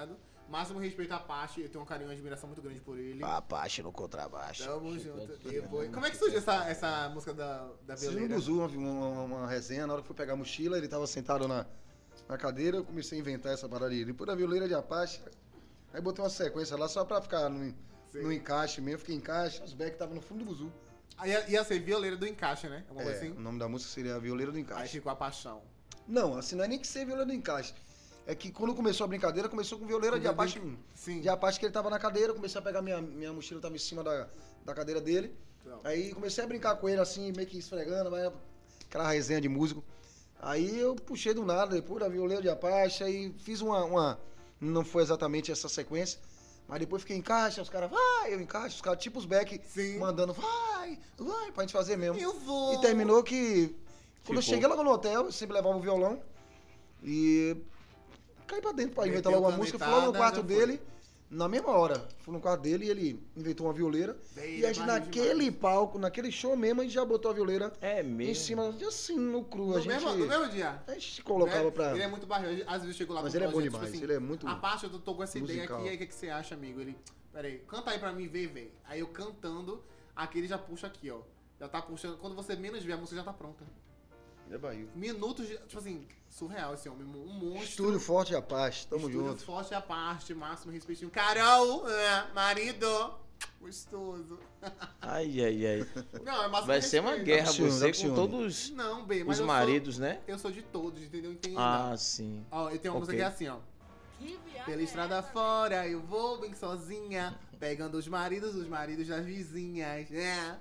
Máximo respeito à Apache, eu tenho um carinho e admiração muito grande por ele. Apache no contrabaixo. Tamo junto. Depois... Como é que surgiu essa música da Surgiu no violeira? Buzu, uma resenha, na hora que eu fui pegar a mochila, ele tava sentado na cadeira, eu comecei a inventar essa parada ali. Depois da violeira de Apache, aí botei uma sequência lá só pra ficar no encaixe mesmo, fiquei em encaixe, os back estavam no fundo do Buzu. Aí ia ser violeira do encaixe, né? Alguma coisa assim? O nome da música seria a Violeira do Aí Encaixe. ficou a paixão. Não, assim, não é nem que ser violeira do encaixe. É que quando começou a brincadeira, começou com violeira de Apache 1. Sim. De Apache que ele tava na cadeira, eu comecei a pegar minha mochila, tava em cima da cadeira dele. Então. Aí comecei a brincar com ele assim, meio que esfregando, aquela resenha de músico. Aí eu puxei do nada, depois da violeira de Apache, aí fiz uma... Não foi exatamente essa sequência, mas depois fiquei em caixa, os caras, vai, eu encaixo, os caras, tipo os back, Sim. mandando, vai, pra gente fazer mesmo. Eu vou. E terminou que, quando eu Ficou. cheguei logo no hotel, eu sempre levava o violão e caí pra dentro pra inventar Meteu logo uma música. Eu fui logo no canetada, quarto já foi. dele, na mesma hora. Fui no quarto dele e ele inventou uma violeira. Veio, E a gente barril naquele demais. palco, naquele show mesmo, a gente já botou a violeira É mesmo. em cima, assim, no cru. No mesmo dia? A gente colocava pra... Ele é muito barril. Às vezes eu chego lá Mas com ele é bom projeto, demais, tipo ele é muito A parte eu tô com essa ideia musical. aqui, aí o que você acha, amigo? Ele, peraí, canta aí pra mim, vem. Aí eu cantando, aqui ele já puxa aqui, ó. Já tá puxando, quando você menos vê, a música já tá pronta. Ele é barril. Minutos, tipo assim, surreal esse homem, um monstro. Estúdio Forte e Apache, tamo Estúdio junto. forte à parte, máximo respeitinho. Carol, marido, gostoso. Ai. Não, é máximo Vai ser uma respeito. guerra Ciúme, você com ciúme. todos Não, bem, mas os eu maridos, né? eu sou de todos, entendeu? Entende? Ah, sim. Ó, eu tenho uma Ok. música que é assim, ó. Pela estrada fora eu vou bem sozinha, pegando os maridos das vizinhas.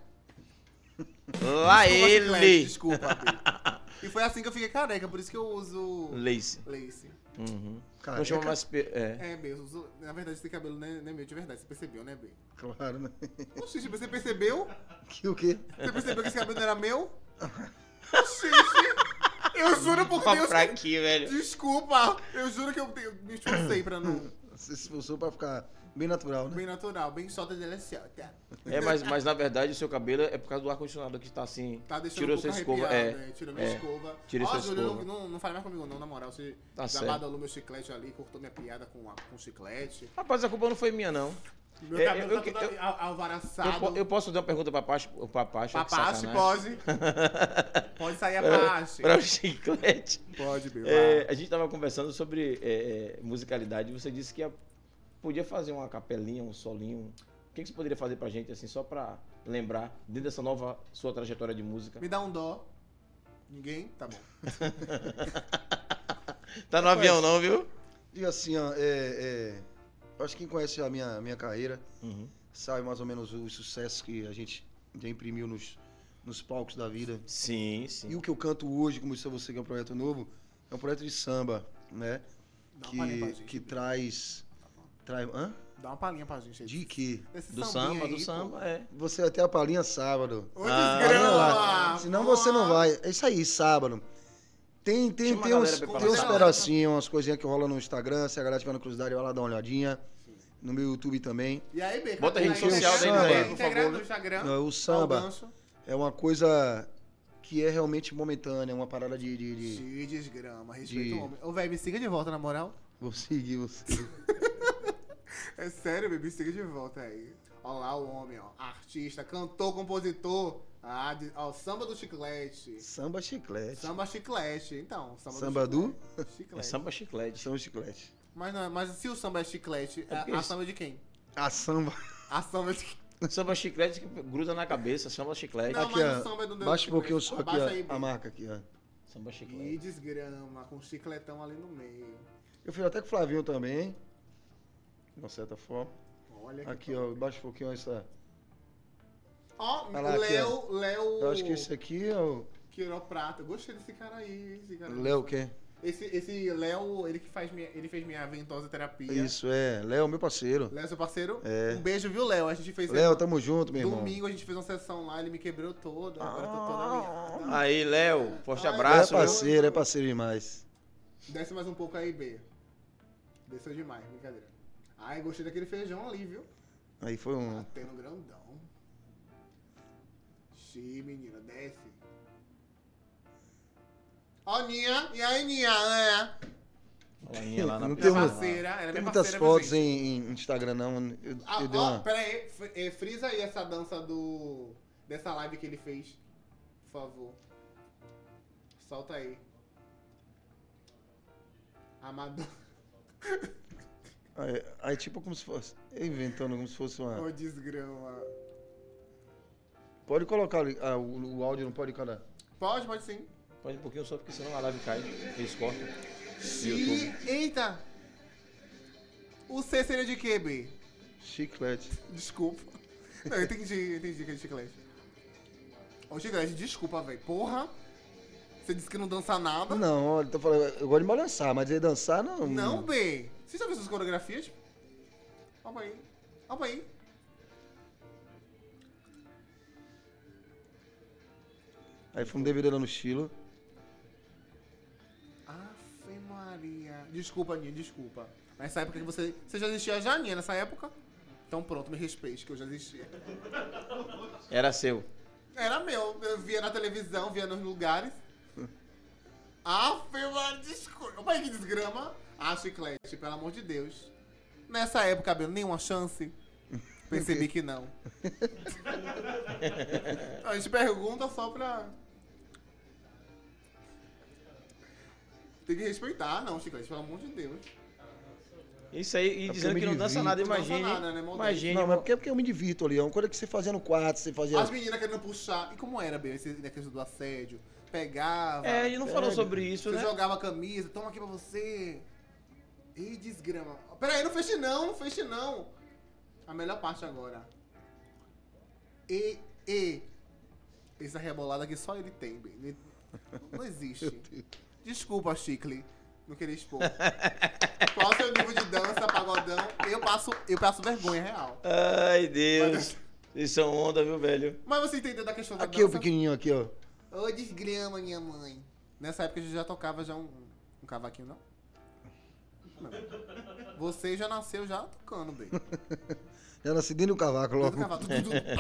Lá Desculpa, Chiclete, ele! desculpa, Bi. E foi assim que eu fiquei careca, por isso que eu uso Lace. lace. Uhum. Careca? Não chama mais... É, B, eu uso, na verdade esse cabelo não é meu de verdade, você percebeu, né, B? Claro, né? Oxi, você percebeu? Que o quê? Você percebeu que esse cabelo não era meu? Oxi, eu juro por Deus Pra que... aqui, velho. Desculpa, eu juro que eu me esforcei pra não... Você se esforçou pra ficar bem natural, né? Bem natural, bem solta de LSL, tá? É, mas na verdade o seu cabelo é por causa do ar-condicionado que tá assim. Tá deixando Tirou um pouco sua escova. arrepiado, né? Tirou minha escova. Tirou Ó, sua Júlio, escova. não fale mais comigo não, na moral. Você Tá já certo. badalou meu chiclete ali, cortou minha piada com chiclete. Rapaz, a culpa não foi minha, não. Meu É, cabelo eu- tá todo eu- alvaraçado. Eu posso fazer uma pergunta pra Pacho? Que Papache, sacanagem. pode. Pode sair a Pache. Pra o chiclete. Pode, meu. A gente tava conversando sobre musicalidade. Você disse que podia fazer uma capelinha, um solinho. O que você poderia fazer pra gente, assim, só pra lembrar, dentro dessa nova sua trajetória de música? Me dá um dó. Ninguém? Tá bom. Tá no avião não, viu? Diga assim, ó, eu acho que quem conhece a minha carreira Uhum. sabe mais ou menos os sucessos que a gente já imprimiu nos palcos da vida. Sim, E sim. o que eu canto hoje, como isso você que é um projeto novo, é um projeto de samba, né? Dá uma palhinha pra gente. Que traz... Hã? Dá uma palhinha pra gente aí. De quê? Desse Do sambinha samba, aí, do pô. samba, é. Você vai ter a palhinha sábado. Ô, Ah, Olha desgrama! lá. Senão você não vai. É isso aí, sábado. Tem Chama a galera uns, pra ir pra tem uns lá. pedacinhos, umas coisinhas que rolam no Instagram. Se a galera tiver na curiosidade, vai lá dar uma olhadinha. No meu YouTube também. E aí, B? Bota a rede cadê social Instagram? deles aí, por Instagram, favor. no Instagram. O Dá o samba gancho. é uma coisa que é realmente momentânea, uma parada de... Xi, desgrama, respeita de- o homem. Ô, velho, me siga de volta, na moral. Vou seguir você. É sério, bebê, siga de volta aí. Ó lá o homem, ó. Artista, cantor, compositor. Ó, samba do chiclete. Samba chiclete. Samba chiclete. Então, Samba do? chiclete. Chiclete. É samba chiclete. Samba chiclete. Mas, não, mas se o samba é chiclete, porque a isso- samba é de quem? A samba. A samba é de quem? Samba chiclete que gruda na cabeça, samba chiclete. Não, Aqui, mas o ó. samba é do Baixa um pouquinho só aqui, Abaixa aí, ó. A Bi. marca aqui, ó. Samba E chiclete. desgrama, com chicletão ali no meio. Eu fiz até com o Flavinho também. De uma certa forma. Olha que Aqui, top. ó. Baixa um pouquinho essa. Ó, Olha lá, aqui, Léo. Eu acho que esse aqui é o. Quiroprata. Eu gostei desse cara aí. Esse cara Léo o quê? Esse Léo, ele fez minha ventosa terapia. Isso, é. Léo, meu parceiro. Léo, seu parceiro? É. Um beijo, viu, Léo? A gente fez. Léo, tamo junto, meu irmão. Domingo a gente fez uma sessão lá, ele me quebrou todo. Agora eu tô toda miada. Aí, Léo, forte Ai, abraço. É viu? parceiro demais. Desce mais um pouco aí, B. Desceu demais, brincadeira. Ai, gostei daquele feijão ali, viu? Aí foi um. Batendo grandão. Xi, menina, desce. Ó, Ninha. E aí, Ninha? A Lainha lá na Não Minha tem uma- parceira, ela é Tem minha muitas parceira, fotos gente. em Instagram, não. Eu dei uma... Pera aí, frisa aí essa dança dessa live que ele fez, por favor. Solta aí. Amador. Aí, tipo, como se fosse. Eu inventando como se fosse uma. Ô, desgrama. Pode colocar ali, o áudio, não pode cada. Pode sim. Pode um pouquinho só, porque senão a live cai. Eles cortam. No YouTube. Eita! O C seria de quê, B? Chiclete. Desculpa. Não, eu entendi que é de chiclete. Ô, chiclete, desculpa, velho. Porra! Você disse que não dança nada. Não, olha, tô falando, eu gosto de balançar, mas dizer dançar não. Não, B. Você já viu essas coreografias? Olha aí. Olha aí. Aí fomos devidando no estilo. Ave Maria. Desculpa, Aninha, desculpa. Nessa época que você já existia já, Aninha, nessa época? Então pronto, me respeite, que eu já existia. Era seu. Era meu. Eu via na televisão, via nos lugares. Ave Maria, desculpa. Olha que desgrama. Chiclete, pelo amor de Deus. Nessa época, Bel, nenhuma chance? Percebi que não. A gente pergunta só pra... Tem que respeitar, não, Chiclete, pelo amor de Deus. Isso aí, e É dizendo porque que eu não me dança divirto. nada, Não dança imagine. nada, né, Maldete? Imagine. Não, mas porque eu me divirto ali. É uma coisa que você fazia no quarto, você fazia. As meninas querendo puxar. E como era, Bel, esse questão do assédio? Pegava. É, ele não falou sobre isso, Você né? jogava a camisa, toma aqui pra você. Ih, desgrama. Peraí, não feche não, não feche não. A melhor parte agora. Essa rebolada aqui só ele tem, bem. Não existe. Desculpa, Chicle. Não queria expor. Qual o seu nível de dança, pagodão? Eu passo vergonha real. Ai, Deus. Vocês são onda, viu, velho? Mas você entendeu da questão da Aqui, o dança? pequenininho aqui, ó. Ô, desgrama, minha mãe. Nessa época a gente já tocava já um cavaquinho, não? Não. Você já nasceu já tocando, bem. Já nasci dentro do cavaco Dentro logo. do cavalo.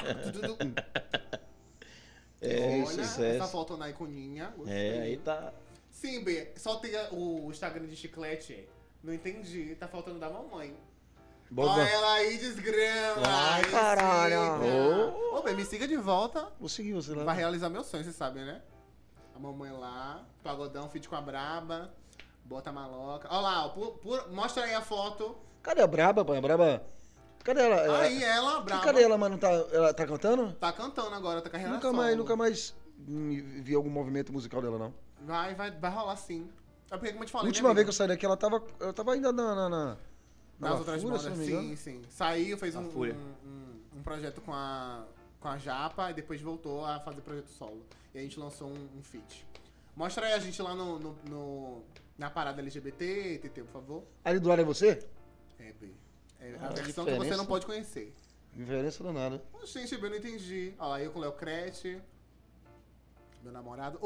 É, Olha, sucesso. essa foto na iconinha. Gostei. É, aí tá. Sim, B. Só tem o Instagram de chiclete. Não entendi. Tá faltando da mamãe. Bota- Olha ela aí, desgrama. Ai, Me caralho. siga. Ô, B, me siga de volta. Vou seguir você lá. Vai realizar meu sonho, você sabe, né? A mamãe lá, pagodão, feat com a braba, bota a maloca. Olha lá, ó, mostra aí a foto. Cadê a Braba, pai? A Braba. Cadê ela? Aí ela, braba. Cadê ela, mas não tá. Ela tá cantando? Tá cantando agora, tá carreira Nunca mais vi algum movimento musical dela, não. Vai rolar sim. É porque, como eu te A falei, última né, vez que amigo? eu saí daqui, ela tava ainda na Nas outras Lafura, se bandas, não me engano. sim. Saiu, fez Na um Fúria. projeto com a Japa e depois voltou a fazer projeto solo. E a gente lançou um feat. Mostra aí a gente lá na parada LGBT, TT, por favor. Ali do lado é você? É, B. É Ah, a versão que você diferença. não pode conhecer. Diferença danada. Gente, eu não entendi. Olha lá, eu com o Léo Crete, meu namorado.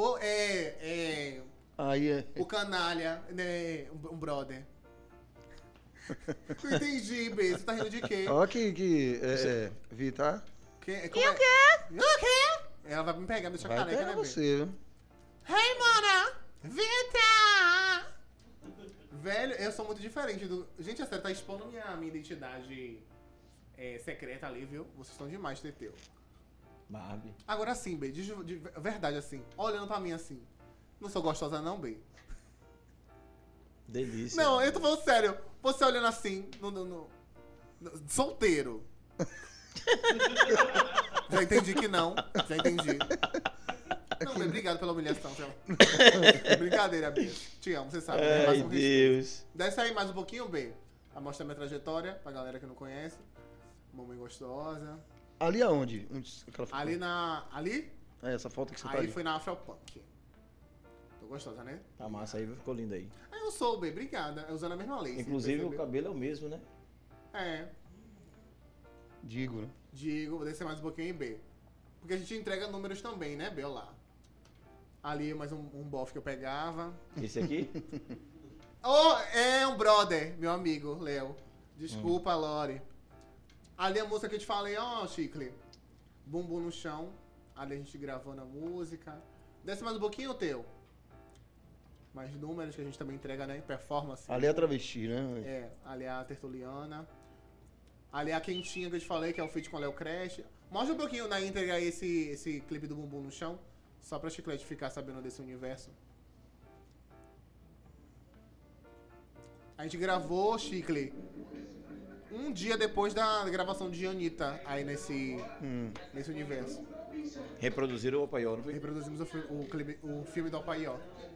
Aí é. O canalha, né, um brother. Não entendi, B. Você tá rindo de quê? Ó Vi, tá? O quê? Ela vai me pegar, me deixar Vai careca, pegar né, B? você, viu? Hey, mana! Vita! Velho, eu sou muito diferente do... Gente, é sério, tá expondo minha identidade secreta ali, viu? Vocês estão demais, Teteu. Barbie. Agora sim, B, de verdade assim, olhando pra mim assim, não sou gostosa não, B? Delícia. Não, eu tô falando sério, você olhando assim, solteiro. Já entendi que não, já entendi. Não, B, obrigado pela humilhação, seu. Brincadeira, B. Te amo, você sabe. né? Ai, Mais um respeito. Deus. Desce aí mais um pouquinho, B, pra mostrar minha trajetória, pra galera que não conhece. Mamãe gostosa. Ali aonde? Onde aquela foto? Ali? É, essa foto que você tá Aí ali. foi na Afropunk. Tô gostosa, né? Tá massa aí, ficou lindo aí. Aí eu sou, B, obrigada. Usando a mesma lace. Inclusive o percebeu? cabelo é o mesmo, né? É, Digo, né? digo, vou descer mais um pouquinho em B. Porque a gente entrega números também, né, B? Olha lá. Ali mais um bofe que eu pegava. Esse aqui? É um brother, meu amigo, Léo. Desculpa, Lore. Ali a música que eu te falei, Chicle. Bumbum no chão. Ali a gente gravando a música. Desce mais um pouquinho o teu. mais números que a gente também entrega, né? Performance. Ali é a travesti, né? Ali é a Tertuliana. Ali é a quentinha que eu te falei, que é o feat com a Léo Crash. Mostra um pouquinho na íntegra esse clipe do Bumbum no Chão, só pra Chiclete ficar sabendo desse universo. A gente gravou, Chicle, um dia depois da gravação de Anitta aí nesse universo. Reproduziram o Opaió, não foi? Reproduzimos o filme do Opaió.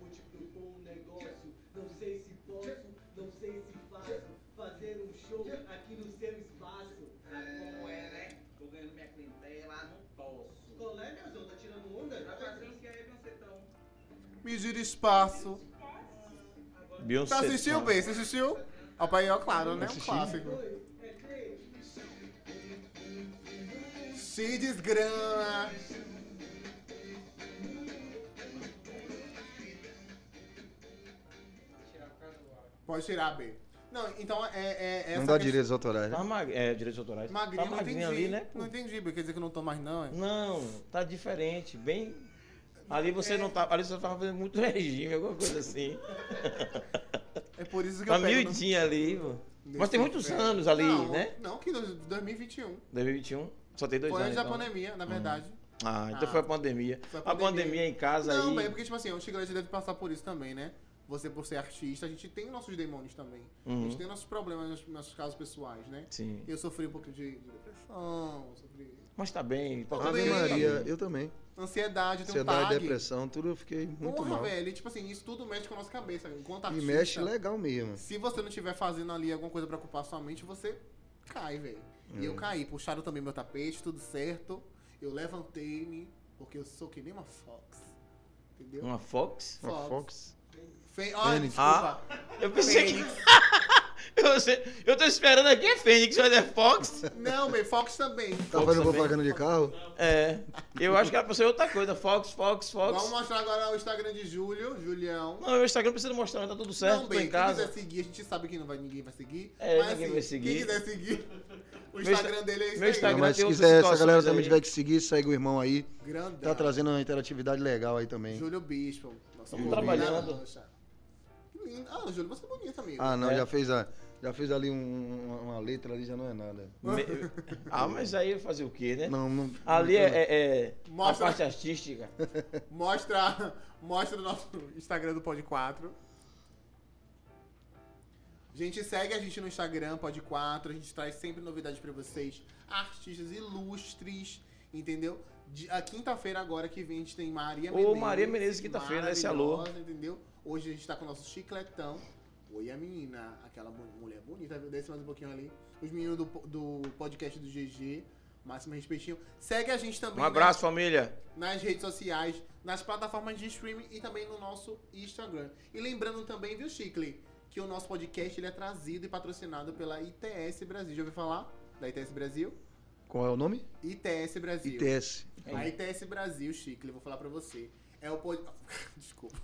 Não sei se posso, não sei se faço, fazer um show aqui no seu espaço. Sabe como é, né? Tô ganhando minha clientela, não posso. Qual é, meu senhor? Tá tirando onda? Vai fazer uns que aí, Beyoncétão. Me gira espaço. Beyoncé. Você assistiu, bem? Você assistiu? Opaió, claro, né? Um Assisti. clássico. Se desgrama. Pode tirar, B. Não, então essa Não dá questão- direitos autorais, né? Tá direitos autorais. Magrinha, Tá não entendi. magrinha ali, né? Não entendi, B. Quer dizer que eu não tô mais, não, é? Não, tá diferente. Bem. Ali você não tá. Ali você tava fazendo muito regime, alguma coisa assim. É por isso que Tá eu pego... miudinha ali, pô. Mas tem muitos Nesse anos ali, não, né? Não, que 2021. 2021. Só tem 2 Foi anos. antes da então. pandemia, na verdade. Ah, então Ah, foi a pandemia. foi a A pandemia em casa Não, aí. bem, porque, tipo assim, o Chiclete deve passar por isso também, né? Você, por ser artista, a gente tem nossos demônios também. A gente tem nossos problemas nos nossos casos pessoais, né? Sim. Eu sofri um pouco de depressão, sofri Mas tá bem. Tá Ave bem. Maria, eu também. ansiedade, eu tenho Ansiedade, TAG. depressão, tudo eu fiquei muito Porra, mal. velho, e, tipo assim, isso tudo mexe com a nossa cabeça. Enquanto E artista, mexe legal mesmo. se você não estiver fazendo ali alguma coisa pra ocupar sua mente, você cai, velho. E eu caí, puxaram também meu tapete, tudo certo. Eu levantei-me, porque eu sou que nem uma Fox. Entendeu? Uma Fox? Uma Fox. Olha, Fênix. desculpa. Eu pensei Fênix. que. Eu tô esperando aqui é Fênix, mas é Fox. Não, bem, Fox também. Tá fazendo propaganda de carro? É. Eu acho que era pra ser outra coisa. Fox. Vamos mostrar agora o Instagram de Julião. Não, meu Instagram não precisa mostrar, tá tudo certo, Não, tô bem, em quem casa. quiser seguir, a gente sabe que ninguém vai seguir. É, mas, ninguém assim, vai seguir. Quem quiser seguir, o Meu Instagram dele é isso meu aí. Instagram- Mas se tem outras quiser, se a galera situações também aí. tiver que seguir, segue o irmão aí. Grandão. Tá trazendo uma interatividade legal aí também. Júlio Bispo. Nossa, Estamos boa, trabalhando. laranja. Que lindo. Ah, Júlio, você é bonito, amigo. Ah, não, É. já fez ali uma letra ali, já não é nada. Ah, mas aí fazer o quê, né? Não. Ali é a Mostra- parte artística. Mostra o nosso Instagram do Pod 4. Gente, segue a gente no Instagram, Pod 4. A gente traz sempre novidades pra vocês. Artistas ilustres, entendeu? A quinta-feira agora que vem a gente tem Maria Ô, Menezes. Maria Menezes, quinta-feira, esse alô. maravilhosa, entendeu? Hoje a gente tá com o nosso chicletão. Oi, a menina, aquela mulher bonita, viu? Desce mais um pouquinho ali. Os meninos do podcast do GG. Máximo respeitinho. Segue a gente também Um abraço, família. nas redes sociais, nas plataformas de streaming e também no nosso Instagram. E lembrando também, viu, Chicle, que o nosso podcast ele é trazido e patrocinado pela ITS Brasil. Já ouviu falar da ITS Brasil? Qual é o nome? ITS Brasil. ITS. A ITS Brasil, Chicle, vou falar pra você. É o Desculpa.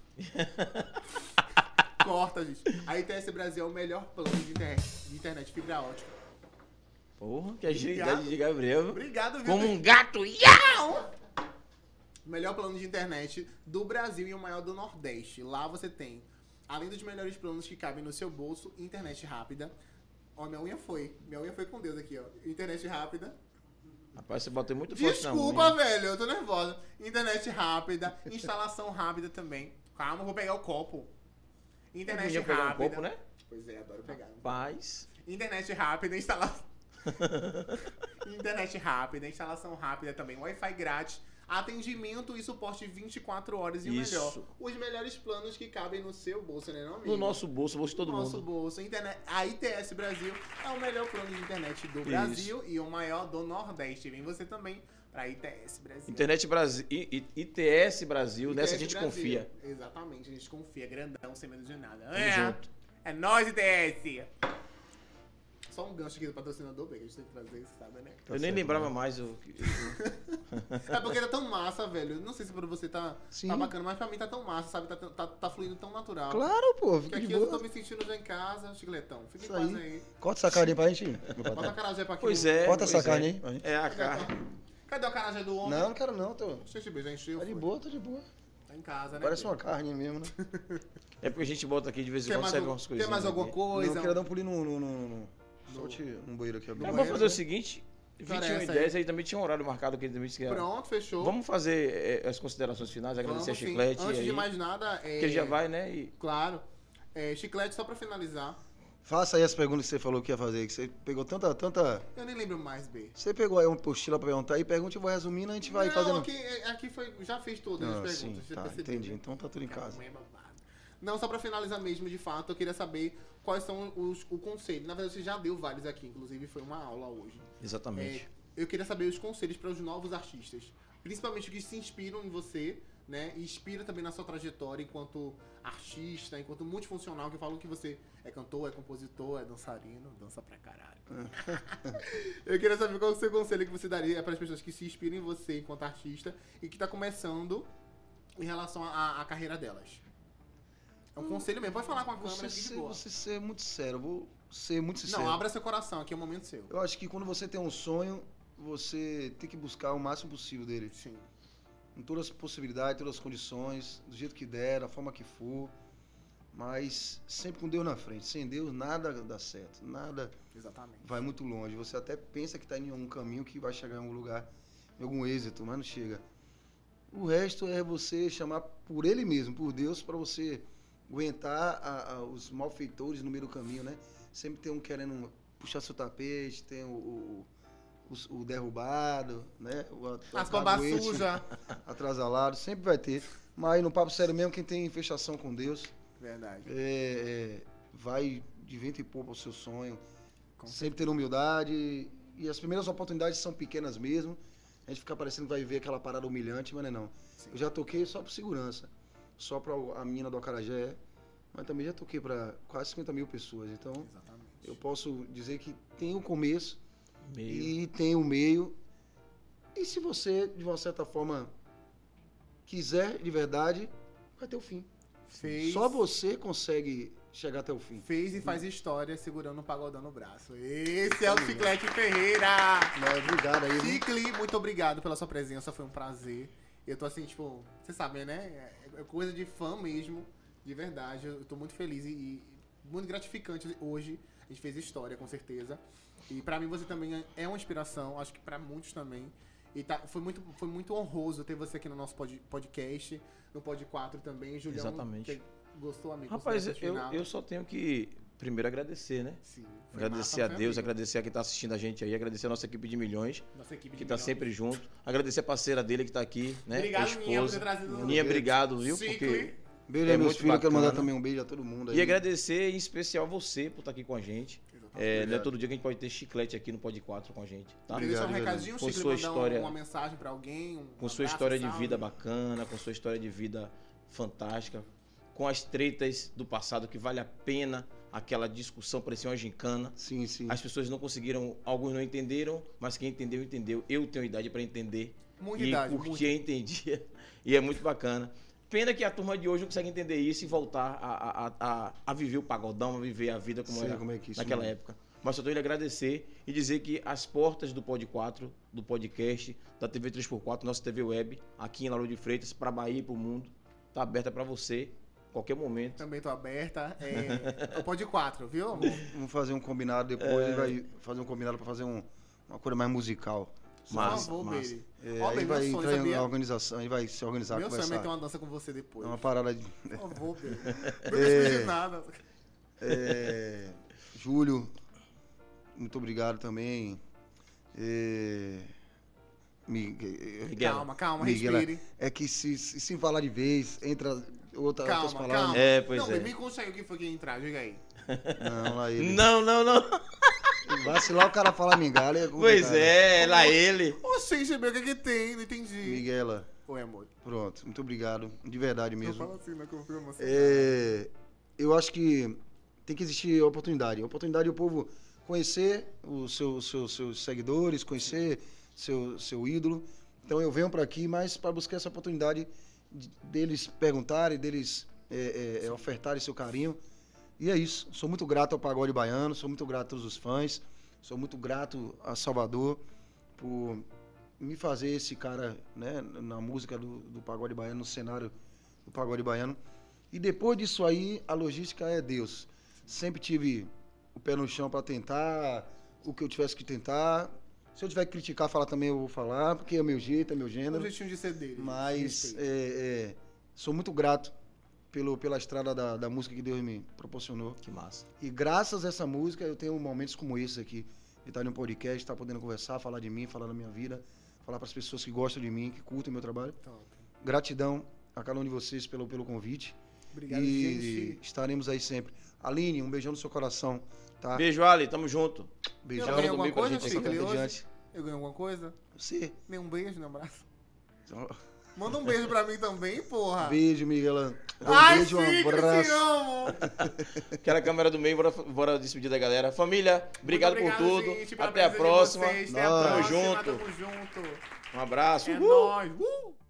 Corta, gente. A ITS Brasil é o melhor plano de internet fibra ótica. Porra, que agilidade de Gabriel. Obrigado, viu? Como um gato. Iau! O melhor plano de internet do Brasil e o maior do Nordeste. Lá você tem, além dos melhores planos que cabem no seu bolso, internet rápida. Ó, minha unha foi com Deus aqui, ó. Internet rápida. Rapaz, você bateu muito forte na Desculpa, unha. velho, eu tô nervosa. Internet rápida, instalação rápida também. Calma, eu vou pegar o copo. Internet Podia pegar um rápida. copo, né? Pois é, adoro pegar. Paz. Internet rápida, instalação. Internet rápida, instalação rápida também, Wi-Fi grátis, atendimento e suporte 24 horas e o Isso. melhor. Os melhores planos que cabem no seu bolso, né, não, amigo? No nosso bolso de todo Nosso mundo. bolso. A ITS Brasil é o melhor plano de internet do Brasil e o maior do Nordeste. Vem você também pra ITS Brasil. Internet Brasil. ITS Brasil, nessa a ITS gente Brasil. confia. Exatamente, a gente confia, grandão, sem medo de nada. Tamo junto. É nóis, ITS! Só um gancho aqui do patrocinador, bem, que a gente tem que trazer, você sabe, né? Eu nem lembrava mais o. É porque tá tão massa, velho. Não sei se pra você tá Sim. bacana, mas pra mim tá tão massa, sabe? Tá fluindo tão natural. Claro, pô, Porque fica de aqui eu tô boa. me sentindo já em casa, chicletão. Fica em Isso paz aí. aí. Corta essa carne aí pra gente. meu Bota a patrão. carajé pra aqui. Pois no- é. Corta essa pois carne é. aí pra gente. É a carne. Cadê o carajé do homem? Não, não quero não, tô. Deixa eu te beijar, encheu. Tá de boa, tô de boa. Tá em casa, né? Parece uma Pedro? carne mesmo, né? É porque a gente bota aqui de vez em Quer quando, mais, serve umas quer coisinhas. mais alguma aqui. Não, coisa? eu queria dar um pulinho no solte um banheiro aqui. Mas Abrir. vamos fazer o seguinte, Que hora é 21 e essa 10 aí também tinha um horário marcado que ele também disse que era. Pronto, fechou. Vamos fazer as considerações finais, agradecer a sim. Chiclete. Antes aí, de mais nada... que ele já vai, né? E Claro. Chiclete, só pra finalizar. Faça aí as perguntas que você falou que ia fazer, que você pegou tanta... Eu nem lembro mais, B. Você pegou aí uma apostila pra perguntar e pergunta, eu vou resumindo, a gente vai Não, fazendo... aqui foi, já fez todas as perguntas. Sim, Você tá, percebeu, entendi. né? Então tá tudo em casa. Não é babado. Não, só pra finalizar mesmo, de fato, eu queria saber quais são o conselho. Na verdade, você já deu vários aqui, inclusive foi uma aula hoje. exatamente. Eu queria saber os conselhos para os novos artistas. Principalmente os que se inspiram em você, né? E inspira também na sua trajetória enquanto artista, enquanto multifuncional, que falam que você é cantor, é compositor, é dançarino, dança pra caralho. Eu queria saber qual é o seu conselho que você daria para as pessoas que se inspiram em você enquanto artista e que tá começando em relação à carreira delas. É um conselho mesmo. Pode falar com a câmera aqui de boa. Você ser muito sincero, eu vou ser muito sincero. Não, abra seu coração, aqui é o momento seu. Eu acho que quando você tem um sonho, você tem que buscar o máximo possível dele. Sim. Em todas as possibilidades, todas as condições, do jeito que der, da forma que for. Mas sempre com Deus na frente. Sem Deus, nada dá certo. Nada Exatamente. vai muito longe. Você até pensa que está em um caminho que vai chegar em algum lugar, em algum êxito, mas não chega. O resto é você chamar por Ele mesmo, por Deus, para você aguentar os malfeitores no meio do caminho, né? Sempre tem um querendo puxar seu tapete, tem o derrubado, né? As babás sujas. Atrasalado, sempre vai ter. Mas no papo sério mesmo, quem tem fechação com Deus, Verdade. vai de vento e popa ao seu sonho. Com Sempre ter humildade. E as primeiras oportunidades são pequenas mesmo. A gente fica parecendo que vai ver aquela parada humilhante, mas não é não. Sim. Eu já toquei só por segurança. Só pra a mina do Acarajé. Mas também já toquei pra quase 50 mil pessoas. Então, Exatamente. eu posso dizer que tem o começo Meio. e tem o meio. E se você, de uma certa forma, quiser de verdade, vai ter o fim. Fez, Só você consegue chegar até o fim. fez e faz história segurando um pagodão no braço. Esse é o Chiclete Ferreira. Mas obrigado aí. viu? Chicle, muito obrigado pela sua presença, foi um prazer. Eu tô assim, tipo, você sabe, né? É coisa de fã mesmo, de verdade. Eu tô muito feliz e muito gratificante hoje. A gente fez história, com certeza. E pra mim você também é uma inspiração, acho que pra muitos também. E foi muito honroso ter você aqui no nosso podcast, no Pod 4 também. Julião, Exatamente. que gostou, amigo? Rapaz, Gostou dessa final? eu só tenho que primeiro agradecer, né? Sim, foi Agradecer massa, a foi Deus, amigo. agradecer a quem tá assistindo a gente aí, agradecer a nossa equipe de milhões, Nossa equipe de que tá milhões. sempre junto. Agradecer a parceira dele que tá aqui, né? Obrigado, a Ninha, por ter esposa. trazido o Ninha, obrigado, viu? Cicle. Porque Beijo É aí, meus muito filhos. Quero mandar bacana. também um beijo a todo mundo aí. E agradecer em especial você por estar aqui com a gente. Não é Obrigado. todo dia que a gente pode ter Chiclete aqui no Pod 4 com a gente, tá? Queria deixar um Obrigado, recadinho, Com Chico, sua mandar história- uma mensagem pra alguém, Com sua abraço, história de salve. vida bacana, com sua história de vida fantástica, com as tretas do passado que vale a pena aquela discussão, parecia uma gincana. Sim, sim. As pessoas não conseguiram, alguns não entenderam, mas quem entendeu, entendeu. Eu tenho idade para entender. Muita e idade, curtia, entendia. E é muito bacana. Pena que a turma de hoje não consegue entender isso e voltar a viver o pagodão, a viver a vida como Sei era como é que isso naquela mesmo. época. Mas só estou indo agradecer e dizer que as portas do Pod 4, do podcast, da TV 3x4, nossa TV Web, aqui em Lauro de Freitas, para Bahia e para o mundo, tá aberta para você, qualquer momento. Também tô aberta. É o Pod 4, viu? Vamos fazer um combinado depois e vai fazer um combinado pra fazer uma coisa mais musical. Por Massa, favor, massa. baby. É, Ó, aí baby, vai meu sonho, entrar sabia? na organização, aí vai se organizar, Meu sonho é conversar. meter uma dança com você depois. É uma parada de... Por favor, baby. Não precisa de nada. Júlio, muito obrigado também. Miguel. Calma, Miguel, respire. é que se falar de vez, entra outras Calma, palavras. calma. É, pois não, é. me conta aí o que foi que ia entrar, diga aí. Não, lá ele. Não. Vacilar o cara falar migalha é complicado. Pois é, lá ele. Você saber o que tem, não entendi. Miguela, Oi, amor. pronto, muito obrigado, de verdade Não mesmo. fala assim, não, que eu fico emocionado. Eu acho que tem que existir oportunidade. Oportunidade do povo conhecer os seus seguidores, conhecer seu ídolo. Então eu venho para aqui, mas para buscar essa oportunidade deles perguntarem, deles ofertarem seu carinho. E é isso. Sou muito grato ao Pagode Baiano, sou muito grato a todos os fãs, sou muito grato a Salvador por me fazer esse cara, né, na música do Pagode Baiano, no cenário do pagode baiano. E depois disso aí, a logística é Deus. Sempre tive o pé no chão para tentar o que eu tivesse que tentar. Se eu tiver que criticar, falar também, eu vou falar, porque é o meu jeito, é meu É o gênero. jeitinho de ser dele. Mas Respeito. sou muito grato pela estrada da música que Deus me proporcionou. Que massa. E graças a essa música, eu tenho momentos como esse aqui. De estar em um podcast, estar podendo conversar, falar de mim, falar da minha vida, falar para as pessoas que gostam de mim, que curtem o meu trabalho. Top. Gratidão a cada um de vocês pelo convite. Obrigado, E gente. estaremos aí sempre. Aline, um beijão no seu coração, tá? Beijo, Ali. Tamo junto. Beijão. Eu ganhei do alguma meio pra coisa, gente Essa Chico, aqui. hoje? comediante. Eu ganhei alguma coisa? Você. Nem um beijo, nem um abraço. Manda um beijo pra mim também, porra. Beijo, Miguelão. Um Ai, beijo, um Chico, te abraço. amo. Aquela câmera do meio, bora despedir da galera. Família, obrigado por tudo. gente, pela Até a presença de próxima. vocês. Até a Nós. próxima. Tamo junto. Tamo junto. Um abraço. É Uhul. nóis.